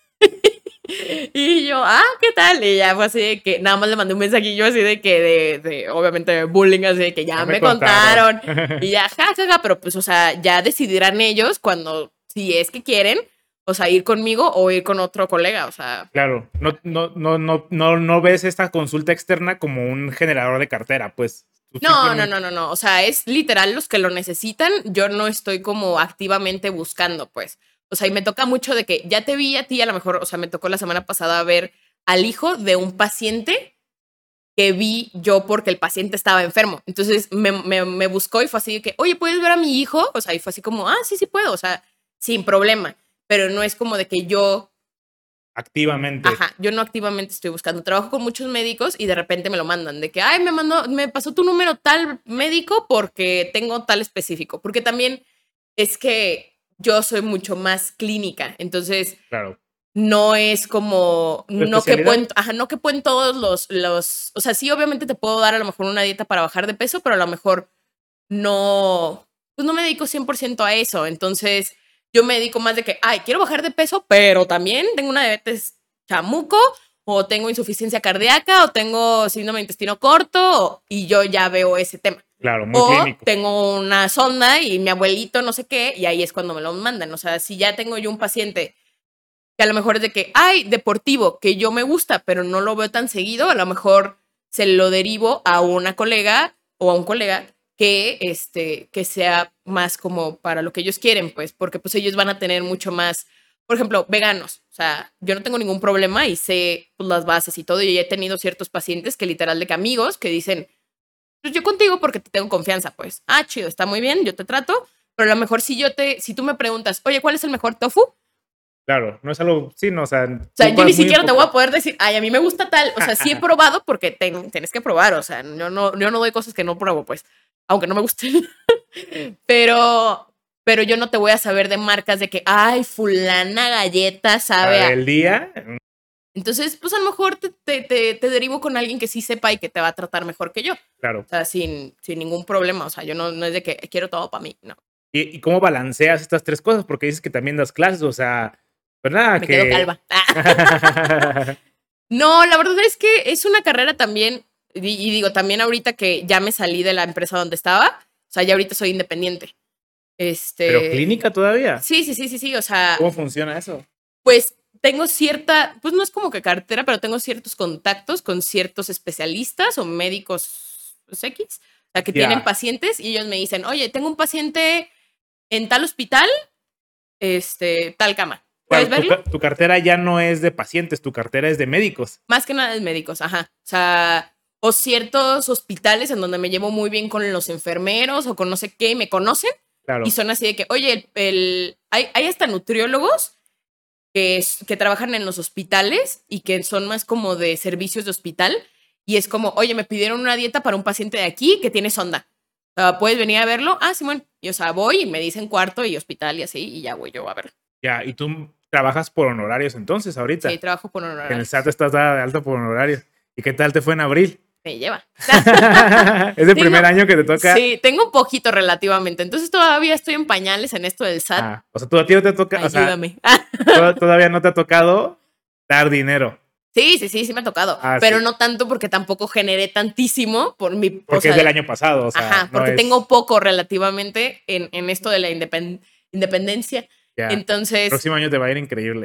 Speaker 2: Y yo, ah, ¿qué tal? Y ya fue así de que nada más le mandé un mensajillo así de que de, de obviamente, bullying, así de que ya, ya me, me contaron. contaron. Y ya, jajaja, ja, ja, pero pues, o sea, ya decidirán ellos cuando, si es que quieren, o sea, ir conmigo o ir con otro colega, o sea.
Speaker 1: Claro, no, no, no, no, no, no ves esta consulta externa como un generador de cartera, pues.
Speaker 2: No, simplemente... no, no, no, no, o sea, es literal los que lo necesitan, yo no estoy como activamente buscando, pues. O sea, y me toca mucho de que ya te vi a ti, a lo mejor, o sea, me tocó la semana pasada ver al hijo de un paciente que vi yo porque el paciente estaba enfermo. Entonces me, me, me buscó y fue así de que, oye, ¿puedes ver a mi hijo? O sea, y fue así como, ah, sí, sí puedo, o sea, sin problema. Pero no es como de que yo...
Speaker 1: Activamente.
Speaker 2: Ajá, yo no activamente estoy buscando. Trabajo con muchos médicos y de repente me lo mandan. De que, ay, me mandó, me pasó tu número tal médico porque tengo tal específico. Porque también es que yo soy mucho más clínica, entonces
Speaker 1: claro.
Speaker 2: no es como, no que pueden, ajá, no que pueden todos los, los, o sea, sí, obviamente te puedo dar a lo mejor una dieta para bajar de peso, pero a lo mejor no, pues no me dedico cien por ciento a eso, entonces yo me dedico más de que, ay, quiero bajar de peso, pero también tengo una diabetes chamuco, o tengo insuficiencia cardíaca, o tengo síndrome de intestino corto, y yo ya veo ese tema.
Speaker 1: Claro, muy
Speaker 2: o
Speaker 1: clínico.
Speaker 2: Tengo una sonda y mi abuelito no sé qué, y ahí es cuando me lo mandan. O sea, si ya tengo yo un paciente que a lo mejor es de que, ay, deportivo, que yo me gusta, pero no lo veo tan seguido, a lo mejor se lo derivo a una colega o a un colega que, este, que sea más como para lo que ellos quieren, pues, porque pues ellos van a tener mucho más, por ejemplo, veganos. O sea, yo no tengo ningún problema y sé pues, las bases y todo, y he tenido ciertos pacientes que literal de que amigos que dicen, pues yo contigo porque te tengo confianza, pues. Ah, chido, está muy bien, yo te trato. Pero a lo mejor si yo te, si tú me preguntas, oye, ¿cuál es el mejor tofu?
Speaker 1: Claro, no es algo, sí, no, o sea.
Speaker 2: O sea, yo ni siquiera te voy a poder decir, ay, a mí me gusta tal. O sea, sí he probado porque ten, tenés que probar. O sea, yo no, yo no doy cosas que no pruebo, pues. Aunque no me gusten. pero, pero yo no te voy a saber de marcas de que, ay, fulana galleta sabe a...
Speaker 1: El día...
Speaker 2: Entonces, pues a lo mejor te, te, te, te derivo con alguien que sí sepa y que te va a tratar mejor que yo.
Speaker 1: Claro.
Speaker 2: O sea, sin, sin ningún problema. O sea, yo no, no es de que quiero todo para mí, no.
Speaker 1: ¿Y, ¿Y cómo balanceas estas tres cosas? Porque dices que también das clases, o sea, ¿verdad?
Speaker 2: Me
Speaker 1: que...
Speaker 2: quedo calva. No, la verdad es que es una carrera también, y, y digo, también ahorita que ya me salí de la empresa donde estaba, o sea, ya ahorita soy independiente. Este...
Speaker 1: ¿Pero clínica todavía?
Speaker 2: Sí, sí, sí, sí, sí, o sea...
Speaker 1: ¿Cómo funciona eso?
Speaker 2: Pues tengo cierta, pues no es como que cartera, pero tengo ciertos contactos con ciertos especialistas o médicos pues, X, o sea, que yeah. tienen pacientes y ellos me dicen, oye, tengo un paciente en tal hospital, este, tal cama. ¿Puedes
Speaker 1: claro,
Speaker 2: verlo?
Speaker 1: Tu, tu cartera ya no es de pacientes, tu cartera es de médicos.
Speaker 2: Más que nada de médicos, ajá. O sea, o ciertos hospitales en donde me llevo muy bien con los enfermeros o con no sé qué y me conocen.
Speaker 1: Claro.
Speaker 2: Y son así de que, oye, el, el, hay, hay hasta nutriólogos que, es, que trabajan en los hospitales y que son más como de servicios de hospital. Y es como, oye, me pidieron una dieta para un paciente de aquí que tiene sonda. O sea, ¿puedes venir a verlo? Ah, Simón. Y o sea, voy y me dicen cuarto y hospital y así, y ya voy yo a verlo.
Speaker 1: Ya, y tú trabajas por honorarios entonces ahorita.
Speaker 2: Sí, trabajo por honorarios.
Speaker 1: En el S A T estás dada de alta por honorarios. ¿Y qué tal te fue en abril?
Speaker 2: Me lleva.
Speaker 1: Es el tengo, primer año que te toca.
Speaker 2: Sí, tengo un poquito relativamente. Entonces todavía estoy en pañales en esto del S A T.
Speaker 1: Ah, o sea, tú a ti no te toca.
Speaker 2: Ayúdame.
Speaker 1: O sea, todavía no te ha tocado dar dinero.
Speaker 2: Sí, sí, sí, sí me ha tocado. Ah, pero sí. No tanto porque tampoco generé tantísimo por mi.
Speaker 1: Porque o sea, es del año pasado. O sea,
Speaker 2: ajá, porque
Speaker 1: no es...
Speaker 2: tengo poco relativamente en, en esto de la independ independencia. Ya. Entonces.
Speaker 1: El próximo año te va a ir increíble.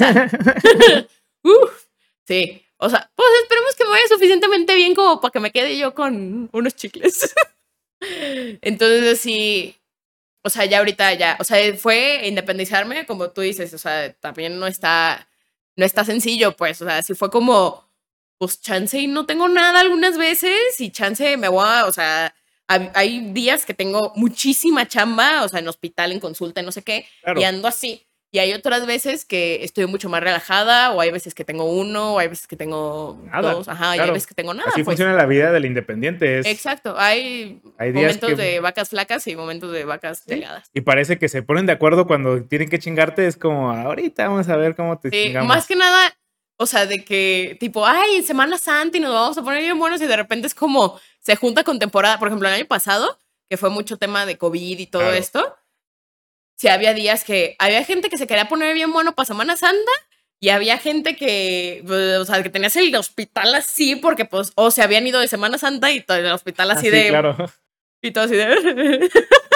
Speaker 2: Uf, sí. O sea, pues esperemos que me vaya suficientemente bien como para que me quede yo con unos chicles. Entonces, sí. O sea, ya ahorita ya. O sea, fue independizarme, como tú dices. O sea, también no está. No está sencillo, pues. O sea, sí fue como. Pues chance y no tengo nada algunas veces. Y chance me voy a. O sea. Hay días que tengo muchísima chamba. O sea, en hospital, en consulta, no sé qué. Claro. Y ando así. Y hay otras veces que estoy mucho más relajada, o hay veces que tengo uno, o hay veces que tengo nada, dos, ajá, claro. Y hay veces que tengo nada.
Speaker 1: Así
Speaker 2: pues.
Speaker 1: funciona la vida del independiente. Es...
Speaker 2: Exacto, hay, hay momentos que... de vacas flacas y momentos de vacas delgadas.
Speaker 1: Y parece que se ponen de acuerdo cuando tienen que chingarte, es como, ahorita vamos a ver cómo te
Speaker 2: sí,
Speaker 1: chingamos.
Speaker 2: Más que nada, O sea, de que tipo, ay, en Semana Santa y nos vamos a poner bien buenos y de repente es como se junta con temporada. Por ejemplo, el año pasado, que fue mucho tema de COVID y todo
Speaker 1: Claro.
Speaker 2: esto, sí había días que había gente que se quería poner bien bueno para Semana Santa y había gente que, pues, o sea, que tenías el hospital así porque, pues, o se habían ido de Semana Santa y todo el hospital
Speaker 1: Ah,
Speaker 2: así
Speaker 1: sí,
Speaker 2: de...
Speaker 1: claro.
Speaker 2: Y todo así de...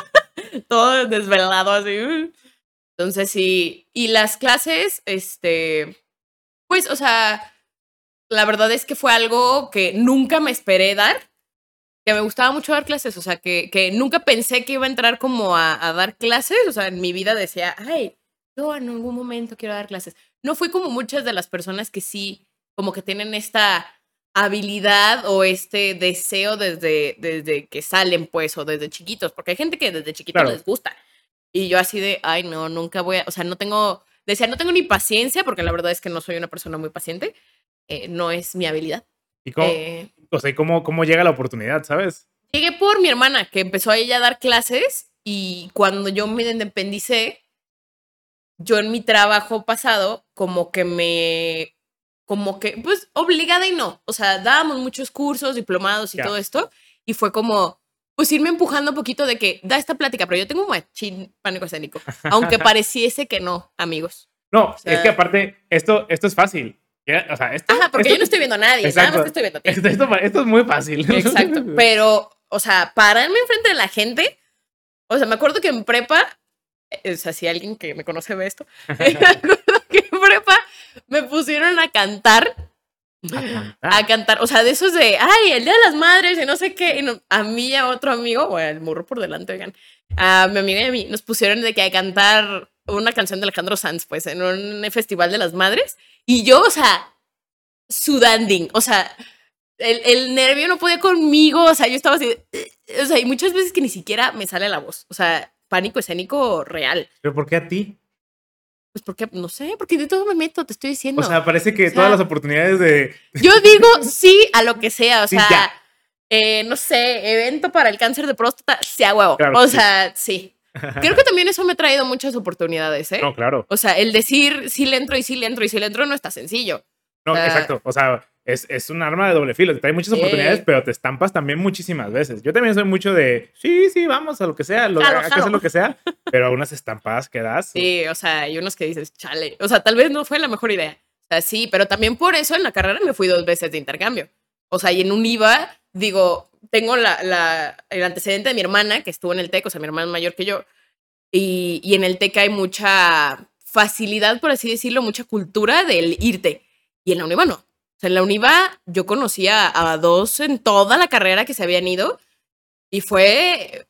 Speaker 2: todo desvelado así. Entonces sí, y las clases, este, pues, o sea, la verdad es que fue algo que nunca me esperé dar, que me gustaba mucho dar clases, o sea, que, que nunca pensé que iba a entrar como a, a dar clases, o sea, en mi vida decía, ay, yo en algún momento quiero dar clases. No fui como muchas de las personas que sí, como que tienen esta habilidad o este deseo desde, desde que salen, pues, o desde chiquitos, porque hay gente que desde chiquitos
Speaker 1: Claro.
Speaker 2: les gusta. Y yo así de, ay, no, nunca voy a, o sea, no tengo, decía, no tengo ni paciencia, porque la verdad es que no soy una persona muy paciente, eh, no es mi habilidad.
Speaker 1: ¿Y cómo,
Speaker 2: Eh,
Speaker 1: o sea, cómo, cómo llega la oportunidad, sabes?
Speaker 2: Llegué por mi hermana, que empezó a ella a dar clases y cuando yo me independicé, yo en mi trabajo pasado, como que me, como que, pues obligada y no, o sea, dábamos muchos cursos, diplomados y
Speaker 1: Ya.
Speaker 2: todo esto, y fue como, pues irme empujando un poquito de que da esta plática, pero yo tengo un machín pánico escénico, aunque pareciese que no, amigos.
Speaker 1: No,
Speaker 2: O
Speaker 1: es que
Speaker 2: sea,
Speaker 1: aparte, esto, esto es fácil. Ya, o sea, esto,
Speaker 2: ajá, porque
Speaker 1: esto,
Speaker 2: yo no estoy viendo a nadie, nada más te
Speaker 1: exacto.
Speaker 2: estoy viendo a ti.
Speaker 1: Esto, esto, esto es muy fácil.
Speaker 2: Exacto, pero, o sea, pararme enfrente de la gente, o sea, me acuerdo que en prepa, o sea, si alguien que me conoce ve esto, me acuerdo que en prepa me pusieron a cantar,
Speaker 1: A cantar.
Speaker 2: a cantar, o sea, de esos de, ay, el Día de las Madres y no sé qué, y no, a mí y a otro amigo, o el burro por delante, oigan, a mi amiga y a mí nos pusieron de que a cantar una canción de Alejandro Sanz, pues, en un festival de las madres, y yo, o sea, sudanding, o sea, el, el nervio no podía conmigo, o sea, yo estaba así, o sea, y muchas veces que ni siquiera me sale la voz, o sea, pánico escénico real.
Speaker 1: ¿Pero por qué a ti?
Speaker 2: Pues porque, no sé, porque de todo me meto, te estoy diciendo.
Speaker 1: O sea, parece que
Speaker 2: O sea,
Speaker 1: todas las oportunidades de...
Speaker 2: yo digo sí a lo que sea, o
Speaker 1: Sí,
Speaker 2: sea,
Speaker 1: ya.
Speaker 2: eh, no sé, evento para el cáncer de próstata, sí a huevo.
Speaker 1: Claro
Speaker 2: O
Speaker 1: que sí.
Speaker 2: sea, sí. Creo que también eso me ha traído muchas oportunidades, ¿eh?
Speaker 1: No, claro.
Speaker 2: O sea, el decir sí le entro y sí le entro y sí le entro no está sencillo.
Speaker 1: No,
Speaker 2: O sea,
Speaker 1: exacto. O sea, es, es un arma de doble filo. Te trae muchas
Speaker 2: Sí.
Speaker 1: oportunidades, pero te estampas también muchísimas veces. Yo también soy mucho de, sí, sí, vamos a lo que sea, lo,
Speaker 2: Jalo,
Speaker 1: hay que
Speaker 2: jalo.
Speaker 1: hacer lo que sea, pero a unas estampadas que das.
Speaker 2: Sí, o sea, hay unos que dices, chale. O sea, tal vez no fue la mejor idea. O sea, sí, pero también por eso en la carrera me fui dos veces de intercambio. O sea, y en un I V A, digo, tengo la, la, el antecedente de mi hermana, que estuvo en el TEC, o sea, mi hermana es mayor que yo, y, y en el TEC hay mucha facilidad, por así decirlo, mucha cultura del irte. Y en la UNIVA no. O sea, en la UNIVA yo conocía a dos en toda la carrera que se habían ido y fue,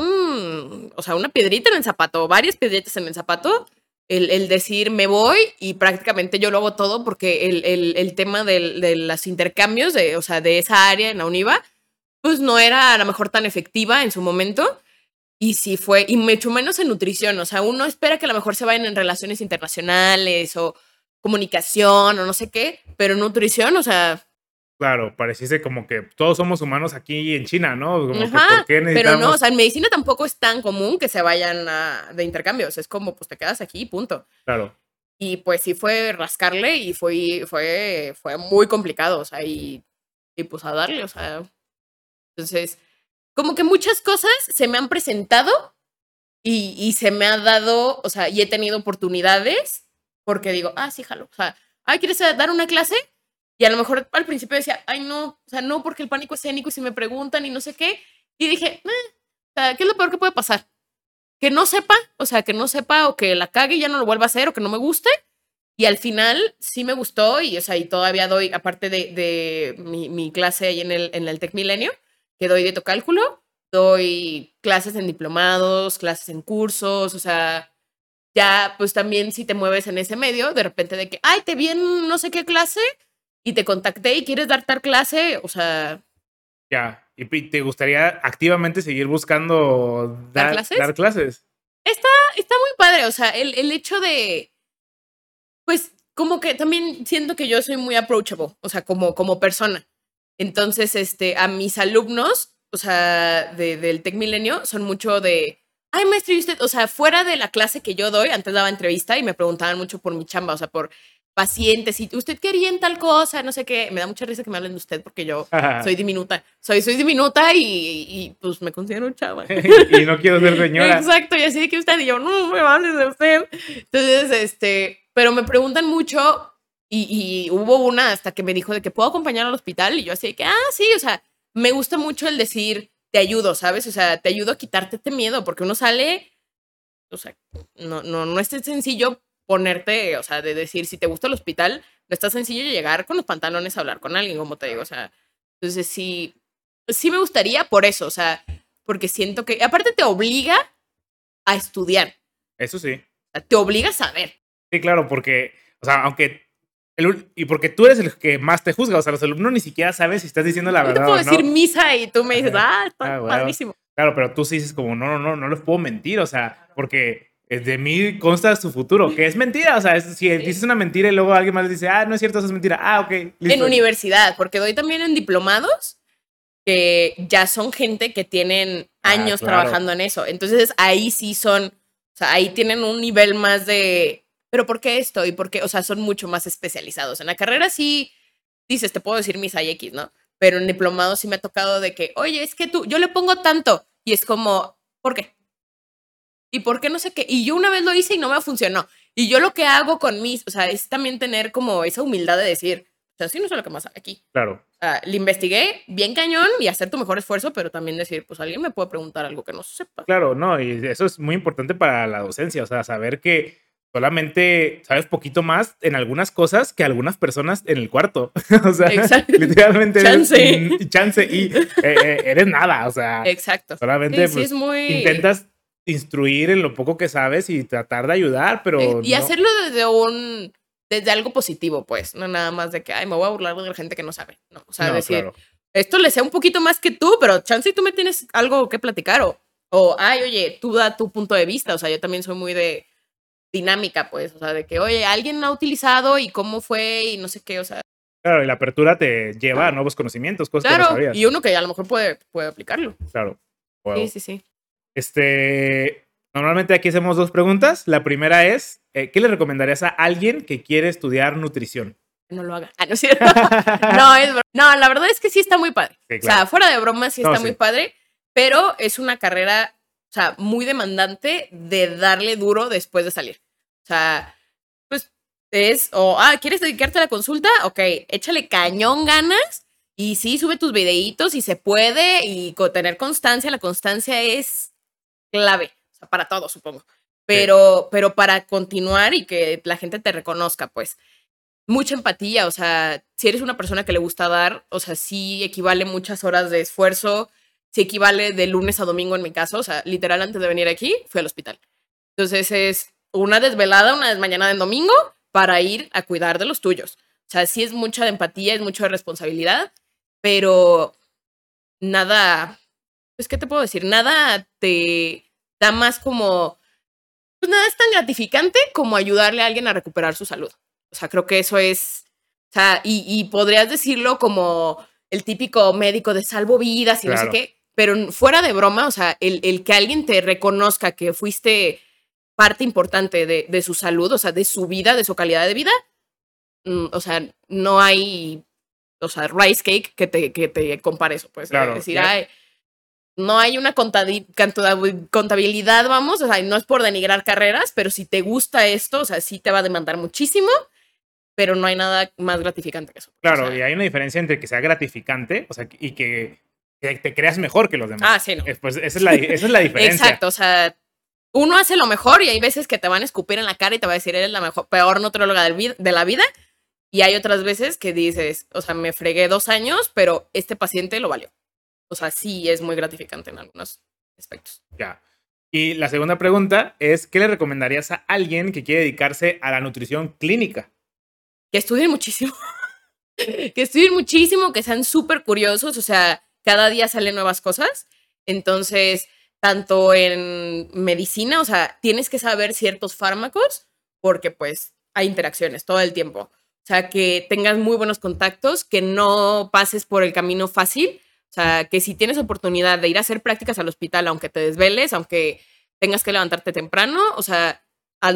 Speaker 2: un, o sea, una piedrita en el zapato, varias piedritas en el zapato, el, el decir me voy y prácticamente yo lo hago todo porque el, el, el tema del, de los intercambios, de, o sea, de esa área en la UNIVA, pues no era a lo mejor tan efectiva en su momento. Y sí fue, y mucho menos en nutrición, o sea, uno espera que a lo mejor se vayan en relaciones internacionales o comunicación o no sé qué, pero en nutrición, o sea,
Speaker 1: Claro, pareciese como que todos somos humanos aquí en China, ¿no? Como que
Speaker 2: ajá,
Speaker 1: ¿por qué
Speaker 2: pero
Speaker 1: necesitamos?
Speaker 2: no, o sea, en medicina tampoco es tan común que se vayan a, de intercambios, es como, pues te quedas aquí, punto.
Speaker 1: Claro.
Speaker 2: Y pues sí fue rascarle y fue, fue, fue muy complicado, o sea, y, y pues a darle, o sea, entonces, como que muchas cosas se me han presentado y, y se me ha dado, o sea, y he tenido oportunidades porque digo, ah, sí, jalo, o sea, ay, ¿quieres dar una clase? Y a lo mejor al principio decía, ay, no, o sea, no, porque el pánico escénico y si me preguntan y no sé qué. Y dije, eh, o sea, ¿qué es lo peor que puede pasar? Que no sepa, o sea, que no sepa o que la cague y ya no lo vuelva a hacer o que no me guste. Y al final sí me gustó y, o sea, y todavía doy, aparte de, de mi, mi clase ahí en el, en el Tec Milenio, que doy de cálculo, doy clases en diplomados, clases en cursos, o sea, ya pues también si te mueves en ese medio, de repente de que, ay, te vi en no sé qué clase y te contacté y quieres dar tal clase, o sea,
Speaker 1: Ya. ¿Y pi- te gustaría activamente seguir buscando
Speaker 2: dar
Speaker 1: dar,
Speaker 2: clases.
Speaker 1: dar clases?
Speaker 2: Está, está muy padre, o sea, el, el hecho de, pues como que también siento que yo soy muy approachable, o sea, como, como persona. Entonces, este, a mis alumnos, o sea, de, del Tec Milenio, son mucho de, ay, maestro, ¿y usted? O sea, fuera de la clase que yo doy, antes daba entrevista y me preguntaban mucho por mi chamba, o sea, por, pacientes y usted qué haría en tal cosa, no sé qué. Me da mucha risa que me hablen de usted porque yo
Speaker 1: Ajá.
Speaker 2: soy diminuta. Soy, soy diminuta y, y pues me considero chava.
Speaker 1: Y no quiero ser señora.
Speaker 2: Exacto, y así de que usted y yo, no me hables de usted. Entonces, este, pero me preguntan mucho y, y hubo una hasta que me dijo de que puedo acompañar al hospital y yo así de que, ah, sí, o sea, me gusta mucho el decir, te ayudo, ¿sabes? O sea, te ayudo a quitarte este miedo porque uno sale, o sea, no, no, no es tan sencillo ponerte, o sea, de decir, si te gusta el hospital, no es tan sencillo llegar con los pantalones a hablar con alguien, como te digo, o sea, entonces sí, sí me gustaría por eso, o sea, porque siento que, aparte te obliga a estudiar.
Speaker 1: Eso sí.
Speaker 2: O sea, te obliga a saber.
Speaker 1: Sí, claro, porque, o sea, aunque, el, y porque tú eres el que más te juzga, o sea, los alumnos ni siquiera saben si estás diciendo la
Speaker 2: Yo
Speaker 1: verdad
Speaker 2: te puedo
Speaker 1: o no.
Speaker 2: decir misa y tú me dices,
Speaker 1: Ajá.
Speaker 2: ah, está
Speaker 1: Ah, bueno.
Speaker 2: padrísimo.
Speaker 1: Claro, pero tú sí dices como, no, no, no, no les puedo mentir, o sea, porque de mí consta su futuro, que es mentira, o sea, es, si
Speaker 2: Sí.
Speaker 1: dices una mentira y luego alguien más le dice, ah, no es cierto, eso es mentira, ah, ok, listo.
Speaker 2: En universidad, porque doy también en diplomados que ya son gente que tienen
Speaker 1: Ah,
Speaker 2: años
Speaker 1: claro.
Speaker 2: trabajando en eso. Entonces ahí sí son, o sea, ahí tienen un nivel más de, pero ¿por qué esto? Y por qué, o sea, son mucho más especializados. En la carrera sí dices, te puedo decir misa y X, ¿no? Pero en diplomado sí me ha tocado de que, oye, es que tú, yo le pongo tanto. Y es como, ¿por qué? ¿Y por qué no sé qué? Y yo una vez lo hice y no me funcionó. Y yo lo que hago con mis, o sea, es también tener como esa humildad de decir, o sea, sí no sé lo que más hay aquí.
Speaker 1: Claro.
Speaker 2: O sea, le investigué bien cañón y hacer tu mejor esfuerzo, pero también decir, pues alguien me puede preguntar algo que no sepa.
Speaker 1: Claro, no, y eso es muy importante para la docencia, o sea, saber que solamente sabes poquito más en algunas cosas que algunas personas en el cuarto. O sea,
Speaker 2: Exacto.
Speaker 1: literalmente
Speaker 2: Chance.
Speaker 1: Eres, chance y eh, eh, eres nada, o sea,
Speaker 2: exacto.
Speaker 1: solamente
Speaker 2: Sí,
Speaker 1: pues,
Speaker 2: sí es muy...
Speaker 1: intentas instruir en lo poco que sabes y tratar de ayudar, pero
Speaker 2: Y
Speaker 1: no.
Speaker 2: hacerlo desde un... desde algo positivo, pues, no nada más de que, ay, me voy a burlar de la gente que no sabe. No, o sea,
Speaker 1: No,
Speaker 2: decir,
Speaker 1: claro.
Speaker 2: esto le sé un poquito más que tú, pero chance y tú me tienes algo que platicar o, o, ay, oye, tú da tu punto de vista. O sea, yo también soy muy de dinámica, pues, o sea, de que, oye, alguien lo ha utilizado y cómo fue y no sé qué, o sea.
Speaker 1: Claro, y la apertura te lleva a nuevos conocimientos, cosas
Speaker 2: Claro,
Speaker 1: que no sabías.
Speaker 2: y uno que a lo mejor puede, puede aplicarlo.
Speaker 1: Claro. Wow.
Speaker 2: Sí, sí, sí.
Speaker 1: Este, normalmente aquí hacemos dos preguntas. La primera es, eh, ¿qué le recomendarías a alguien que quiere estudiar nutrición?
Speaker 2: No lo haga. Ah, no es cierto. no, es bro- no, la verdad es que sí está muy padre.
Speaker 1: Sí,
Speaker 2: O sea,
Speaker 1: claro.
Speaker 2: fuera de broma sí
Speaker 1: No,
Speaker 2: está
Speaker 1: sí.
Speaker 2: muy padre, pero es una carrera, o sea, muy demandante de darle duro después de salir. O sea, pues es, o, ah, ¿quieres dedicarte a la consulta? Ok, échale cañón ganas y sí, sube tus videitos y se puede y co- tener constancia. La constancia es clave, o sea, para todo, supongo. Pero, pero para continuar y que la gente te reconozca, pues. Mucha empatía, o sea, si eres una persona que le gusta dar, o sea, sí equivale muchas horas de esfuerzo, sí equivale de lunes a domingo en mi caso, o sea, literal antes de venir aquí fui al hospital. Entonces es una desvelada, una desmañanada en domingo para ir a cuidar de los tuyos. O sea, sí es mucha de empatía, es mucha de responsabilidad, pero nada, pues, ¿qué te puedo decir? Nada te da más como, pues nada es tan gratificante como ayudarle a alguien a recuperar su salud. O sea, creo que eso es, o sea, y, y podrías decirlo como el típico médico de salvo vidas y no sé
Speaker 1: Claro.
Speaker 2: qué, pero fuera de broma, o sea, el, el que alguien te reconozca que fuiste parte importante de, de su salud, o sea, de su vida, de su calidad de vida, mm, o sea, no hay, o sea, rice cake que te, que te compare eso, pues.
Speaker 1: Claro,
Speaker 2: Es decir,
Speaker 1: ya.
Speaker 2: ay, no hay una contadi- cantu- contabilidad, vamos, o sea, no es por denigrar carreras, pero si te gusta esto, o sea, sí te va a demandar muchísimo, pero no hay nada más gratificante que eso.
Speaker 1: Claro,
Speaker 2: o sea,
Speaker 1: y hay una diferencia entre que sea gratificante, o sea, y que, que te creas mejor que los demás.
Speaker 2: Ah, sí, no.
Speaker 1: Eh, Pues esa es la, esa es la diferencia.
Speaker 2: Exacto, o sea, uno hace lo mejor y hay veces que te van a escupir en la cara y te va a decir, eres la mejor, peor nutrióloga del vid- de la vida. Y hay otras veces que dices, o sea, me fregué dos años, pero este paciente lo valió. O sea, sí es muy gratificante en algunos aspectos.
Speaker 1: Ya. Y la segunda pregunta es, ¿qué le recomendarías a alguien que quiere dedicarse a la nutrición clínica?
Speaker 2: Que estudien muchísimo. que estudien muchísimo, que sean súper curiosos. O sea, cada día salen nuevas cosas. Entonces, tanto en medicina, o sea, tienes que saber ciertos fármacos porque pues hay interacciones todo el tiempo. O sea, que tengas muy buenos contactos, que no pases por el camino fácil. O sea, que si tienes oportunidad de ir a hacer prácticas al hospital, aunque te desveles, aunque tengas que levantarte temprano, o sea, hazlo.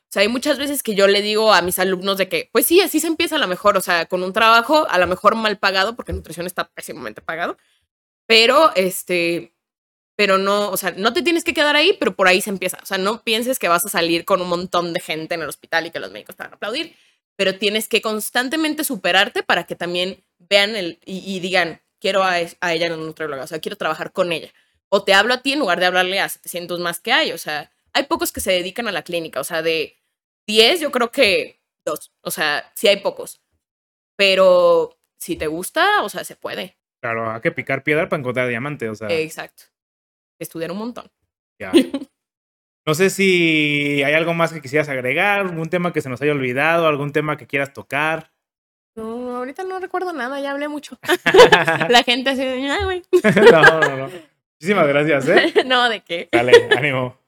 Speaker 2: O sea, hay muchas veces que yo le digo a mis alumnos de que, pues sí, así se empieza a lo mejor, o sea, con un trabajo a lo mejor mal pagado, porque nutrición está pésimamente pagado, pero este, pero no, o sea, no te tienes que quedar ahí, pero por ahí se empieza. O sea, no pienses que vas a salir con un montón de gente en el hospital y que los médicos te van a aplaudir, pero tienes que constantemente superarte para que también vean el, y, y digan, quiero a, a ella en la nutrióloga, o sea, quiero trabajar con ella. O te hablo a ti en lugar de hablarle a setecientos más que hay, o sea, hay pocos que se dedican a la clínica, o sea, de diez yo creo que dos, o sea, sí hay pocos, pero si te gusta, o sea, se puede.
Speaker 1: Claro, hay que picar piedra para encontrar diamante, o sea.
Speaker 2: Exacto. Estudiar un montón.
Speaker 1: Ya. No sé si hay algo más que quisieras agregar, algún tema que se nos haya olvidado, algún tema que quieras tocar.
Speaker 2: No, ahorita no recuerdo nada, ya hablé mucho. La gente así de, ay, güey.
Speaker 1: No, no, no. Muchísimas gracias, ¿eh?
Speaker 2: No, ¿de qué?
Speaker 1: Dale, ánimo.